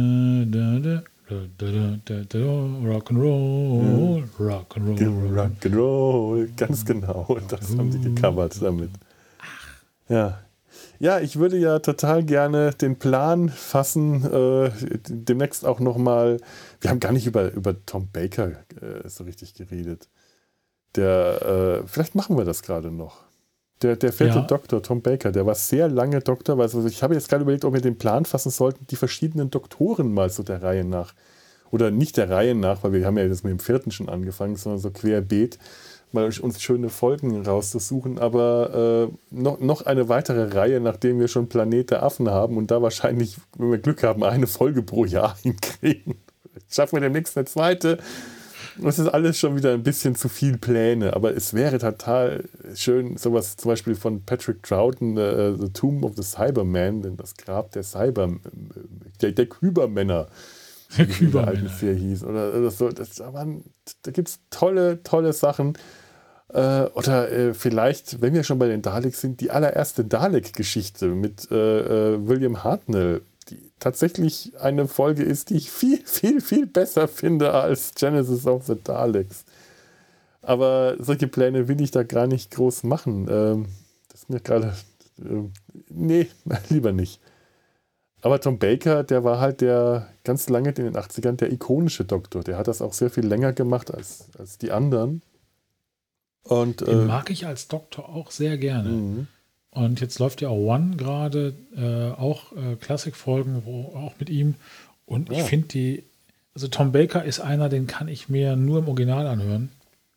Speaker 1: Rock'n'Roll, ganz genau. Das haben die gecovert damit. Ja. Ja, ich würde ja total gerne den Plan fassen, demnächst auch nochmal, wir haben gar nicht über Tom Baker so richtig geredet. Vielleicht machen wir das gerade noch. Der 4. Doktor, Tom Baker, der war sehr lange Doktor. Also ich habe jetzt gerade überlegt, ob wir den Plan fassen sollten, die verschiedenen Doktoren mal so der Reihe nach, oder nicht der Reihe nach, weil wir haben ja jetzt mit dem 4. schon angefangen, sondern so querbeet, mal uns schöne Folgen rauszusuchen. Aber noch eine weitere Reihe, nachdem wir schon Planet der Affen haben und da wahrscheinlich, wenn wir Glück haben, eine Folge pro Jahr hinkriegen. Schaffen wir demnächst eine zweite. Es ist alles schon wieder ein bisschen zu viel Pläne, aber es wäre total schön, sowas zum Beispiel von Patrick Troughton, The Tomb of the Cyberman, denn das Grab der der Kybermänner,
Speaker 2: der Kybermänner
Speaker 1: hieß. Oder so. Da gibt es tolle, tolle Sachen. Oder vielleicht, wenn wir schon bei den Daleks sind, die allererste Dalek-Geschichte mit William Hartnell, die tatsächlich eine Folge ist, die ich viel, viel, viel besser finde als Genesis of the Daleks. Aber solche Pläne will ich da gar nicht groß machen. Das ist mir gerade... nee, lieber nicht. Aber Tom Baker, der war halt ganz lange in den 80ern der ikonische Doktor. Der hat das auch sehr viel länger gemacht als die anderen. Und,
Speaker 2: den mag ich als Doktor auch sehr gerne. Mhm. Und jetzt läuft ja auch One gerade, auch Klassikfolgen, auch mit ihm. Und ich finde also Tom Baker ist einer, den kann ich mir nur im Original anhören.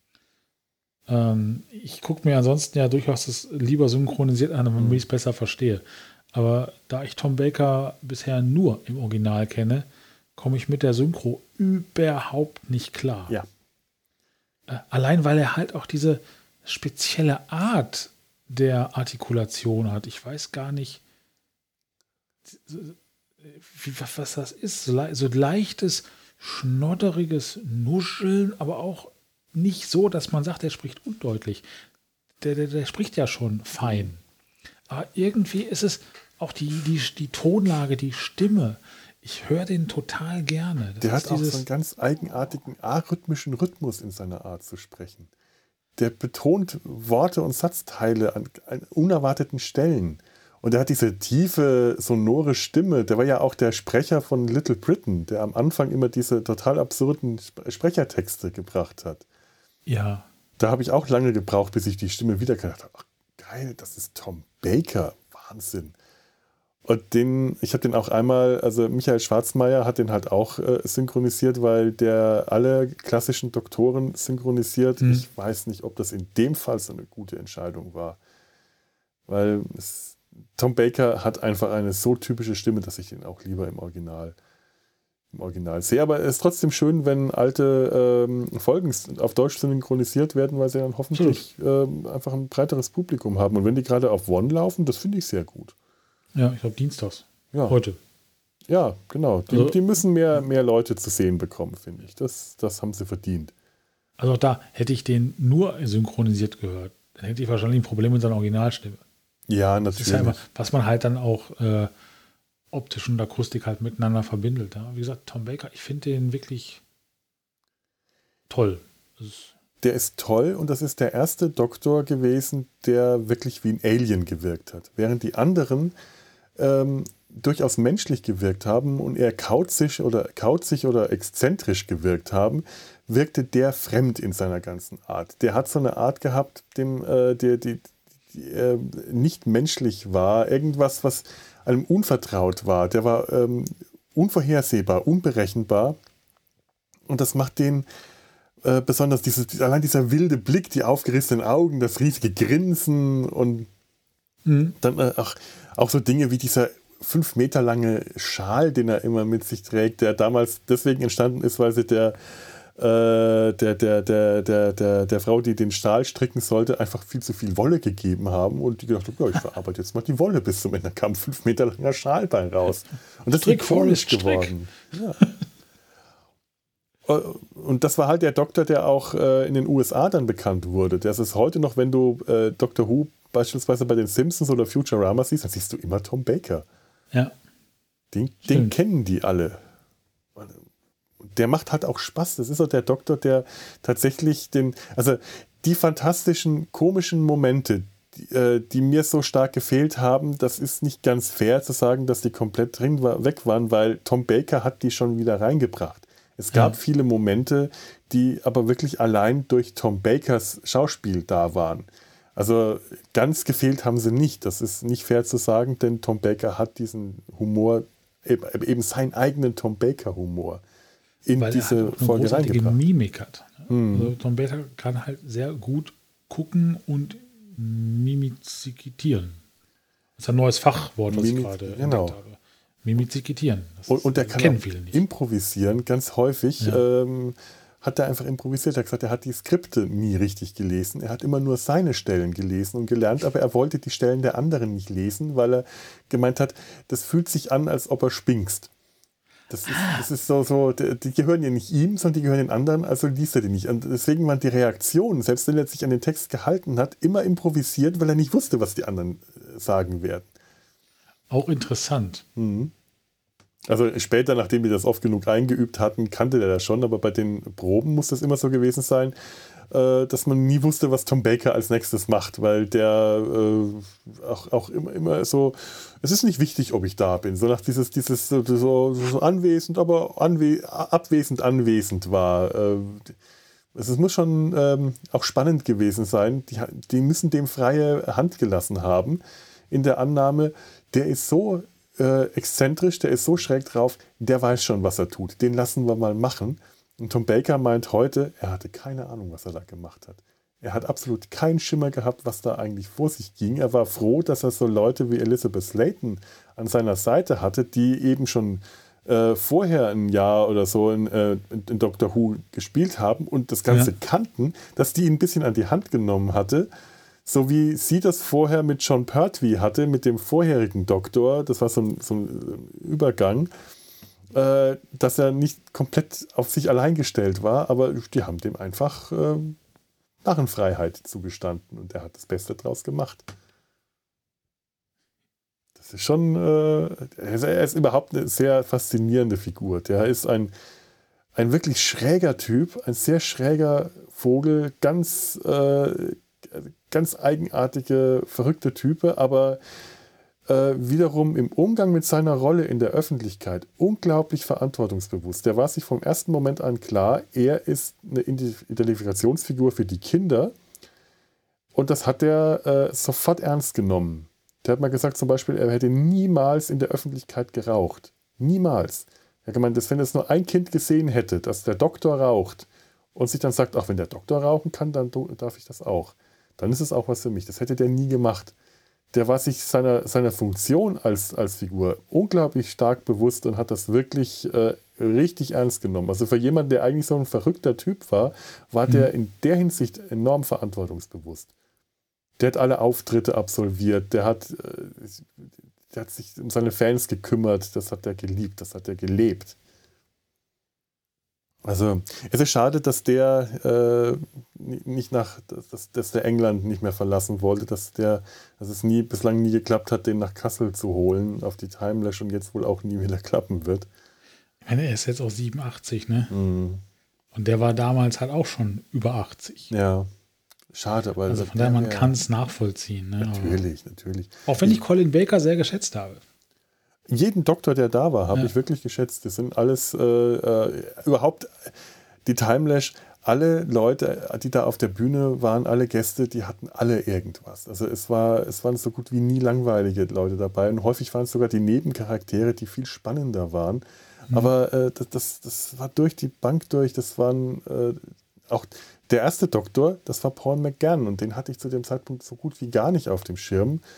Speaker 2: Ich gucke mir ansonsten ja durchaus das lieber synchronisiert an, wenn ich es besser verstehe. Aber da ich Tom Baker bisher nur im Original kenne, komme ich mit der Synchro überhaupt nicht klar.
Speaker 1: Ja.
Speaker 2: Allein, weil er halt auch diese spezielle Art der Artikulation hat. Ich weiß gar nicht, was das ist. So leichtes, schnodderiges Nuscheln, aber auch nicht so, dass man sagt, er spricht undeutlich. Der spricht ja schon fein. Aber irgendwie ist es auch die Tonlage, die Stimme. Ich höre den total gerne.
Speaker 1: Der hat auch so einen ganz eigenartigen arrhythmischen Rhythmus in seiner Art zu sprechen. Der betont Worte und Satzteile an unerwarteten Stellen. Und er hat diese tiefe, sonore Stimme. Der war ja auch der Sprecher von Little Britain, der am Anfang immer diese total absurden Sprechertexte gebracht hat.
Speaker 2: Ja.
Speaker 1: Da habe ich auch lange gebraucht, bis ich die Stimme wiedererkannt habe. Ach, geil, das ist Tom Baker. Wahnsinn. Und ich habe den auch einmal, also Michael Schwarzmeier hat den halt auch synchronisiert, weil der alle klassischen Doktoren synchronisiert. Ich weiß nicht, ob das in dem Fall so eine gute Entscheidung war. Weil Tom Baker hat einfach eine so typische Stimme, dass ich den auch lieber im Original sehe. Aber es ist trotzdem schön, wenn alte Folgen auf Deutsch synchronisiert werden, weil sie dann hoffentlich einfach ein breiteres Publikum haben. Und wenn die gerade auf One laufen, das finde ich sehr gut.
Speaker 2: Ja, ich glaube dienstags.
Speaker 1: Ja.
Speaker 2: Heute.
Speaker 1: Ja, genau. Die müssen mehr Leute zu sehen bekommen, finde ich. Das haben sie verdient.
Speaker 2: Also auch da hätte ich den nur synchronisiert gehört. Dann hätte ich wahrscheinlich ein Problem mit seiner Originalstimme.
Speaker 1: Ja, natürlich.
Speaker 2: Das ist ja immer, was man halt dann auch optisch und Akustik halt miteinander verbindet. Ja? Wie gesagt, Tom Baker, ich finde den wirklich toll.
Speaker 1: Der ist toll und das ist der erste Doktor gewesen, der wirklich wie ein Alien gewirkt hat. Während die anderen durchaus menschlich gewirkt haben und eher kauzig oder exzentrisch gewirkt haben, wirkte der fremd in seiner ganzen Art. Der hat so eine Art gehabt, die nicht menschlich war, irgendwas, was einem unvertraut war. Der war unvorhersehbar, unberechenbar und das macht den besonders allein dieser wilde Blick, die aufgerissenen Augen, das riesige Grinsen und dann auch so Dinge wie dieser 5 Meter lange Schal, den er immer mit sich trägt, der damals deswegen entstanden ist, weil sie der Frau, die den Stahl stricken sollte, einfach viel zu viel Wolle gegeben haben und die gedacht hat, ja, ich verarbeite jetzt mal die Wolle bis zum Ende. Da kam ein 5 Meter langer Schal bei raus. Und das ist ikonisch geworden. Ja. Und das war halt der Doktor, der auch in den USA dann bekannt wurde. Das ist heute noch, wenn du Doctor Who beispielsweise bei den Simpsons oder Futurama siehst, dann siehst du immer Tom Baker.
Speaker 2: Ja.
Speaker 1: Den kennen die alle. Der macht halt auch Spaß. Das ist so der Doktor, der tatsächlich die fantastischen, komischen Momente, die mir so stark gefehlt haben, das ist nicht ganz fair zu sagen, dass die komplett weg waren, weil Tom Baker hat die schon wieder reingebracht. Es gab viele Momente, die aber wirklich allein durch Tom Bakers Schauspiel da waren. Also ganz gefehlt haben sie nicht. Das ist nicht fair zu sagen, denn Tom Baker hat diesen Humor, eben seinen eigenen Tom Baker-Humor in diese Folge reingebracht.
Speaker 2: Mimik hat. Also Tom Baker kann halt sehr gut gucken und mimizikitieren. Das ist ein neues Fachwort, was ich gerade entdeckt habe. Mimizikitieren.
Speaker 1: Und der kann auch improvisieren, ganz häufig. Hat er einfach improvisiert. Er hat gesagt, er hat die Skripte nie richtig gelesen. Er hat immer nur seine Stellen gelesen und gelernt, aber er wollte die Stellen der anderen nicht lesen, weil er gemeint hat, das fühlt sich an, als ob er spinkst. Das ist so, die gehören ja nicht ihm, sondern die gehören den anderen, also liest er die nicht. Und deswegen waren die Reaktionen, selbst wenn er sich an den Text gehalten hat, immer improvisiert, weil er nicht wusste, was die anderen sagen werden.
Speaker 2: Auch interessant.
Speaker 1: Also später, nachdem wir das oft genug eingeübt hatten, kannte der das schon, aber bei den Proben muss das immer so gewesen sein, dass man nie wusste, was Tom Baker als nächstes macht, weil der auch immer so, es ist nicht wichtig, ob ich da bin, so nach dieses so anwesend, aber abwesend anwesend war. Es muss schon auch spannend gewesen sein. Die müssen dem freie Hand gelassen haben, in der Annahme, der ist so exzentrisch, der ist so schräg drauf, der weiß schon, was er tut. Den lassen wir mal machen. Und Tom Baker meint heute, er hatte keine Ahnung, was er da gemacht hat. Er hat absolut keinen Schimmer gehabt, was da eigentlich vor sich ging. Er war froh, dass er so Leute wie Elizabeth Slaton an seiner Seite hatte, die eben schon vorher ein Jahr oder so in Doctor Who gespielt haben und das Ganze kannten, dass die ihn ein bisschen an die Hand genommen hatte. So wie sie das vorher mit John Pertwee hatte, mit dem vorherigen Doktor, das war so ein Übergang, dass er nicht komplett auf sich allein gestellt war, aber die haben dem einfach Narrenfreiheit zugestanden und er hat das Beste draus gemacht. Das ist schon, er ist überhaupt eine sehr faszinierende Figur. Der ist ein wirklich schräger Typ, ein sehr schräger Vogel, ganz eigenartige, verrückte Type, aber wiederum im Umgang mit seiner Rolle in der Öffentlichkeit unglaublich verantwortungsbewusst. Der war sich vom ersten Moment an klar, er ist eine Identifikationsfigur für die Kinder und das hat er sofort ernst genommen. Der hat mal gesagt zum Beispiel, er hätte niemals in der Öffentlichkeit geraucht. Niemals. Er hat gemeint, dass wenn es nur ein Kind gesehen hätte, dass der Doktor raucht und sich dann sagt, auch wenn der Doktor rauchen kann, dann darf ich das auch. Dann ist es auch was für mich. Das hätte der nie gemacht. Der war sich seiner Funktion als Figur unglaublich stark bewusst und hat das wirklich richtig ernst genommen. Also für jemanden, der eigentlich so ein verrückter Typ war, war der in der Hinsicht enorm verantwortungsbewusst. Der hat alle Auftritte absolviert, der hat sich um seine Fans gekümmert, das hat er geliebt, das hat er gelebt. Also es ist schade, dass der dass der England nicht mehr verlassen wollte, dass es bislang nie geklappt hat, den nach Kassel zu holen auf die Timelash und jetzt wohl auch nie wieder klappen wird.
Speaker 2: Ich meine, er ist jetzt auch 87, ne? Und der war damals halt auch schon über 80.
Speaker 1: Ja, schade. Aber
Speaker 2: also von daher, man kann es nachvollziehen. Ne?
Speaker 1: Natürlich.
Speaker 2: Auch wenn ich Colin Baker sehr geschätzt habe.
Speaker 1: Jeden Doktor, der da war, habe ich wirklich geschätzt. Das sind alles überhaupt die Timelash, alle Leute, die da auf der Bühne waren, alle Gäste, die hatten alle irgendwas. Also es waren so gut wie nie langweilige Leute dabei und häufig waren es sogar die Nebencharaktere, die viel spannender waren. Aber das war durch die Bank durch. Das waren auch der erste Doktor, das war Paul McGann und den hatte ich zu dem Zeitpunkt so gut wie gar nicht auf dem Schirm.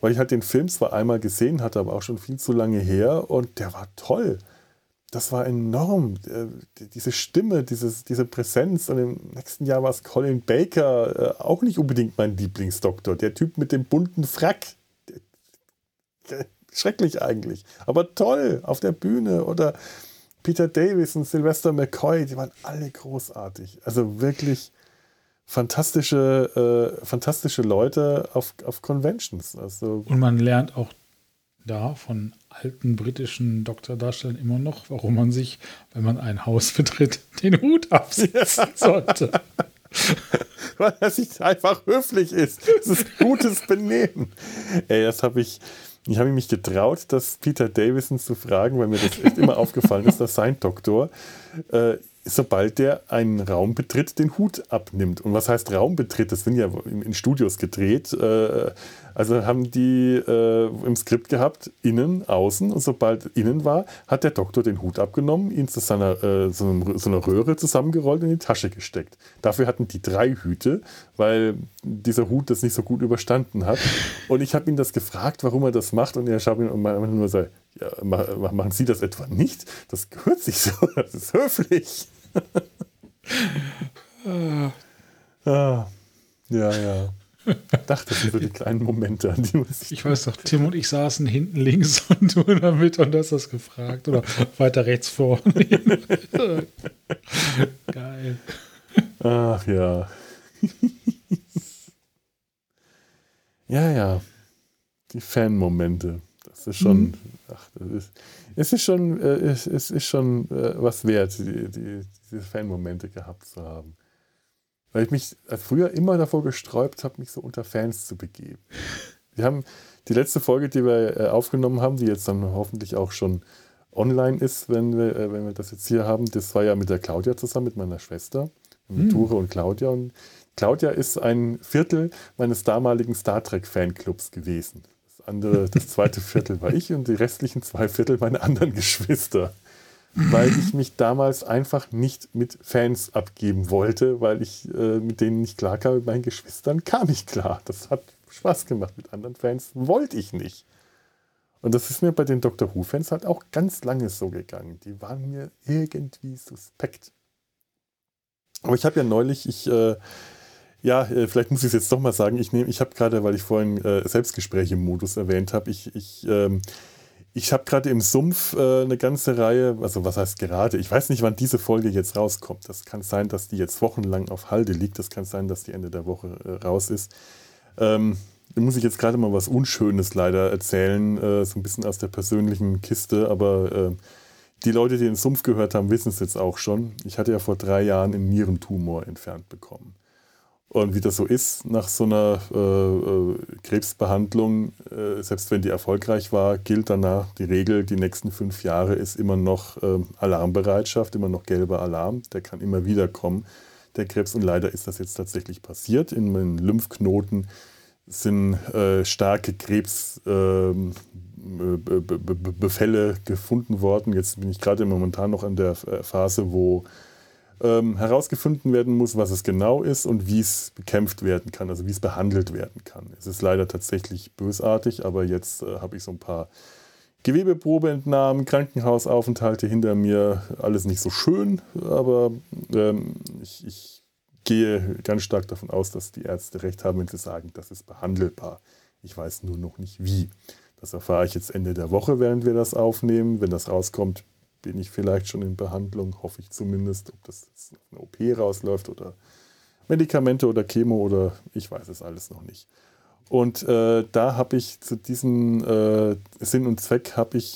Speaker 1: weil ich halt den Film zwar einmal gesehen hatte, aber auch schon viel zu lange her und der war toll. Das war enorm. Diese Stimme, diese Präsenz. Und im nächsten Jahr war es Colin Baker, auch nicht unbedingt mein Lieblingsdoktor. Der Typ mit dem bunten Frack. Schrecklich eigentlich. Aber toll, auf der Bühne. Oder Peter Davison, Sylvester McCoy, die waren alle großartig. Also wirklich fantastische Leute auf Conventions. Also,
Speaker 2: Und man lernt auch da von alten britischen Doktordarstellern immer noch, warum man sich, wenn man ein Haus betritt, den Hut absetzen sollte.
Speaker 1: Weil er nicht einfach höflich ist. Das ist gutes Benehmen. Ey, das habe ich mich getraut, das Peter Davison zu fragen, weil mir das echt immer aufgefallen ist, dass sein Doktor, sobald der einen Raum betritt, den Hut abnimmt. Und was heißt Raum betritt? Das sind ja in Studios gedreht. Also haben die im Skript gehabt, innen, außen. Und sobald innen war, hat der Doktor den Hut abgenommen, ihn zu so einer Röhre zusammengerollt und in die Tasche gesteckt. Dafür hatten die 3 Hüte, weil dieser Hut das nicht so gut überstanden hat. Und ich habe ihn das gefragt, warum er das macht. Und er schaut ihn und nur so, ja, machen Sie das etwa nicht? Das gehört sich so, das ist höflich. Ja. Das sind so die kleinen Momente, an die man sich.
Speaker 2: Ich weiß doch, Tim und ich saßen hinten links und du in der Mitte und hast das gefragt. Oder weiter rechts vorne. Geil.
Speaker 1: Ach ja. Ja. Die Fan-Momente. Das ist schon. Es ist schon was wert, diese Fan-Momente gehabt zu haben. Weil ich mich früher immer davor gesträubt habe, mich so unter Fans zu begeben. Wir haben die letzte Folge, die wir aufgenommen haben, die jetzt dann hoffentlich auch schon online ist, wenn wir das jetzt hier haben, das war ja mit der Claudia zusammen, mit meiner Schwester, mit Ture und Claudia. Und Claudia ist ein Viertel meines damaligen Star Trek-Fanclubs gewesen. Das zweite Viertel war ich und die restlichen 2 Viertel meine anderen Geschwister. Weil ich mich damals einfach nicht mit Fans abgeben wollte, weil ich mit denen nicht klar kam, mit meinen Geschwistern kam ich klar. Das hat Spaß gemacht. Mit anderen Fans wollte ich nicht. Und das ist mir bei den Doctor Who-Fans halt auch ganz lange so gegangen. Die waren mir irgendwie suspekt. Aber ich habe ja neulich, vielleicht muss ich es jetzt doch mal sagen, ich habe gerade, weil ich vorhin Selbstgespräche im Modus erwähnt habe, ich habe gerade im Sumpf eine ganze Reihe, also was heißt gerade, ich weiß nicht, wann diese Folge jetzt rauskommt. Das kann sein, dass die jetzt wochenlang auf Halde liegt. Das kann sein, dass die Ende der Woche raus ist. Da muss ich jetzt gerade mal was Unschönes leider erzählen, so ein bisschen aus der persönlichen Kiste, aber die Leute, die den Sumpf gehört haben, wissen es jetzt auch schon. Ich hatte ja vor 3 Jahren einen Nierentumor entfernt bekommen. Und wie das so ist, nach so einer Krebsbehandlung, selbst wenn die erfolgreich war, gilt danach die Regel, die nächsten 5 Jahre ist immer noch Alarmbereitschaft, immer noch gelber Alarm. Der kann immer wieder kommen, der Krebs. Und leider ist das jetzt tatsächlich passiert. In meinen Lymphknoten sind starke Krebsbefälle gefunden worden. Jetzt bin ich gerade momentan noch an der Phase, wo herausgefunden werden muss, was es genau ist und wie es bekämpft werden kann, also wie es behandelt werden kann. Es ist leider tatsächlich bösartig, aber jetzt habe ich so ein paar Gewebeprobeentnahmen, Krankenhausaufenthalte hinter mir, alles nicht so schön, aber ich gehe ganz stark davon aus, dass die Ärzte recht haben, wenn sie sagen, das ist behandelbar. Ich weiß nur noch nicht wie. Das erfahre ich jetzt Ende der Woche, während wir das aufnehmen. Wenn das rauskommt, bin ich vielleicht schon in Behandlung, hoffe ich zumindest, ob das jetzt eine OP rausläuft oder Medikamente oder Chemo oder ich weiß es alles noch nicht. Und da habe ich zu diesem Sinn und Zweck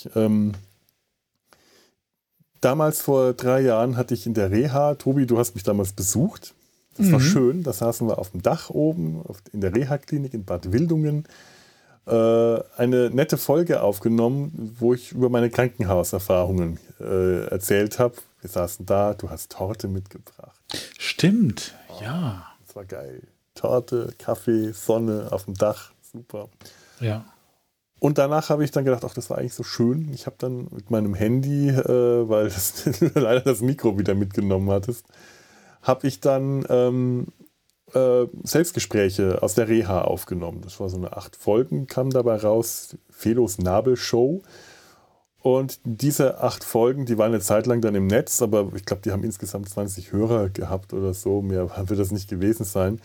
Speaker 1: damals vor 3 Jahren hatte ich in der Reha, Tobi, du hast mich damals besucht, das war schön, da saßen wir auf dem Dach oben in der Reha-Klinik in Bad Wildungen, eine nette Folge aufgenommen, wo ich über meine Krankenhauserfahrungen erzählt habe. Wir saßen da, du hast Torte mitgebracht.
Speaker 2: Stimmt, ja.
Speaker 1: Das war geil. Torte, Kaffee, Sonne auf dem Dach, super.
Speaker 2: Ja.
Speaker 1: Und danach habe ich dann gedacht, ach, das war eigentlich so schön. Ich habe dann mit meinem Handy, weil du leider das Mikro wieder mitgenommen hattest, habe ich dann Selbstgespräche aus der Reha aufgenommen. Das war so eine 8 Folgen, kam dabei raus, Felos Nabelshow. Und diese 8 Folgen, die waren eine Zeit lang dann im Netz, aber ich glaube, die haben insgesamt 20 Hörer gehabt oder so, mehr wird das nicht gewesen sein.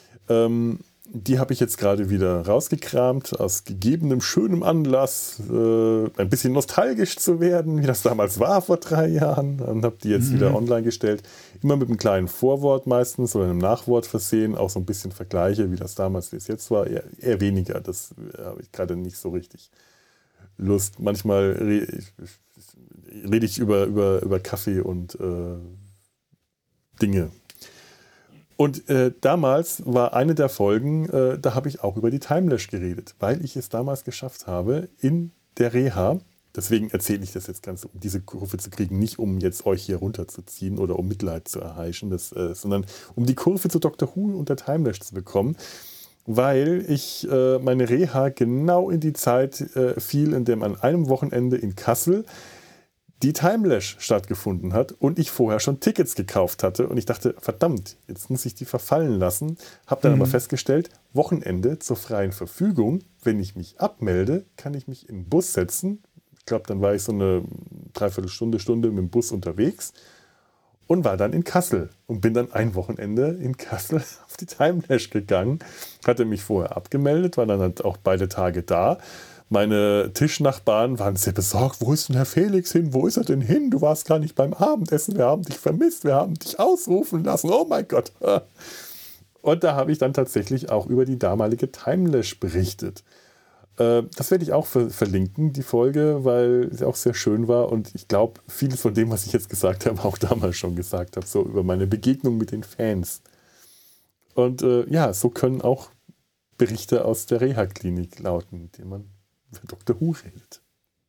Speaker 1: Die habe ich jetzt gerade wieder rausgekramt, aus gegebenem schönem Anlass, ein bisschen nostalgisch zu werden, wie das damals war vor 3 Jahren. Und habe die jetzt wieder online gestellt. Immer mit einem kleinen Vorwort meistens oder einem Nachwort versehen. Auch so ein bisschen Vergleiche, wie das damals bis jetzt war. Eher weniger, das habe ich gerade nicht so richtig Lust. Manchmal rede ich über Kaffee und Dinge. Und damals war eine der Folgen, da habe ich auch über die Timelash geredet, weil ich es damals geschafft habe in der Reha. Deswegen erzähle ich das jetzt ganz, um diese Kurve zu kriegen, nicht um jetzt euch hier runterzuziehen oder um Mitleid zu erheischen, sondern um die Kurve zu Dr. Who und der Timelash zu bekommen, weil ich meine Reha genau in die Zeit fiel, in der an einem Wochenende in Kassel die Timelash stattgefunden hat und ich vorher schon Tickets gekauft hatte und ich dachte, verdammt, jetzt muss ich die verfallen lassen. Habe dann aber festgestellt, Wochenende zur freien Verfügung. Wenn ich mich abmelde, kann ich mich in den Bus setzen. Ich glaube, dann war ich so eine Dreiviertelstunde mit dem Bus unterwegs und war dann in Kassel und bin dann ein Wochenende in Kassel auf die Timelash gegangen. Hatte mich vorher abgemeldet, war dann halt auch beide Tage da. Meine Tischnachbarn waren sehr besorgt. Wo ist denn Herr Felix hin? Wo ist er denn hin? Du warst gar nicht beim Abendessen. Wir haben dich vermisst. Wir haben dich ausrufen lassen. Oh mein Gott. Und da habe ich dann tatsächlich auch über die damalige Timelash berichtet. Das werde ich auch verlinken, die Folge, weil sie auch sehr schön war. Und ich glaube, vieles von dem, was ich jetzt gesagt habe, auch damals schon gesagt habe. So über meine Begegnung mit den Fans. Und ja, so können auch Berichte aus der Reha-Klinik lauten, mit denen man über Dr. Who redet.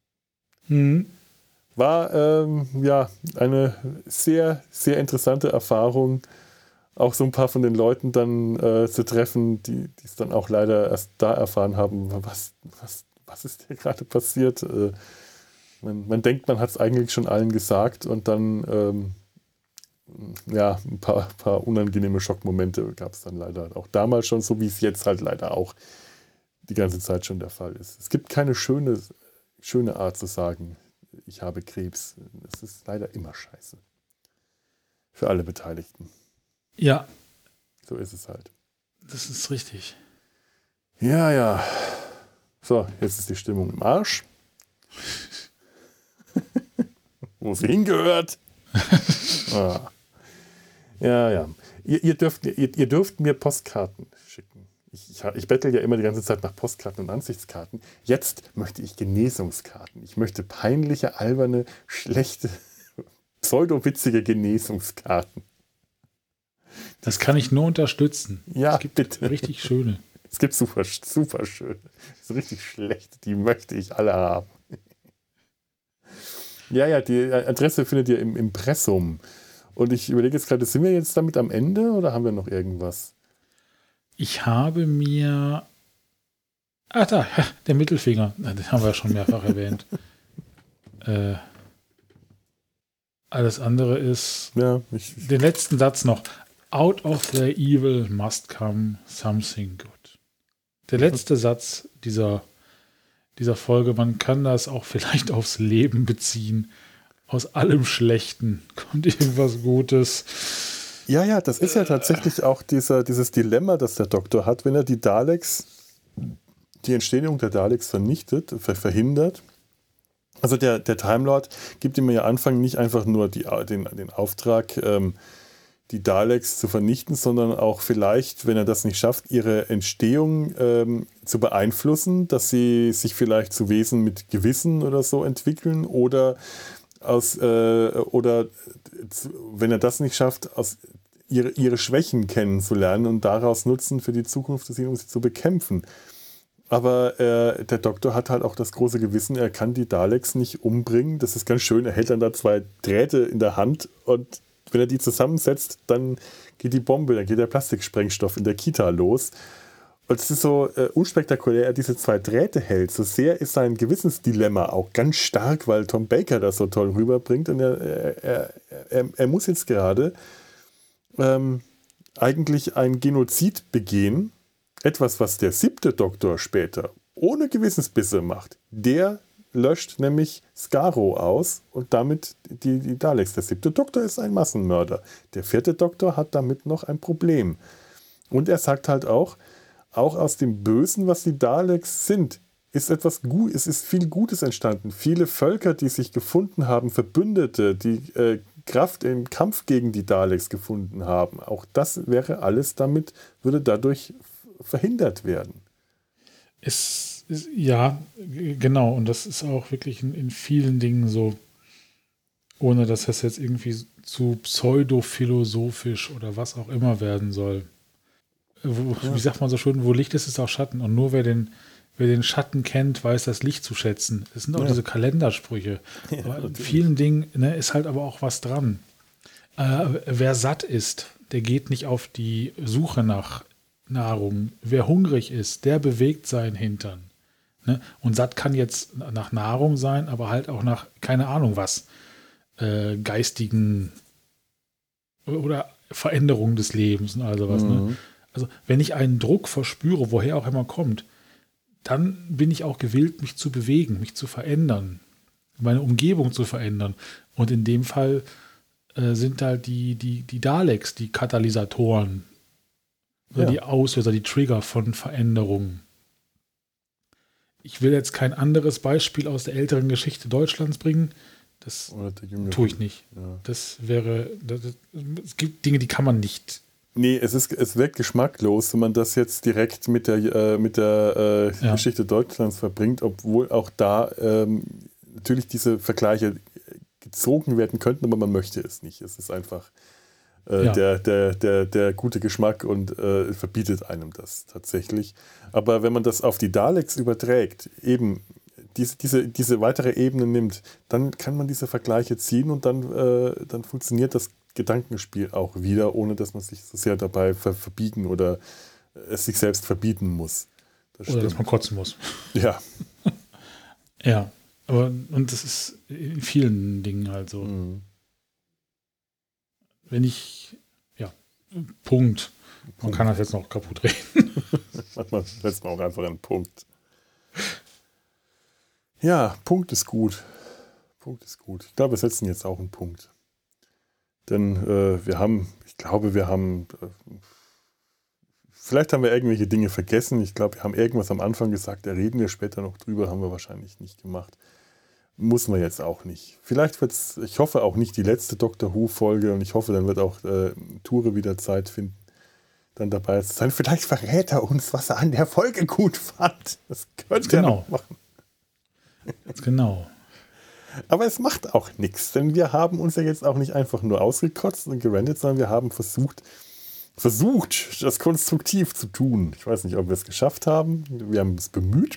Speaker 1: War ja eine sehr, sehr interessante Erfahrung, auch so ein paar von den Leuten dann zu treffen, die es dann auch leider erst da erfahren haben, was ist hier gerade passiert. Man denkt, man hat es eigentlich schon allen gesagt und dann ja, ein paar unangenehme Schockmomente gab es dann leider auch damals schon, so wie es jetzt halt leider auch die ganze Zeit schon der Fall ist. Es gibt keine schöne Art zu sagen, ich habe Krebs. Es ist leider immer scheiße. Für alle Beteiligten.
Speaker 2: Ja.
Speaker 1: So ist es halt.
Speaker 2: Das ist richtig.
Speaker 1: Ja. So, jetzt ist die Stimmung im Arsch. Wo sie hingehört. Ja. Ihr dürft mir Postkarten schicken. Ich bettel ja immer die ganze Zeit nach Postkarten und Ansichtskarten. Jetzt möchte ich Genesungskarten. Ich möchte peinliche, alberne, schlechte, pseudowitzige Genesungskarten.
Speaker 2: Das kann ich nur unterstützen.
Speaker 1: Ja,
Speaker 2: es gibt
Speaker 1: bitte.
Speaker 2: Richtig schöne.
Speaker 1: Es gibt super schöne. So richtig schlechte, die möchte ich alle haben. Ja, die Adresse findet ihr im Impressum. Und ich überlege jetzt gerade, sind wir jetzt damit am Ende oder haben wir noch irgendwas?
Speaker 2: Ich habe mir... da, der Mittelfinger. Den haben wir schon mehrfach erwähnt. Alles andere ist...
Speaker 1: Ja,
Speaker 2: den letzten Satz noch. Out of the evil must come something good. Der letzte Satz dieser Folge, man kann das auch vielleicht aufs Leben beziehen. Aus allem Schlechten kommt irgendwas Gutes.
Speaker 1: Ja, das ist ja tatsächlich auch dieses Dilemma, das der Doktor hat, wenn er die Entstehung der Daleks verhindert. Also der Time Lord gibt ihm ja Anfang nicht einfach nur den Auftrag, die Daleks zu vernichten, sondern auch vielleicht, wenn er das nicht schafft, ihre Entstehung zu beeinflussen, dass sie sich vielleicht zu Wesen mit Gewissen oder so entwickeln oder wenn er das nicht schafft, ihre Schwächen kennenzulernen und daraus nutzen für die Zukunft zu ziehen, um sie zu bekämpfen. Aber der Doktor hat halt auch das große Gewissen, er kann die Daleks nicht umbringen. Das ist ganz schön, er hält dann da 2 Drähte in der Hand und wenn er die zusammensetzt, dann geht die Bombe, dann geht der Plastiksprengstoff in der Kita los. Und es ist so unspektakulär, er diese 2 Drähte hält. So sehr ist sein Gewissensdilemma auch ganz stark, weil Tom Baker das so toll rüberbringt. Und er muss jetzt gerade eigentlich ein Genozid begehen, etwas, was der 7. Doktor später ohne Gewissensbisse macht. Der löscht nämlich Skaro aus und damit die Daleks. Der 7. Doktor ist ein Massenmörder. Der 4. Doktor hat damit noch ein Problem. Und er sagt halt auch aus dem Bösen, was die Daleks sind, ist etwas gut, es ist viel Gutes entstanden. Viele Völker, die sich gefunden haben, Verbündete, die Kraft im Kampf gegen die Daleks gefunden haben. Auch das wäre alles würde dadurch verhindert werden.
Speaker 2: Ja, genau. Und das ist auch wirklich in vielen Dingen so, ohne dass das jetzt irgendwie zu pseudophilosophisch oder was auch immer werden soll. Wie sagt man so schön, wo Licht ist, ist auch Schatten. Und nur wer den Schatten kennt, weiß das Licht zu schätzen. Das sind auch diese Kalendersprüche. Aber in vielen Dingen ist halt aber auch was dran. Wer satt ist, der geht nicht auf die Suche nach Nahrung. Wer hungrig ist, der bewegt seinen Hintern. Ne? Und satt kann jetzt nach Nahrung sein, aber halt auch nach, keine Ahnung was, geistigen oder Veränderungen des Lebens und all sowas. Ne? Also wenn ich einen Druck verspüre, woher auch immer kommt, dann bin ich auch gewillt, mich zu bewegen, mich zu verändern, meine Umgebung zu verändern. Und in dem Fall sind halt die Daleks, die Katalysatoren, oder die Auslöser, die Trigger von Veränderungen. Ich will jetzt kein anderes Beispiel aus der älteren Geschichte Deutschlands bringen. Das tue ich nicht. Ja. Es gibt Dinge, die kann man nicht.
Speaker 1: Nee, es wirkt geschmacklos, wenn man das jetzt direkt mit der Geschichte Deutschlands verbringt, obwohl auch da natürlich diese Vergleiche gezogen werden könnten, aber man möchte es nicht. Es ist einfach der gute Geschmack und verbietet einem das tatsächlich. Aber wenn man das auf die Daleks überträgt, eben diese weitere Ebene nimmt, dann kann man diese Vergleiche ziehen und dann funktioniert das Gedankenspiel auch wieder, ohne dass man sich so sehr dabei verbiegen oder es sich selbst verbieten muss.
Speaker 2: Oder dass man kotzen muss.
Speaker 1: Ja.
Speaker 2: Ja, und das ist in vielen Dingen halt so. Wenn ich, Punkt. Man kann das jetzt noch kaputt reden.
Speaker 1: Manchmal setzt man auch einfach einen Punkt. Ja, Punkt ist gut. Punkt ist gut. Ich glaube, wir setzen jetzt auch einen Punkt. Denn vielleicht haben wir irgendwelche Dinge vergessen. Ich glaube, wir haben irgendwas am Anfang gesagt, da reden wir später noch drüber, haben wir wahrscheinlich nicht gemacht. Muss man jetzt auch nicht. Vielleicht wird es, ich hoffe auch nicht die letzte Doctor Who-Folge und ich hoffe, dann wird auch Ture wieder Zeit finden, dann dabei zu sein. Vielleicht verrät er uns, was er an der Folge gut fand. Das könnte er noch machen.
Speaker 2: Ganz genau.
Speaker 1: Aber es macht auch nichts, denn wir haben uns ja jetzt auch nicht einfach nur ausgekotzt und gerantet, sondern wir haben versucht, das konstruktiv zu tun. Ich weiß nicht, ob wir es geschafft haben. Wir haben es bemüht.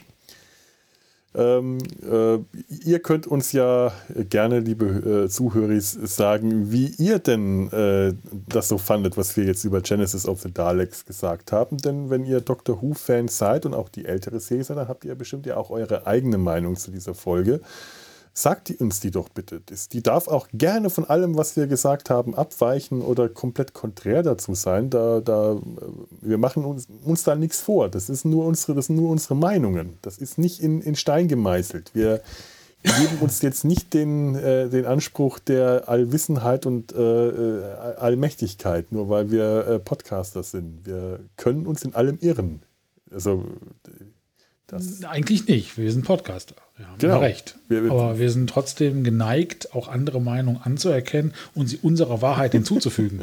Speaker 1: Ihr könnt uns ja gerne, liebe Zuhörer, sagen, wie ihr denn das so fandet, was wir jetzt über Genesis of the Daleks gesagt haben. Denn wenn ihr Doctor Who-Fans seid und auch die ältere Serie, dann habt ihr bestimmt ja auch eure eigene Meinung zu dieser Folge. Sagt uns die doch bitte. Die darf auch gerne von allem, was wir gesagt haben, abweichen oder komplett konträr dazu sein. Wir machen uns da nichts vor. Das sind nur unsere Meinungen. Das ist nicht in Stein gemeißelt. Wir geben uns jetzt nicht den Anspruch der Allwissenheit und Allmächtigkeit, nur weil wir Podcaster sind. Wir können uns in allem irren. Also
Speaker 2: eigentlich nicht. Wir sind Podcaster. Wir haben recht. Aber wir sind trotzdem geneigt, auch andere Meinungen anzuerkennen und sie unserer Wahrheit hinzuzufügen.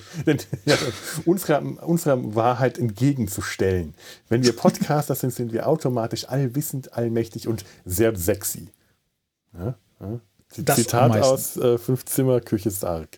Speaker 1: Unserer Wahrheit entgegenzustellen. Wenn wir Podcaster sind, sind wir automatisch allwissend, allmächtig und sehr sexy. Ja? Zitat aus 5 Zimmer, Küche Sarg.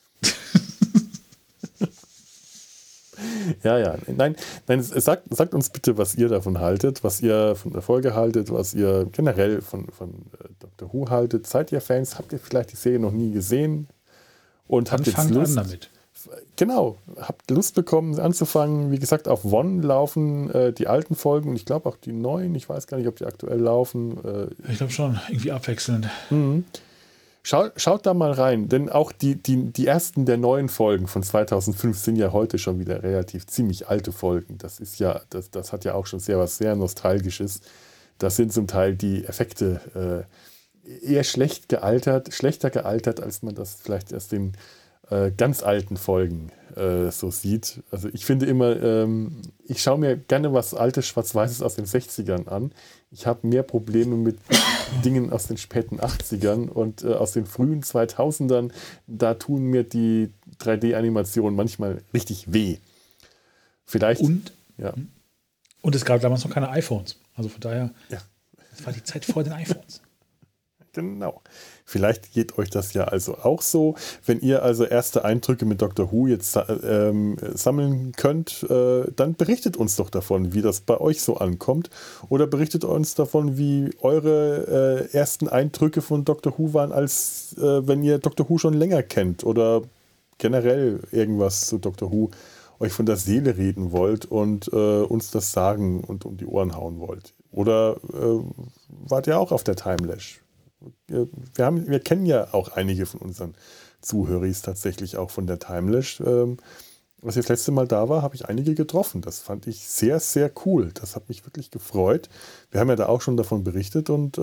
Speaker 1: Ja. Nein, sagt uns bitte, was ihr davon haltet, was ihr von der Folge haltet, was ihr generell von Doctor Who haltet. Seid ihr Fans? Habt ihr vielleicht die Serie noch nie gesehen? Und habt jetzt Lust damit? Genau, habt Lust bekommen anzufangen. Wie gesagt, auf One laufen die alten Folgen und ich glaube auch die neuen. Ich weiß gar nicht, ob die aktuell laufen.
Speaker 2: Ich glaube schon, irgendwie abwechselnd.
Speaker 1: Schaut da mal rein, denn auch die ersten der neuen Folgen von 2005 sind ja heute schon wieder relativ ziemlich alte Folgen. Das hat ja auch schon was sehr Nostalgisches. Das sind zum Teil die Effekte eher schlechter gealtert, als man das vielleicht erst den ganz alten Folgen so sieht. Also ich finde immer, ich schaue mir gerne was Altes, Schwarz-Weißes aus den 60ern an. Ich habe mehr Probleme mit Dingen aus den späten 80ern und aus den frühen 2000ern. Da tun mir die 3D-Animationen manchmal richtig weh. Vielleicht.
Speaker 2: Und es gab damals noch keine iPhones. Also von daher, das war die Zeit vor den iPhones.
Speaker 1: Genau. Vielleicht geht euch das ja also auch so. Wenn ihr also erste Eindrücke mit Doctor Who jetzt sammeln könnt, dann berichtet uns doch davon, wie das bei euch so ankommt. Oder berichtet uns davon, wie eure ersten Eindrücke von Doctor Who waren, als wenn ihr Doctor Who schon länger kennt. Oder generell irgendwas zu Doctor Who euch von der Seele reden wollt und uns das sagen und um die Ohren hauen wollt. Oder wart ihr auch auf der Timelash? Wir kennen ja auch einige von unseren Zuhörern tatsächlich auch von der Timelash. Als ich das letzte Mal da war, habe ich einige getroffen. Das fand ich sehr, sehr cool. Das hat mich wirklich gefreut. Wir haben ja da auch schon davon berichtet und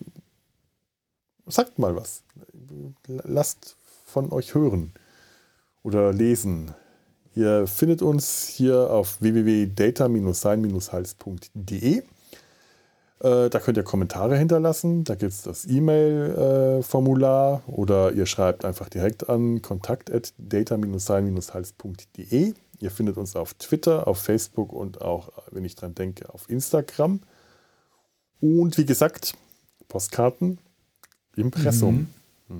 Speaker 1: sagt mal was. Lasst von euch hören oder lesen. Ihr findet uns hier auf www.data-sein-hals.de. Da könnt ihr Kommentare hinterlassen, da gibt es das E-Mail-Formular oder ihr schreibt einfach direkt an kontakt@data-sein-hals.de. Ihr findet uns auf Twitter, auf Facebook und auch, wenn ich dran denke, auf Instagram. Und wie gesagt, Postkarten, Impressum.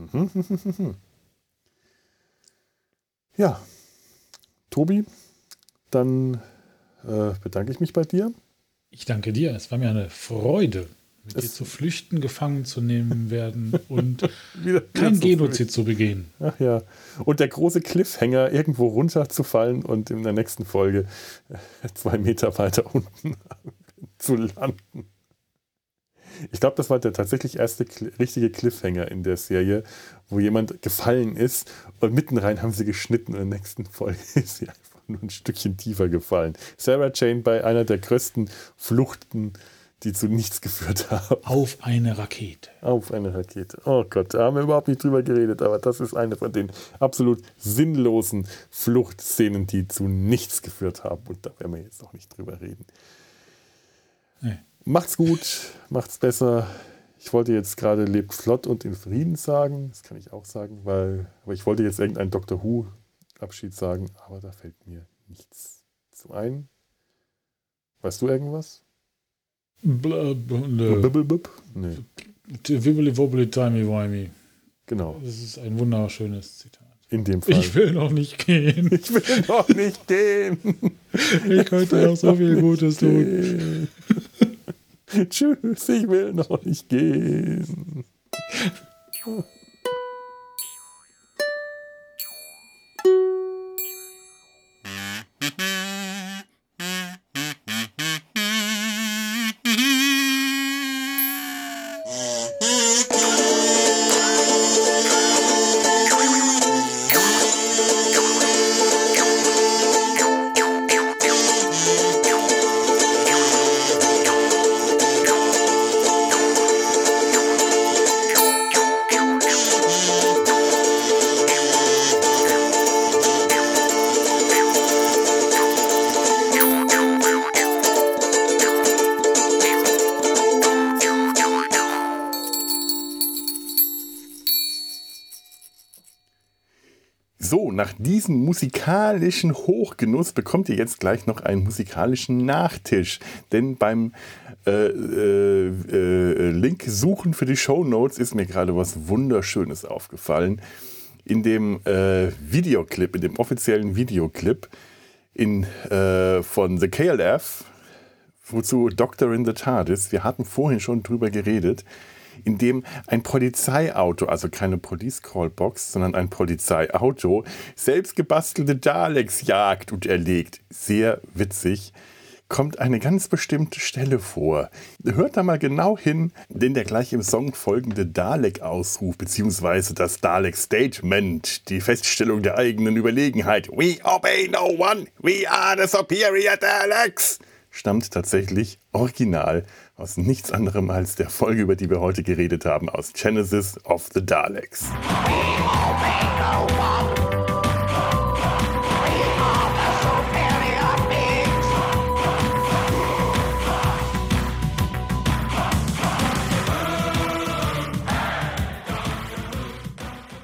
Speaker 1: Ja, Tobi, dann bedanke ich mich bei dir.
Speaker 2: Ich danke dir. Es war mir eine Freude, mit dir zu flüchten, gefangen zu nehmen werden und kein Genozid zu begehen.
Speaker 1: Ach ja. Und der große Cliffhanger, irgendwo runterzufallen und in der nächsten Folge 2 Meter weiter unten zu landen. Ich glaube, das war der tatsächlich erste richtige Cliffhanger in der Serie, wo jemand gefallen ist und mitten rein haben sie geschnitten und in der nächsten Folge ist sie einfach nur ein Stückchen tiefer gefallen. Sarah Jane bei einer der größten Fluchten, die zu nichts geführt haben.
Speaker 2: Auf eine Rakete.
Speaker 1: Auf eine Rakete. Oh Gott, da haben wir überhaupt nicht drüber geredet, aber das ist eine von den absolut sinnlosen Fluchtszenen, die zu nichts geführt haben. Und da werden wir jetzt noch nicht drüber reden.
Speaker 2: Nee.
Speaker 1: Macht's gut, macht's besser. Ich wollte jetzt gerade lebt flott und in Frieden sagen. Das kann ich auch sagen, aber ich wollte jetzt irgendeinen Doctor Who Abschied sagen, aber da fällt mir nichts zu ein. Weißt du irgendwas?
Speaker 2: Nee. Wibbly wobbly timey wimey.
Speaker 1: Genau.
Speaker 2: Das ist ein wunderschönes Zitat.
Speaker 1: In dem Fall.
Speaker 2: Ich will noch nicht gehen.
Speaker 1: Ich will noch nicht gehen.
Speaker 2: Ich könnte noch so viel Gutes tun.
Speaker 1: Tschüss, ich will noch nicht gehen. So, nach diesem musikalischen Hochgenuss bekommt ihr jetzt gleich noch einen musikalischen Nachtisch. Denn beim Link suchen für die Shownotes ist mir gerade was Wunderschönes aufgefallen. In dem Videoclip, in dem offiziellen Videoclip von The KLF, wozu Doctor in the TARDIS, wir hatten vorhin schon drüber geredet, in dem ein Polizeiauto, also keine Police Callbox, sondern ein Polizeiauto, selbst gebastelte Daleks jagt und erlegt. Sehr witzig. kommt eine ganz bestimmte Stelle vor. Hört da mal genau hin, denn der gleich im Song folgende Dalek-Ausruf bzw. das Dalek-Statement, die Feststellung der eigenen Überlegenheit, "We obey no one, we are the superior Daleks", stammt tatsächlich original aus nichts anderem als der Folge, über die wir heute geredet haben, aus Genesis of the Daleks.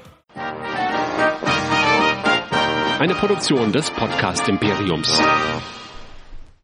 Speaker 3: Eine Produktion des Podcast Imperiums.